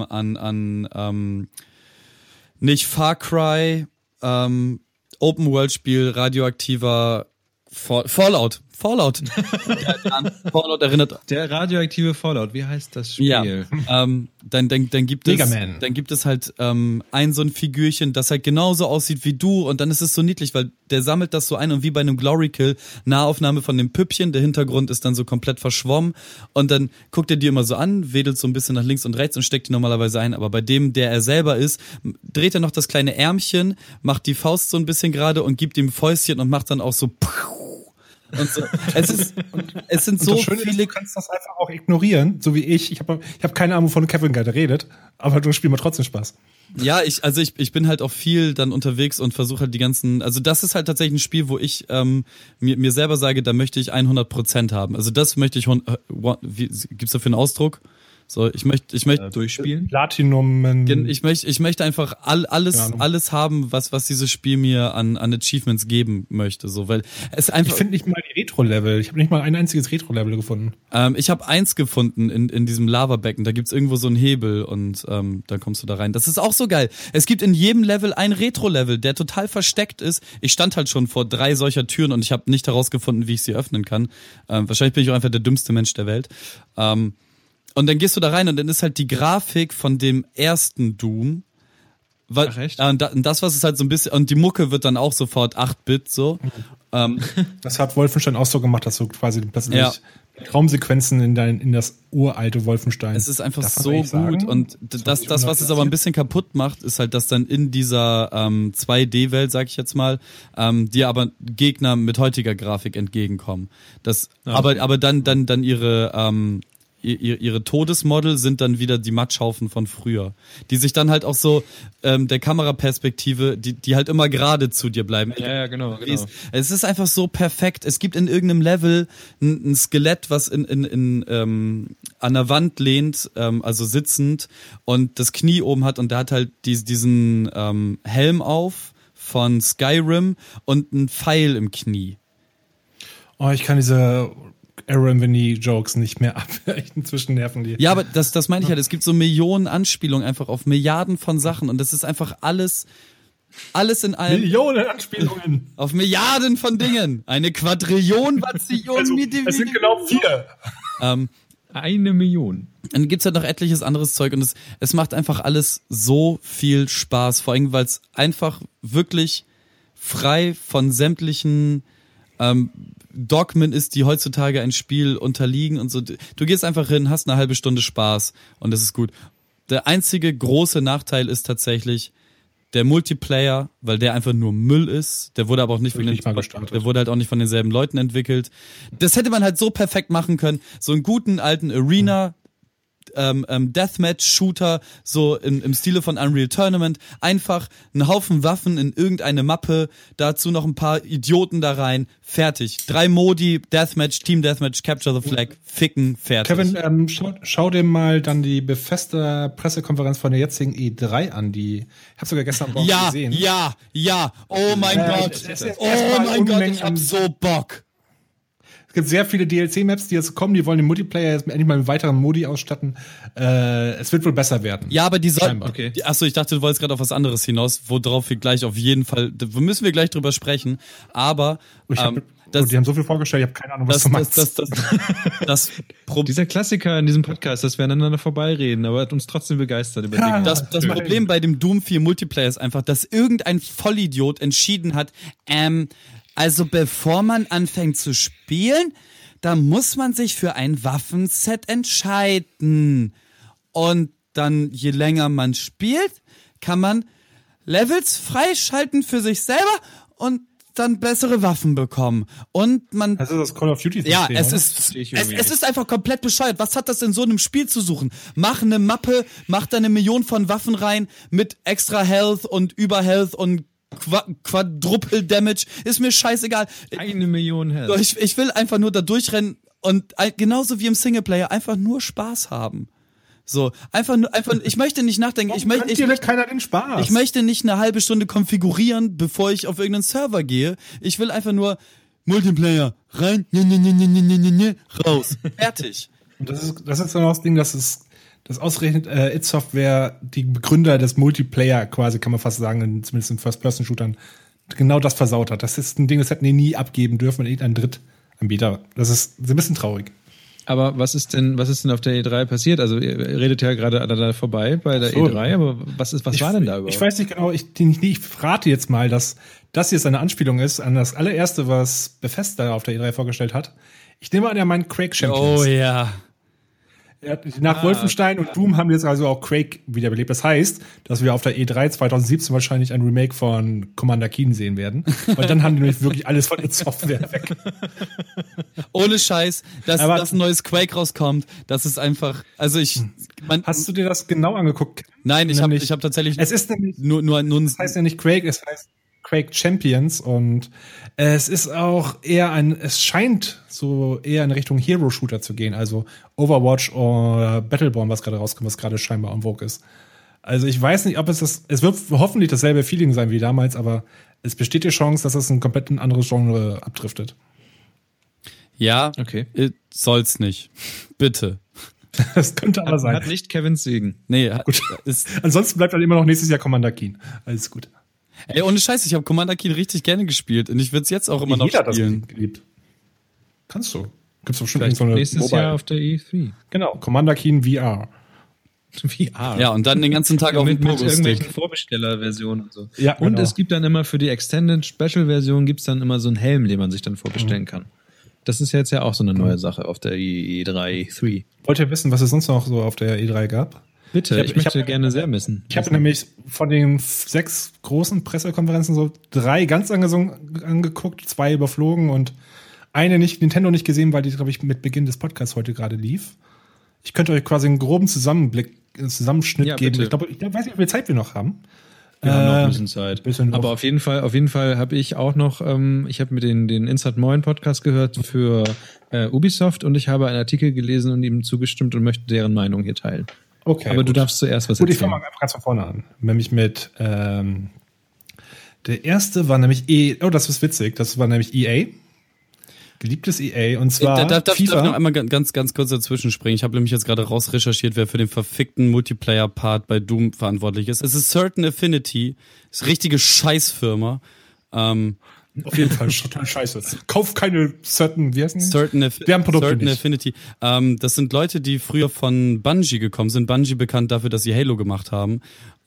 nicht Far Cry, Open World Spiel, radioaktiver Fallout. Fallout erinnert. Der radioaktive Fallout, wie heißt das Spiel? Ja, dann gibt Mega Man. Dann gibt es halt ein so ein Figürchen, das halt genauso aussieht wie du, und dann ist es so niedlich, weil der sammelt das so ein und wie bei einem Glory Kill, Nahaufnahme von dem Püppchen, der Hintergrund ist dann so komplett verschwommen und dann guckt er dir immer so an, wedelt so ein bisschen nach links und rechts und steckt die normalerweise ein, aber bei dem, der er selber ist, dreht er noch das kleine Ärmchen, macht die Faust so ein bisschen gerade und gibt ihm Fäustchen und macht dann auch so und so. Es sind so Schöne viele. ist, du kannst das einfach auch ignorieren, so wie ich. Ich hab keine Ahnung, wovon Kevin gerade redet, aber du spielst mir trotzdem Spaß. Ja, ich bin halt auch viel dann unterwegs und versuche halt die ganzen, also das ist halt tatsächlich ein Spiel, wo ich mir selber sage, da möchte ich 100% haben. Also das möchte ich, gibt's dafür einen Ausdruck? So, ich möchte durchspielen. Platinum. Ich möchte einfach alles haben, was dieses Spiel mir an Achievements geben möchte, so, weil es einfach. Ich finde nicht mal die Retro-Level. Ich habe nicht mal ein einziges Retro-Level gefunden. Ich habe eins gefunden in diesem Lavabecken. Da gibt's irgendwo so einen Hebel und dann kommst du da rein. Das ist auch so geil. Es gibt in jedem Level ein Retro-Level, der total versteckt ist. Ich stand halt schon vor 3 solcher Türen und ich habe nicht herausgefunden, wie ich sie öffnen kann. Wahrscheinlich bin ich auch einfach der dümmste Mensch der Welt. Und dann gehst du da rein und dann ist halt die Grafik von dem ersten Doom. Ach, echt? Und das, was es halt so ein bisschen, und die Mucke wird dann auch sofort 8-Bit so. Das hat Wolfenstein auch so gemacht, dass du quasi plötzlich Ja. Traumsequenzen in das uralte Wolfenstein. Es ist einfach Darf man so eigentlich gut. sagen? Und das, was es aber ein bisschen kaputt macht, ist halt, dass dann in dieser 2D-Welt, sag ich jetzt mal, dir aber Gegner mit heutiger Grafik entgegenkommen. Aber dann ihre Todesmodel sind dann wieder die Matschhaufen von früher, die sich dann halt auch so der Kameraperspektive, die halt immer gerade zu dir bleiben. Ja, genau. Es ist einfach so perfekt. Es gibt in irgendeinem Level ein Skelett, was an der Wand lehnt, also sitzend und das Knie oben hat und der hat halt diesen Helm auf von Skyrim und einen Pfeil im Knie. Oh, ich kann diese Aaron Vinny-Jokes nicht mehr ab. Inzwischen nerven die. Ja, aber das meine ich halt. Es gibt so Millionen Anspielungen einfach auf Milliarden von Sachen und das ist einfach alles in allem. Millionen Anspielungen. Auf Milliarden von Dingen. Eine Quadrillion, Bazillion, Es sind genau 4. 1 Million. Dann gibt's halt noch etliches anderes Zeug und es macht einfach alles so viel Spaß. Vor allem, weil es einfach wirklich frei von sämtlichen Dogmen ist, die heutzutage ein Spiel unterliegen und so. Du gehst einfach hin, hast eine halbe Stunde Spaß und das ist gut. Der einzige große Nachteil ist tatsächlich der Multiplayer, weil der einfach nur Müll ist. Der wurde aber auch nicht der wurde halt auch nicht von denselben Leuten entwickelt. Das hätte man halt so perfekt machen können. So einen guten alten Arena Deathmatch-Shooter, so im Stile von Unreal Tournament, einfach einen Haufen Waffen in irgendeine Mappe, dazu noch ein paar Idioten da rein, fertig. 3 Modi, Deathmatch, Team Deathmatch, Capture the Flag, ficken, fertig. Kevin, schau dir mal dann die Bethesda Pressekonferenz von der jetzigen E3 an, ich habe sogar gestern Abend gesehen. Ja, oh mein Gott, ich hab so Bock. Es gibt sehr viele DLC-Maps, die jetzt kommen, die wollen den Multiplayer jetzt endlich mal mit weiteren Modi ausstatten. Es wird wohl besser werden. Ja, aber die sollen. Okay. Achso, ich dachte, du wolltest gerade auf was anderes hinaus, worauf wir gleich auf jeden Fall, müssen wir gleich drüber sprechen. Aber die haben so viel vorgestellt, ich habe keine Ahnung, was du meinst. Dieser Klassiker in diesem Podcast, dass wir aneinander vorbeireden, aber hat uns trotzdem begeistert über Dinge. Das Problem bei dem Doom 4 Multiplayer ist einfach, dass irgendein Vollidiot entschieden hat, also bevor man anfängt zu spielen, da muss man sich für ein Waffenset entscheiden. Und dann, je länger man spielt, kann man Levels freischalten für sich selber und dann bessere Waffen bekommen. Und man. Das ist das Call of Duty System, ja, es ist einfach komplett bescheuert. Was hat das in so einem Spiel zu suchen? Mach eine Mappe, mach da 1 Million von Waffen rein mit extra Health und Überhealth und Quadruple Damage, ist mir scheißegal. 1 Million Health. Ich will einfach nur da durchrennen und genauso wie im Singleplayer einfach nur Spaß haben. So, einfach, ich möchte nicht nachdenken. Keiner den Spaß. Ich möchte nicht eine halbe Stunde konfigurieren, bevor ich auf irgendeinen Server gehe. Ich will einfach nur Multiplayer rein, raus, fertig. Und das ist dann auch das Ding, das ausgerechnet id Software, die Begründer des Multiplayer quasi, kann man fast sagen, zumindest in First-Person-Shootern, genau das versaut hat. Das ist ein Ding, das hätten die nie abgeben dürfen an irgendeinen Drittanbieter. Das ist ein bisschen traurig. Aber was ist denn auf der E3 passiert? Also ihr redet ja gerade da vorbei bei der E3, aber was war denn da überhaupt? Ich weiß nicht genau, ich rate jetzt mal, dass das jetzt eine Anspielung ist an das allererste, was Bethesda auf der E3 vorgestellt hat. Ich nehme an, er meint Quake Champions. Oh ja. Nach Wolfenstein und Doom haben wir jetzt also auch Quake wiederbelebt. Das heißt, dass wir auf der E3 2017 wahrscheinlich ein Remake von Commander Keen sehen werden. Weil dann haben die nämlich wirklich alles von der Software weg. Ohne Scheiß, dass ein neues Quake rauskommt, das ist einfach, also hast du dir das genau angeguckt? Nein, ich hab tatsächlich es ist nämlich nur das heißt ja nicht Quake, es heißt Quake Champions und es ist auch es scheint so eher in Richtung Hero-Shooter zu gehen, also Overwatch oder Battleborn, was gerade rauskommt, was gerade scheinbar en vogue ist. Also ich weiß nicht, ob es wird hoffentlich dasselbe Feeling sein wie damals, aber es besteht die Chance, dass es ein komplett anderes Genre abdriftet. Ja, okay. Soll's nicht. Bitte. Das könnte aber sein. Hat nicht Kevins Segen. Nee, gut. Ansonsten bleibt dann immer noch nächstes Jahr Commander Keen. Alles gut. Ey, ohne Scheiß, ich habe Commander Keen richtig gerne gespielt und ich würde es jetzt auch immer noch spielen. Das geliebt. Kannst du. Gibt's doch schon so eine nächstes Mobile. Jahr auf der E3. Genau, Commander Keen VR. VR. Ja, und dann den ganzen Tag auf dem mit irgendwelchen Vorbestellerversionen und so. Ja, und genau. Es gibt dann immer für die Extended Special Version gibt's dann immer so einen Helm, den man sich dann vorbestellen kann. Das ist jetzt ja auch so eine neue Sache auf der E3. Wollt ihr wissen, was es sonst noch so auf der E3 gab? Bitte, ich möchte gerne sehr wissen. Ich habe nämlich von den 6 großen Pressekonferenzen so 3 ganz angeguckt, 2 überflogen und eine Nintendo nicht gesehen, weil die, glaube ich, mit Beginn des Podcasts heute gerade lief. Ich könnte euch quasi einen groben Zusammenschnitt geben. Ich weiß nicht, wie viel Zeit wir noch haben. Wir haben noch ein bisschen Zeit. Aber auf jeden Fall habe ich auch noch, ich habe mir den Insert Moin Podcast gehört für Ubisoft und ich habe einen Artikel gelesen und ihm zugestimmt und möchte deren Meinung hier teilen. Okay. Aber gut. Du darfst zuerst was erzählen. Ich fange mal einfach ganz von vorne an. Nämlich mit, der erste war nämlich das ist witzig, das war nämlich EA. Geliebtes EA, und zwar darf ich noch einmal ganz kurz dazwischen springen? Ich habe nämlich jetzt gerade rausrecherchiert, wer für den verfickten Multiplayer-Part bei Doom verantwortlich ist. Es ist Certain Affinity, das ist richtige Scheißfirma. Auf jeden Fall total scheiße. Kauf keine Certain, wie heißen die? Certain nicht. Affinity. Das sind Leute, die früher von Bungie gekommen sind. Bungie bekannt dafür, dass sie Halo gemacht haben.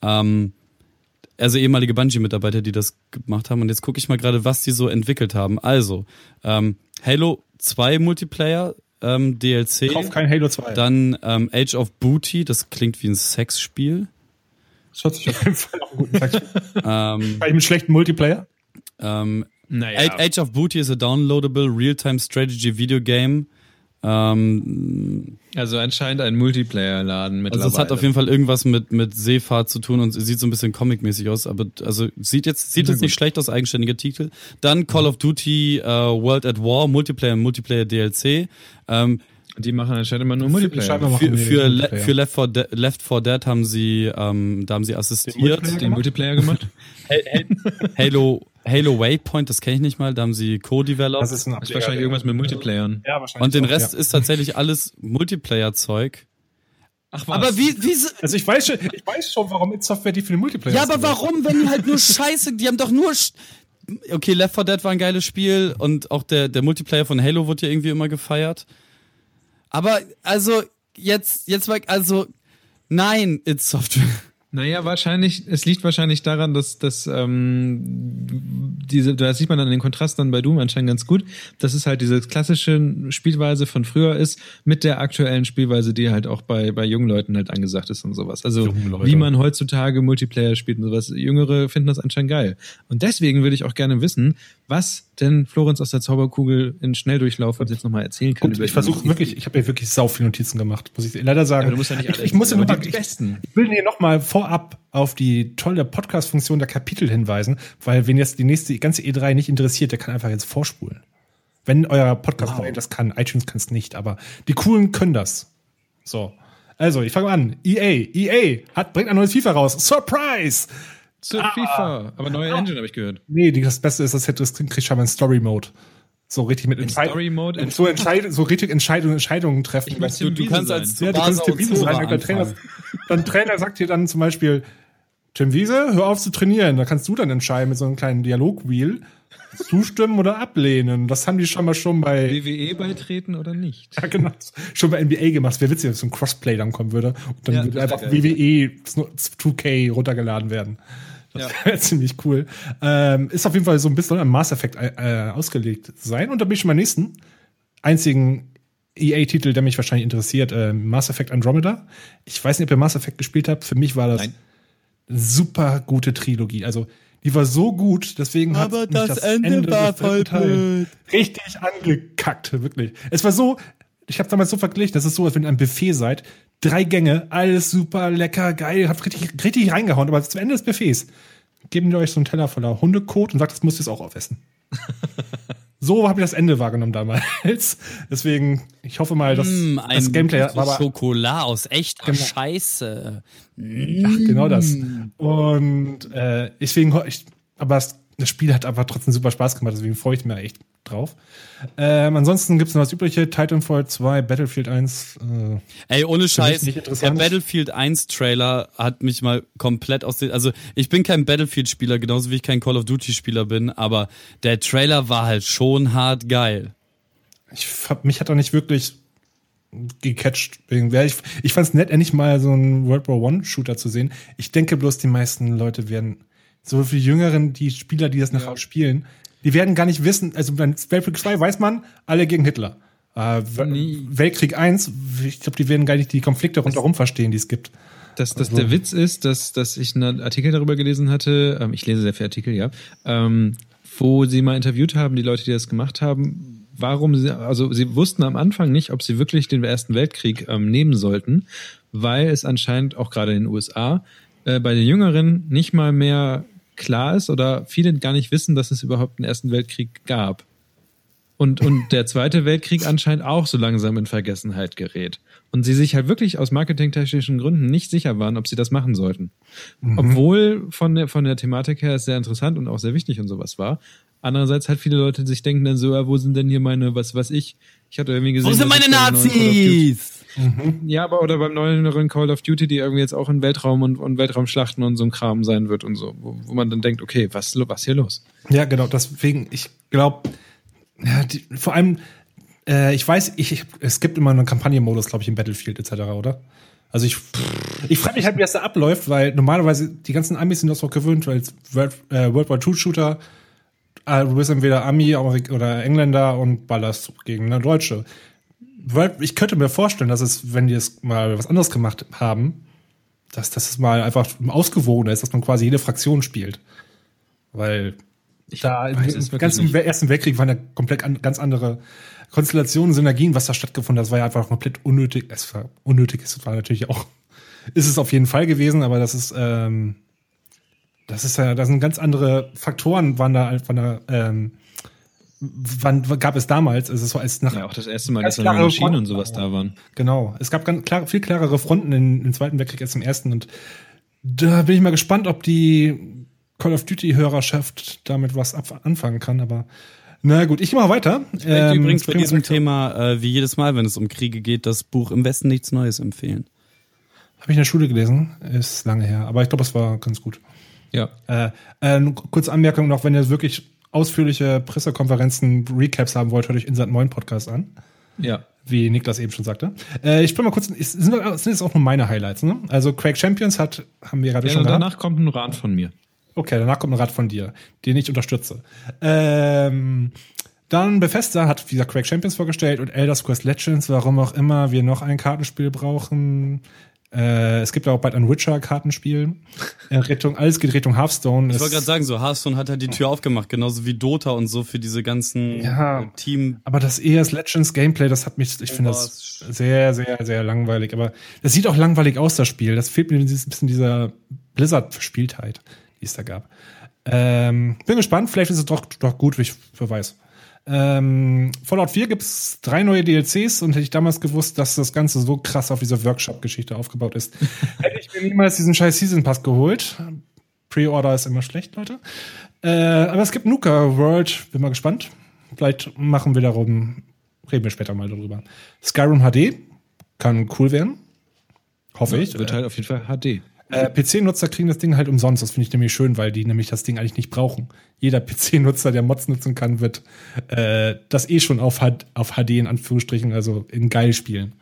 Also ehemalige Bungie-Mitarbeiter, die das gemacht haben. Und jetzt gucke ich mal gerade, was die so entwickelt haben. Also, Halo 2 Multiplayer DLC. Kauf kein Halo 2. Dann Age of Booty, das klingt wie ein Sexspiel. Das hört sich auf jeden Fall auch einen guten Tag bei einem schlechten Multiplayer. Naja. Age of Booty is a downloadable real-time strategy video game. Also anscheinend ein Multiplayer-Laden mittlerweile. Also es hat auf jeden Fall irgendwas mit Seefahrt zu tun und sieht so ein bisschen comic-mäßig aus, aber also sieht jetzt nicht schlecht aus, eigenständiger Titel. Dann Call of Duty World at War, Multiplayer DLC. Die machen anscheinend immer nur Multiplayer. Für Left 4 Dead haben sie assistiert. Den Multiplayer gemacht? Halo Waypoint, das kenne ich nicht mal, da haben sie co-developed. Das ist wahrscheinlich irgendwas mit Multiplayern. Ja, wahrscheinlich. Und den Rest ist tatsächlich alles Multiplayer-Zeug. Ach was. Aber wie also ich weiß schon, warum id Software die für den Multiplayer ja, aber warum, wenn die halt nur Scheiße, die haben doch nur okay, Left 4 Dead war ein geiles Spiel und auch der Multiplayer von Halo wurde ja irgendwie immer gefeiert. Aber also jetzt nein, id Software. Naja, es liegt wahrscheinlich daran, dass da sieht man dann den Kontrast dann bei Doom anscheinend ganz gut, dass es halt diese klassische Spielweise von früher ist, mit der aktuellen Spielweise, die halt auch bei jungen Leuten halt angesagt ist und sowas. Also wie man heutzutage Multiplayer spielt und sowas. Jüngere finden das anscheinend geil. Und deswegen würde ich auch gerne wissen, was denn Florenz aus der Zauberkugel in Schnelldurchlauf uns jetzt nochmal erzählen kann. Gut, ich versuche wirklich, ich habe mir wirklich sau viele Notizen gemacht, muss ich leider sagen. Aber du musst ja nicht alle ich muss ja noch mal, die besten. Ich will hier nochmal vorab auf die tolle Podcast-Funktion der Kapitel hinweisen, weil wen jetzt die ganze E3 nicht interessiert, der kann einfach jetzt vorspulen. Wenn euer Podcast das kann, iTunes kann es nicht, aber die Coolen können das. So. Also, ich fange mal an. EA bringt ein neues FIFA raus. Surprise! FIFA. Aber neue Engine habe ich gehört. Nee, das Beste ist, das kriegt schon mal einen Story-Mode. So richtig mit Story-Mode? So richtig Entscheidungen treffen. Du kannst als Tim Wiese sein. Der Trainer sagt dir dann zum Beispiel, Tim Wiese, hör auf zu trainieren. Da kannst du dann entscheiden mit so einem kleinen Dialog-Wheel, zustimmen oder ablehnen. Das haben die schon bei WWE beitreten oder nicht? Ja, genau. Schon bei NBA gemacht. Wäre witzig, wenn so ein Crossplay dann kommen würde. Und dann würde einfach WWE 2K runtergeladen werden. Das wäre ziemlich cool. Ist auf jeden Fall so ein bisschen an Mass Effect ausgelegt sein. Und da bin ich schon beim nächsten einzigen EA-Titel, der mich wahrscheinlich interessiert. Mass Effect Andromeda. Ich weiß nicht, ob ihr Mass Effect gespielt habt. Für mich war das eine super gute Trilogie. Also die war so gut, deswegen hat mich das Ende war voll blöd. Richtig angekackt, wirklich. Es war so, ich habe damals so verglichen, das ist so, als wenn ihr am Buffet seid, 3 Gänge, alles super lecker, geil, habt richtig reingehauen, aber zum Ende des Buffets geben die euch so einen Teller voller Hundekot und sagt, das müsst ihr jetzt auch aufessen. So habe ich das Ende wahrgenommen damals. Deswegen, ich hoffe mal, dass das Gameplay war Schokolade aus echter Scheiße. Ach, genau das. Und deswegen, aber das Spiel hat aber trotzdem super Spaß gemacht, deswegen freue ich mich echt drauf. Ansonsten gibt's noch das übliche, Titanfall 2, Battlefield 1. Ey, ohne Scheiß, der Battlefield 1 Trailer hat mich mal komplett also ich bin kein Battlefield-Spieler, genauso wie ich kein Call of Duty-Spieler bin, aber der Trailer war halt schon hart geil. Mich hat er nicht wirklich gecatcht. Ich fand's nett, endlich mal so einen World War I Shooter zu sehen. Ich denke bloß, die meisten Leute werden, so viel Jüngeren, die Spieler, die das nachher spielen, die werden gar nicht wissen, also bei Weltkrieg 2 weiß man, alle gegen Hitler. Weltkrieg 1, ich glaube, die werden gar nicht die Konflikte rundherum verstehen, die es gibt. Dass der Witz ist, dass ich einen Artikel darüber gelesen hatte, ich lese sehr viele Artikel, ja, wo sie mal interviewt haben, die Leute, die das gemacht haben, sie wussten am Anfang nicht, ob sie wirklich den Ersten Weltkrieg nehmen sollten, weil es anscheinend auch gerade in den USA bei den Jüngeren nicht mal mehr klar ist oder viele gar nicht wissen, dass es überhaupt einen Ersten Weltkrieg gab. Und der Zweite Weltkrieg anscheinend auch so langsam in Vergessenheit gerät. Und sie sich halt wirklich aus marketingtechnischen Gründen nicht sicher waren, ob sie das machen sollten. Obwohl von der Thematik her es sehr interessant und auch sehr wichtig und sowas war. Andererseits halt viele Leute sich denken dann so, wo sind denn hier meine, was weiß ich? Ich hatte irgendwie gesehen, wo sind meine Nazis? Ja, aber oder beim neueren Call of Duty, die irgendwie jetzt auch in Weltraum und Weltraumschlachten und so ein Kram sein wird und so, wo man dann denkt, okay, was hier los? Ja, genau, deswegen, ich glaube, vor allem, ich weiß, es gibt immer einen Kampagnenmodus, glaube ich, im Battlefield etc., oder? Also ich frage mich halt, wie das da abläuft, weil normalerweise die ganzen Amis sind das auch gewöhnt, weil World War II Shooter, du bist entweder Ami oder Engländer und ballerst gegen eine Deutsche. Weil ich könnte mir vorstellen, dass es, wenn die es mal was anderes gemacht haben, dass es mal einfach ausgewogener ist, dass man quasi jede Fraktion spielt. Weil im Ersten Weltkrieg waren ja komplett ganz andere Konstellationen, Synergien, was da stattgefunden hat. Das war ja einfach komplett unnötig. Es war unnötig, es war natürlich auch, ist es auf jeden Fall gewesen, aber das sind ganz andere Faktoren, wann gab es damals? Also es war als nach auch das erste Mal, dass dann Maschinen und sowas da waren. Genau. Es gab viel klarere Fronten im Zweiten Weltkrieg als im Ersten. Und da bin ich mal gespannt, ob die Call of Duty-Hörerschaft damit was anfangen kann. Aber na gut, ich mache weiter. Ich möchte übrigens bei diesem Thema, wie jedes Mal, wenn es um Kriege geht, das Buch Im Westen nichts Neues empfehlen. Habe ich in der Schule gelesen. Ist lange her. Aber ich glaube, es war ganz gut. Ja. Kurze Anmerkung noch, wenn ihr wirklich ausführliche Pressekonferenzen, Recaps haben wollt, hört euch Insert 9 Podcast an. Ja. Wie Niklas eben schon sagte. Ich bin mal kurz, sind jetzt auch nur meine Highlights, ne? Also Quake Champions haben wir gerade schon danach kommt ein Rat von mir. Okay, danach kommt ein Rat von dir, den ich unterstütze. Dann Bethesda hat, wie gesagt, Quake Champions vorgestellt und Elder Scrolls Legends, warum auch immer wir noch ein Kartenspiel brauchen. Es gibt auch bald ein Witcher-Kartenspiel. Alles geht Richtung Hearthstone. Ich wollte gerade sagen, so Hearthstone hat halt die Tür aufgemacht, genauso wie Dota und so für diese ganzen Team. Aber das ES Legends Gameplay, ich finde das sehr, sehr, sehr langweilig. Aber das sieht auch langweilig aus, das Spiel. Das fehlt mir ein bisschen dieser Blizzard-Verspieltheit, die es da gab. Bin gespannt, vielleicht ist es doch gut, wer weiß. Fallout 4 gibt's 3 neue DLCs und hätte ich damals gewusst, dass das Ganze so krass auf diese Workshop-Geschichte aufgebaut ist, hätte ich mir niemals diesen scheiß Season Pass geholt. Pre-Order ist immer schlecht, Leute. Aber es gibt Nuka World, bin mal gespannt. Vielleicht reden wir später mal darüber. Skyrim HD kann cool werden. Hoffe ich. Wird halt auf jeden Fall HD. PC-Nutzer kriegen das Ding halt umsonst. Das finde ich nämlich schön, weil die nämlich das Ding eigentlich nicht brauchen. Jeder PC-Nutzer, der Mods nutzen kann, wird das schon auf HD in Anführungsstrichen, also in geil spielen.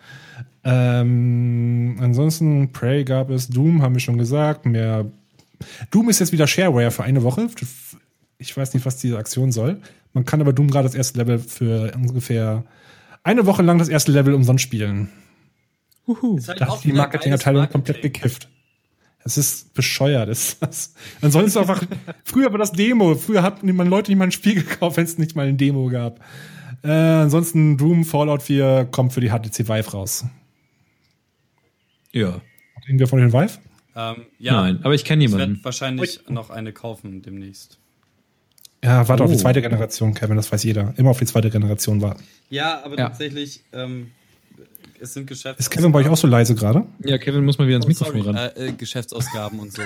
Ansonsten Prey gab es, Doom haben wir schon gesagt. Doom ist jetzt wieder Shareware für eine Woche. Ich weiß nicht, was diese Aktion soll. Man kann aber Doom gerade das erste Level für ungefähr eine Woche lang das erste Level umsonst spielen. Da hat die Marketingabteilung komplett gekifft. Das ist bescheuert. Ansonsten einfach, früher war das Demo. Früher hat man Leute nicht mal ein Spiel gekauft, wenn es nicht mal ein Demo gab. Ansonsten Doom, Fallout 4 kommt für die HTC Vive raus. Ja. Reden wir von den Vive? Ja. Nein, aber ich kenne jemanden. Ich werde wahrscheinlich noch eine kaufen demnächst. Ja, warte auf die zweite Generation, Kevin, das weiß jeder. Immer auf die zweite Generation warten. Ja, aber tatsächlich, es sind Geschäftsausgaben. Ist Kevin bei euch auch so leise gerade? Ja, Kevin muss mal wieder ans Mikrofon ran. Geschäftsausgaben und so.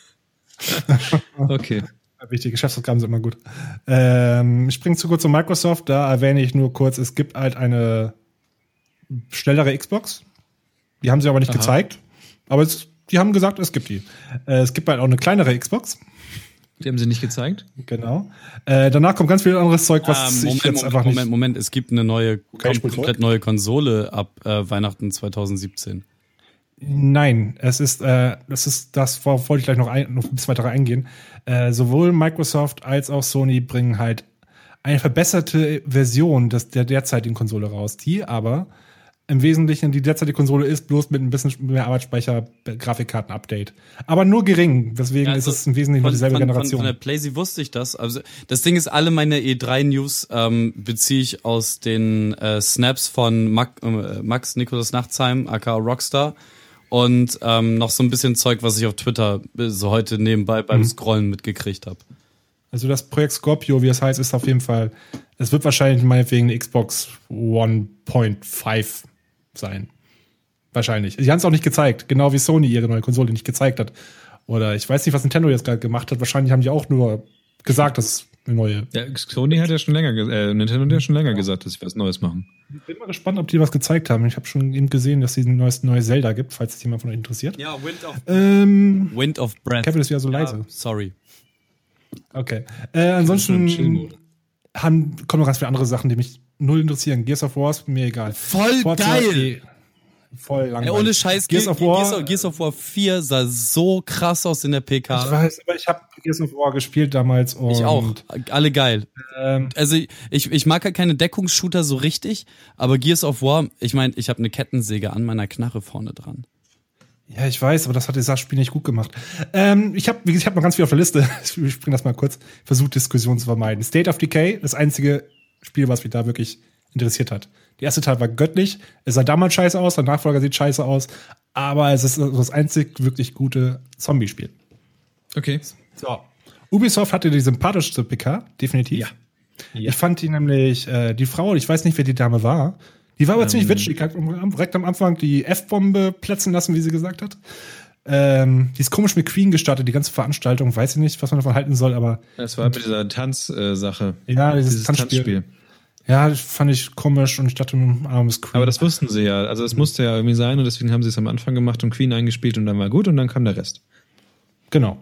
Okay. Wichtige Geschäftsausgaben sind immer gut. Ich springe zu kurz zu Microsoft. Da erwähne ich nur kurz, es gibt halt eine schnellere Xbox. Die haben sie aber nicht gezeigt. Aber die haben gesagt, es gibt die. Es gibt halt auch eine kleinere Xbox. Die haben sie nicht gezeigt? Genau. Danach kommt ganz viel anderes Zeug, was ich jetzt einfach nicht... Moment. Es gibt eine komplett neue Konsole ab Weihnachten 2017. Nein, das wollte ich gleich noch ein bisschen weiter eingehen. Sowohl Microsoft als auch Sony bringen halt eine verbesserte Version der derzeitigen Konsole raus, die aber im Wesentlichen die derzeitige Konsole ist, bloß mit ein bisschen mehr Arbeitsspeicher, Grafikkarten-Update. Aber nur gering, deswegen ist es im Wesentlichen nur dieselbe Generation. Von der PlayStation wusste ich das. Also das Ding ist, alle meine E3-News beziehe ich aus den Snaps von Max Nikolas Nachtsheim, aka Rockstar. Und noch so ein bisschen Zeug, was ich auf Twitter so heute nebenbei beim Scrollen mitgekriegt habe. Also das Projekt Scorpio, wie es heißt, ist auf jeden Fall, es wird wahrscheinlich meinetwegen eine Xbox 1.5 sein. Wahrscheinlich. Sie haben es auch nicht gezeigt, genau wie Sony ihre neue Konsole nicht gezeigt hat. Oder ich weiß nicht, was Nintendo jetzt gerade gemacht hat. Wahrscheinlich haben die auch nur gesagt, dass es eine neue... Ja, Sony hat ja schon länger, Nintendo hat ja schon länger gesagt, dass sie was Neues machen. Ich bin mal gespannt, ob die was gezeigt haben. Ich habe schon eben gesehen, dass es ein neues Zelda gibt, falls es jemand von euch interessiert. Ja, Wind of Breath. Kevin ist wieder so leise. Ja, sorry. Okay. Ansonsten kommen noch ganz viele andere Sachen, die mich null interessieren. Gears of War ist mir egal. Voll geil! Voll langweilig. Ja, ohne Scheiß, Gears of War. Gears of War 4 sah so krass aus in der PK. Ich weiß, aber ich habe Gears of War gespielt damals. Und Ich auch. Alle geil. Also ich mag halt keine Deckungsshooter so richtig, aber Gears of War, ich meine, ich habe eine Kettensäge an meiner Knarre vorne dran. Ja, ich weiß, aber das hat das Spiel nicht gut gemacht. Ich habe noch ganz viel auf der Liste. Ich bringe das mal kurz. Versucht, Diskussion zu vermeiden. State of Decay, das einzige Spiel, was mich da wirklich interessiert hat. Der erste Teil war göttlich. Es sah damals scheiße aus, der Nachfolger sieht scheiße aus. Aber es ist das einzig wirklich gute Zombie-Spiel. Okay. So. Ubisoft hatte die sympathischste PK, definitiv. Ja. Ich fand die nämlich, die Frau, ich weiß nicht, wer die Dame war. Die war aber ziemlich witzig. Die hat direkt am Anfang die F-Bombe platzen lassen, wie sie gesagt hat. Die ist komisch mit Queen gestartet, die ganze Veranstaltung. Weiß ich nicht, was man davon halten soll, aber. Das war mit dieser Tanzsache. Ja, dieses Tanzspiel. Ja, das fand ich komisch und ich dachte, armes Queen. Aber das wussten sie ja. Also es musste ja irgendwie sein und deswegen haben sie es am Anfang gemacht und Queen eingespielt und dann war gut und dann kam der Rest. Genau.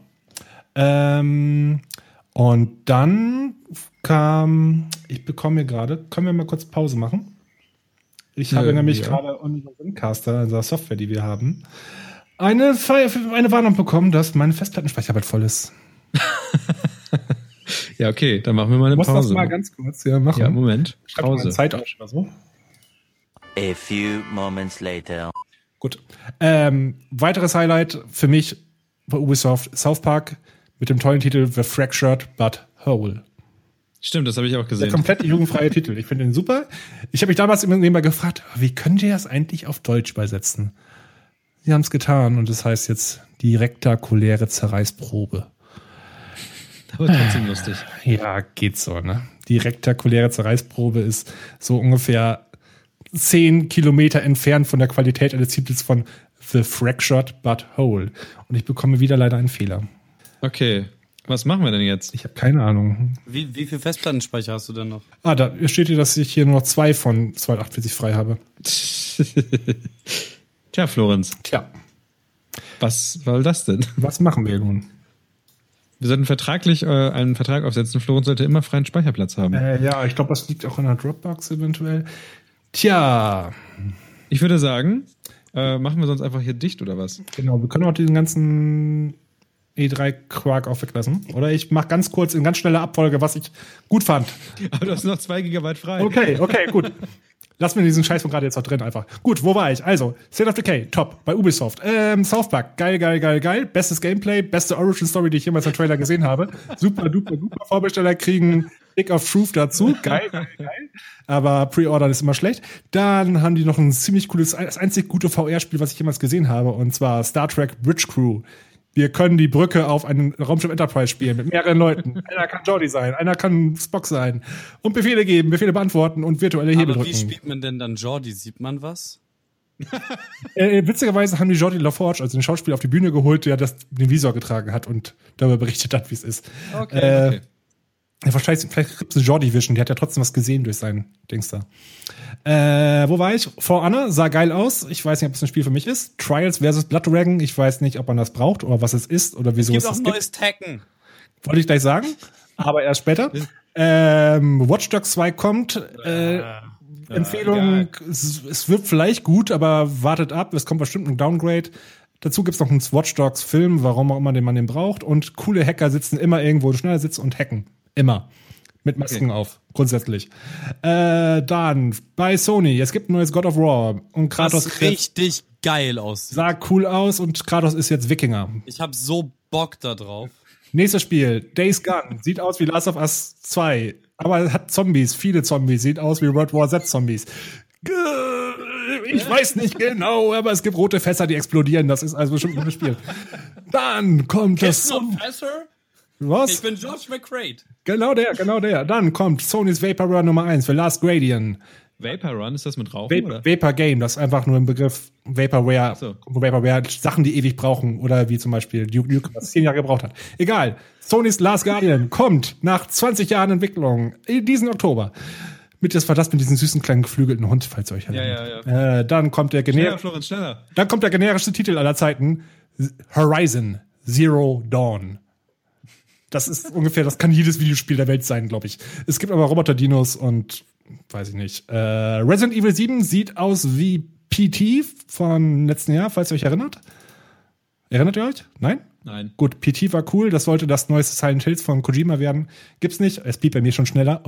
Und dann kam, ich bekomme hier gerade, können wir mal kurz Pause machen? Ich habe nämlich gerade unseren Zencaster, unserer Software, die wir haben, eine Warnung bekommen, dass mein Festplattenspeicher bald voll ist. Ja, okay, dann machen wir mal eine Pause. Muss das mal ganz kurz machen. Ja, Moment. Pause. Zeit aus oder so. A few moments later. Gut. Weiteres Highlight für mich bei Ubisoft South Park mit dem tollen Titel The Fractured But Whole. Stimmt, das habe ich auch gesehen. Der komplett jugendfreie Titel. Ich finde den super. Ich habe mich damals immer mal gefragt, wie könnt ihr das eigentlich auf Deutsch übersetzen? Sie haben es getan und das heißt jetzt die rektakuläre Zerreißprobe. Aber trotzdem lustig. Ja, geht so, ne? Die rektakuläre Zerreißprobe ist so ungefähr 10 Kilometer entfernt von der Qualität eines Titels von The Fractured But Whole. Und ich bekomme wieder leider einen Fehler. Okay, was machen wir denn jetzt? Ich habe keine Ahnung. Wie viel Festplattenspeicher hast du denn noch? Da steht hier, dass ich hier nur noch 2 von 248 frei habe. Tja, Florenz. Tja. Was soll das denn? Was machen wir nun? Wir sollten vertraglich einen Vertrag aufsetzen. Florenz sollte immer freien Speicherplatz haben. Ja, ich glaube, das liegt auch in der Dropbox eventuell. Tja. Ich würde sagen, machen wir sonst einfach hier dicht oder was? Genau, wir können auch diesen ganzen E3-Quark auch weglassen. Oder ich mache ganz kurz in ganz schneller Abfolge, was ich gut fand. Aber du hast noch 2 GB frei. Okay, gut. Lass mir diesen Scheiß von gerade jetzt noch drin einfach. Gut, wo war ich? Also, State of Decay, top, bei Ubisoft. South Park, geil. Bestes Gameplay, beste Origin-Story, die ich jemals im Trailer gesehen habe. Super. Vorbesteller kriegen Stick of Truth dazu. Geil. Aber Pre-Order ist immer schlecht. Dann haben die noch ein ziemlich cooles, das einzig gute VR-Spiel, was ich jemals gesehen habe, und zwar Star Trek Bridge Crew. Wir können die Brücke auf einem Raumschiff Enterprise spielen mit mehreren Leuten. Einer kann Geordi sein, einer kann Spock sein. Und Befehle geben, Befehle beantworten und virtuelle Hebel drücken. Aber wie spielt man denn dann Geordi? Sieht man was? Witzigerweise haben die Jordi LaForge, also den Schauspieler, auf die Bühne geholt, der den Visor getragen hat und darüber berichtet hat, wie es ist. Okay. Vielleicht gibt es eine Jordi-Vision, die hat ja trotzdem was gesehen durch sein Dings da. Wo war ich? For Honor sah geil aus. Ich weiß nicht, ob es ein Spiel für mich ist. Trials vs. Blood Dragon. Ich weiß nicht, ob man das braucht oder was es ist oder wieso es das gibt. Es gibt auch neues Tekken. Wollte ich gleich sagen, aber erst später. Watch Dogs 2 kommt. Empfehlung, es wird vielleicht gut, aber wartet ab. Es kommt bestimmt ein Downgrade. Dazu gibt's noch einen Watch Dogs Film, warum auch immer man den braucht. Und coole Hacker sitzen immer irgendwo, schneller sitzen und hacken. Immer. Mit Masken auf, grundsätzlich. Dann bei Sony, es gibt ein neues God of War. Und Kratos das richtig geil aussieht. Sah cool aus und Kratos ist jetzt Wikinger. Ich hab so Bock da drauf. Nächstes Spiel, Days Gone. Sieht aus wie Last of Us 2. Aber hat Zombies, viele Zombies. Sieht aus wie World War Z Zombies. Ich weiß nicht genau, aber es gibt rote Fässer, die explodieren. Das ist also bestimmt ein gutes Spiel. Dann kommt das... Was? Ich bin George McCrae. Genau der. Dann kommt Sony's Vapor Run Nummer 1 für Last Guardian. Vapor Run, ist das mit Rauchen? Oder? Vapor Game, das ist einfach nur ein Begriff. Vaporware, Vaporware, Sachen, die ewig brauchen. Oder wie zum Beispiel Duke Nukem, was 10 Jahre gebraucht hat. Egal. Sony's Last Guardian kommt nach 20 Jahren Entwicklung in diesen Oktober. Mit diesem süßen kleinen geflügelten Hund, falls ihr euch erinnert. Ja. Dann kommt der schneller. Dann kommt der generischste Titel aller Zeiten. Horizon Zero Dawn. Das ist ungefähr, das kann jedes Videospiel der Welt sein, glaube ich. Es gibt aber Roboter-Dinos und weiß ich nicht. Resident Evil 7 sieht aus wie PT von letzten Jahr, falls ihr euch erinnert. Erinnert ihr euch? Nein? Nein. Gut, PT war cool, das sollte das neueste Silent Hills von Kojima werden. Gibt's nicht, es blieb bei mir schon schneller.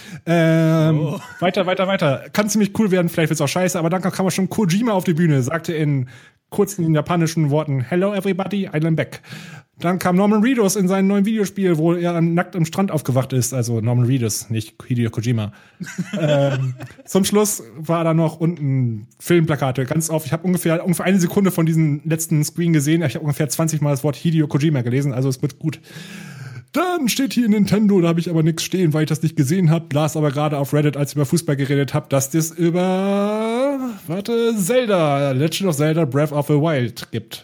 Weiter. Kann ziemlich cool werden, vielleicht wird's auch scheiße, aber dann kam auch schon Kojima auf die Bühne, sagte in kurzen japanischen Worten, Hello everybody, I'm back. Dann kam Norman Reedus in seinem neuen Videospiel, wo er nackt am Strand aufgewacht ist. Also Norman Reedus, nicht Hideo Kojima. Zum Schluss war da noch unten Filmplakate, ganz oft. Ich habe ungefähr eine Sekunde von diesem letzten Screen gesehen. Ich habe ungefähr 20 Mal das Wort Hideo Kojima gelesen, also es wird gut. Dann steht hier Nintendo, da habe ich aber nichts stehen, weil ich das nicht gesehen habe. Las aber gerade auf Reddit, als ich über Fußball geredet habe, dass das über Zelda, Legend of Zelda Breath of the Wild gibt.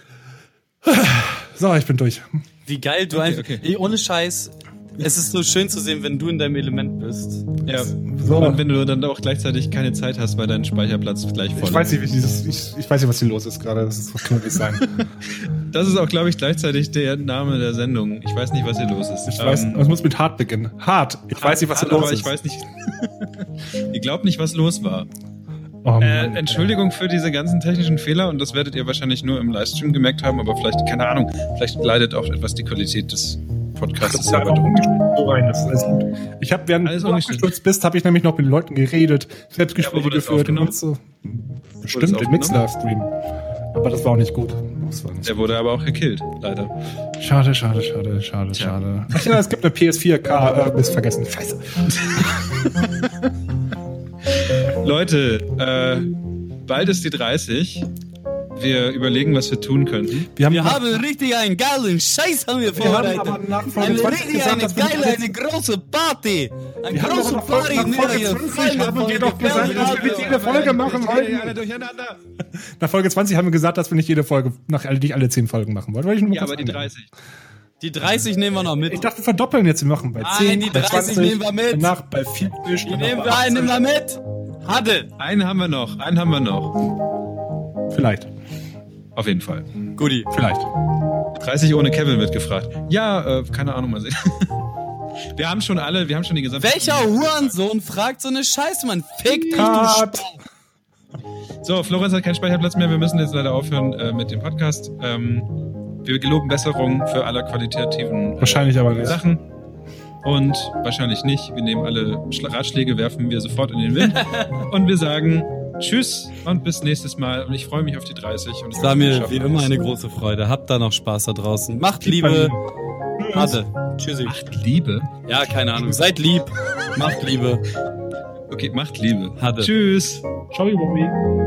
So, ich bin durch. Wie geil du einfach. Ey, ohne Scheiß. Es ist so schön zu sehen, wenn du in deinem Element bist. Ja. So. Und wenn du dann auch gleichzeitig keine Zeit hast, weil dein Speicherplatz gleich voll Ich weiß nicht, ich weiß nicht, was hier los ist gerade. Das kann nicht sein. Das ist auch, glaube ich, gleichzeitig der Name der Sendung. Ich weiß nicht, was hier los ist. Ich weiß, es muss mit hart beginnen. Hart. Ich weiß nicht, was hier los ist. Ich weiß nicht. Ihr glaubt nicht, was los war. Oh Mann, Entschuldigung für diese ganzen technischen Fehler und das werdet ihr wahrscheinlich nur im Livestream gemerkt haben, aber vielleicht, keine Ahnung, vielleicht leidet auch etwas die Qualität des Podcasts selber drunter. so rein, das ist alles gut. Ich habe, während du abgestürzt bist, habe ich nämlich noch mit den Leuten geredet, Selbstgespräche geführt und so. Bestimmt im Mix-Livestream. Aber das war auch nicht gut. Der wurde aber auch gekillt, leider. Schade. Ach ja, es gibt eine PS4K, bist vergessen. Scheiße. Leute, bald ist die 30. Wir überlegen, was wir tun könnten. Wir haben richtig einen geilen Scheiß haben wir vorbereitet. Eine große Party. Eine große Party. Haben wir doch gesagt, dass wir nicht jede Folge machen wollten. Nach Folge 20 haben wir gesagt, dass wir nicht jede Folge, nicht alle 10 Folgen machen wollen. Ja, aber die 30. Die 30 nehmen wir noch mit. Ich dachte, wir verdoppeln jetzt. Wir machen bei 10, die bei 30 20, nehmen wir mit. Danach bei 40. Die nehmen wir mit. Hatte. Einen haben wir noch. Vielleicht. Auf jeden Fall. Guti. Vielleicht. 30 ohne Kevin wird gefragt. Ja, keine Ahnung, mal sehen. Wir haben schon die gesamte... Welcher Hurensohn fragt so eine Scheiße, Mann? Fick dich, du Spaß. So, Florenz hat keinen Speicherplatz mehr. Wir müssen jetzt leider aufhören mit dem Podcast. Wir geloben Besserung für alle qualitativen Wahrscheinlich aber nicht. Sachen. Und wahrscheinlich nicht. Wir nehmen alle Ratschläge, werfen wir sofort in den Wind. Und wir sagen Tschüss und bis nächstes Mal. Und ich freue mich auf die 30. Und Es war mir wie immer eine große Freude. Habt da noch Spaß da draußen. Macht Liebe. Hatte. Tschüssi. Macht Liebe? Ja, keine Ahnung. Seid lieb. Macht Liebe. Okay, macht Liebe. Hatte. Tschüss. Ciao, Bobby.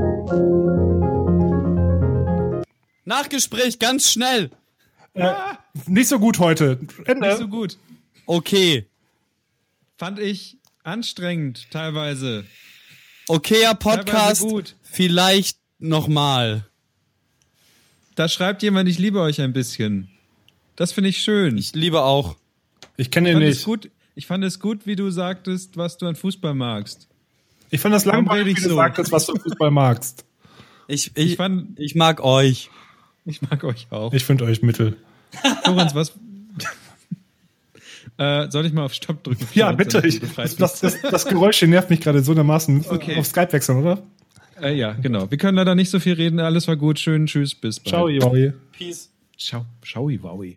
Nachgespräch ganz schnell. Nicht so gut heute. Ende. Nicht so gut. Okay. Fand ich anstrengend teilweise. Okayer Podcast. Teilweise gut. Vielleicht nochmal. Da schreibt jemand, ich liebe euch ein bisschen. Das finde ich schön. Ich liebe auch. Ich kenne ihn nicht. Ich fand es gut, wie du sagtest, was du an Fußball magst. Ich fand das langweilig, wie du sagtest, was du an Fußball magst. Ich mag euch. Ich mag euch auch. Ich finde euch mittel. Lorenz, was... soll ich mal auf Stopp drücken? Ja, bitte. Das Geräusch hier nervt mich gerade so dermaßen. Okay. Auf Skype wechseln, oder? Ja, genau. Wir können leider nicht so viel reden. Alles war gut. Schön. Tschüss. Bis bald. Ciao, Joey. Peace. Ciao. Ciao, Wowi.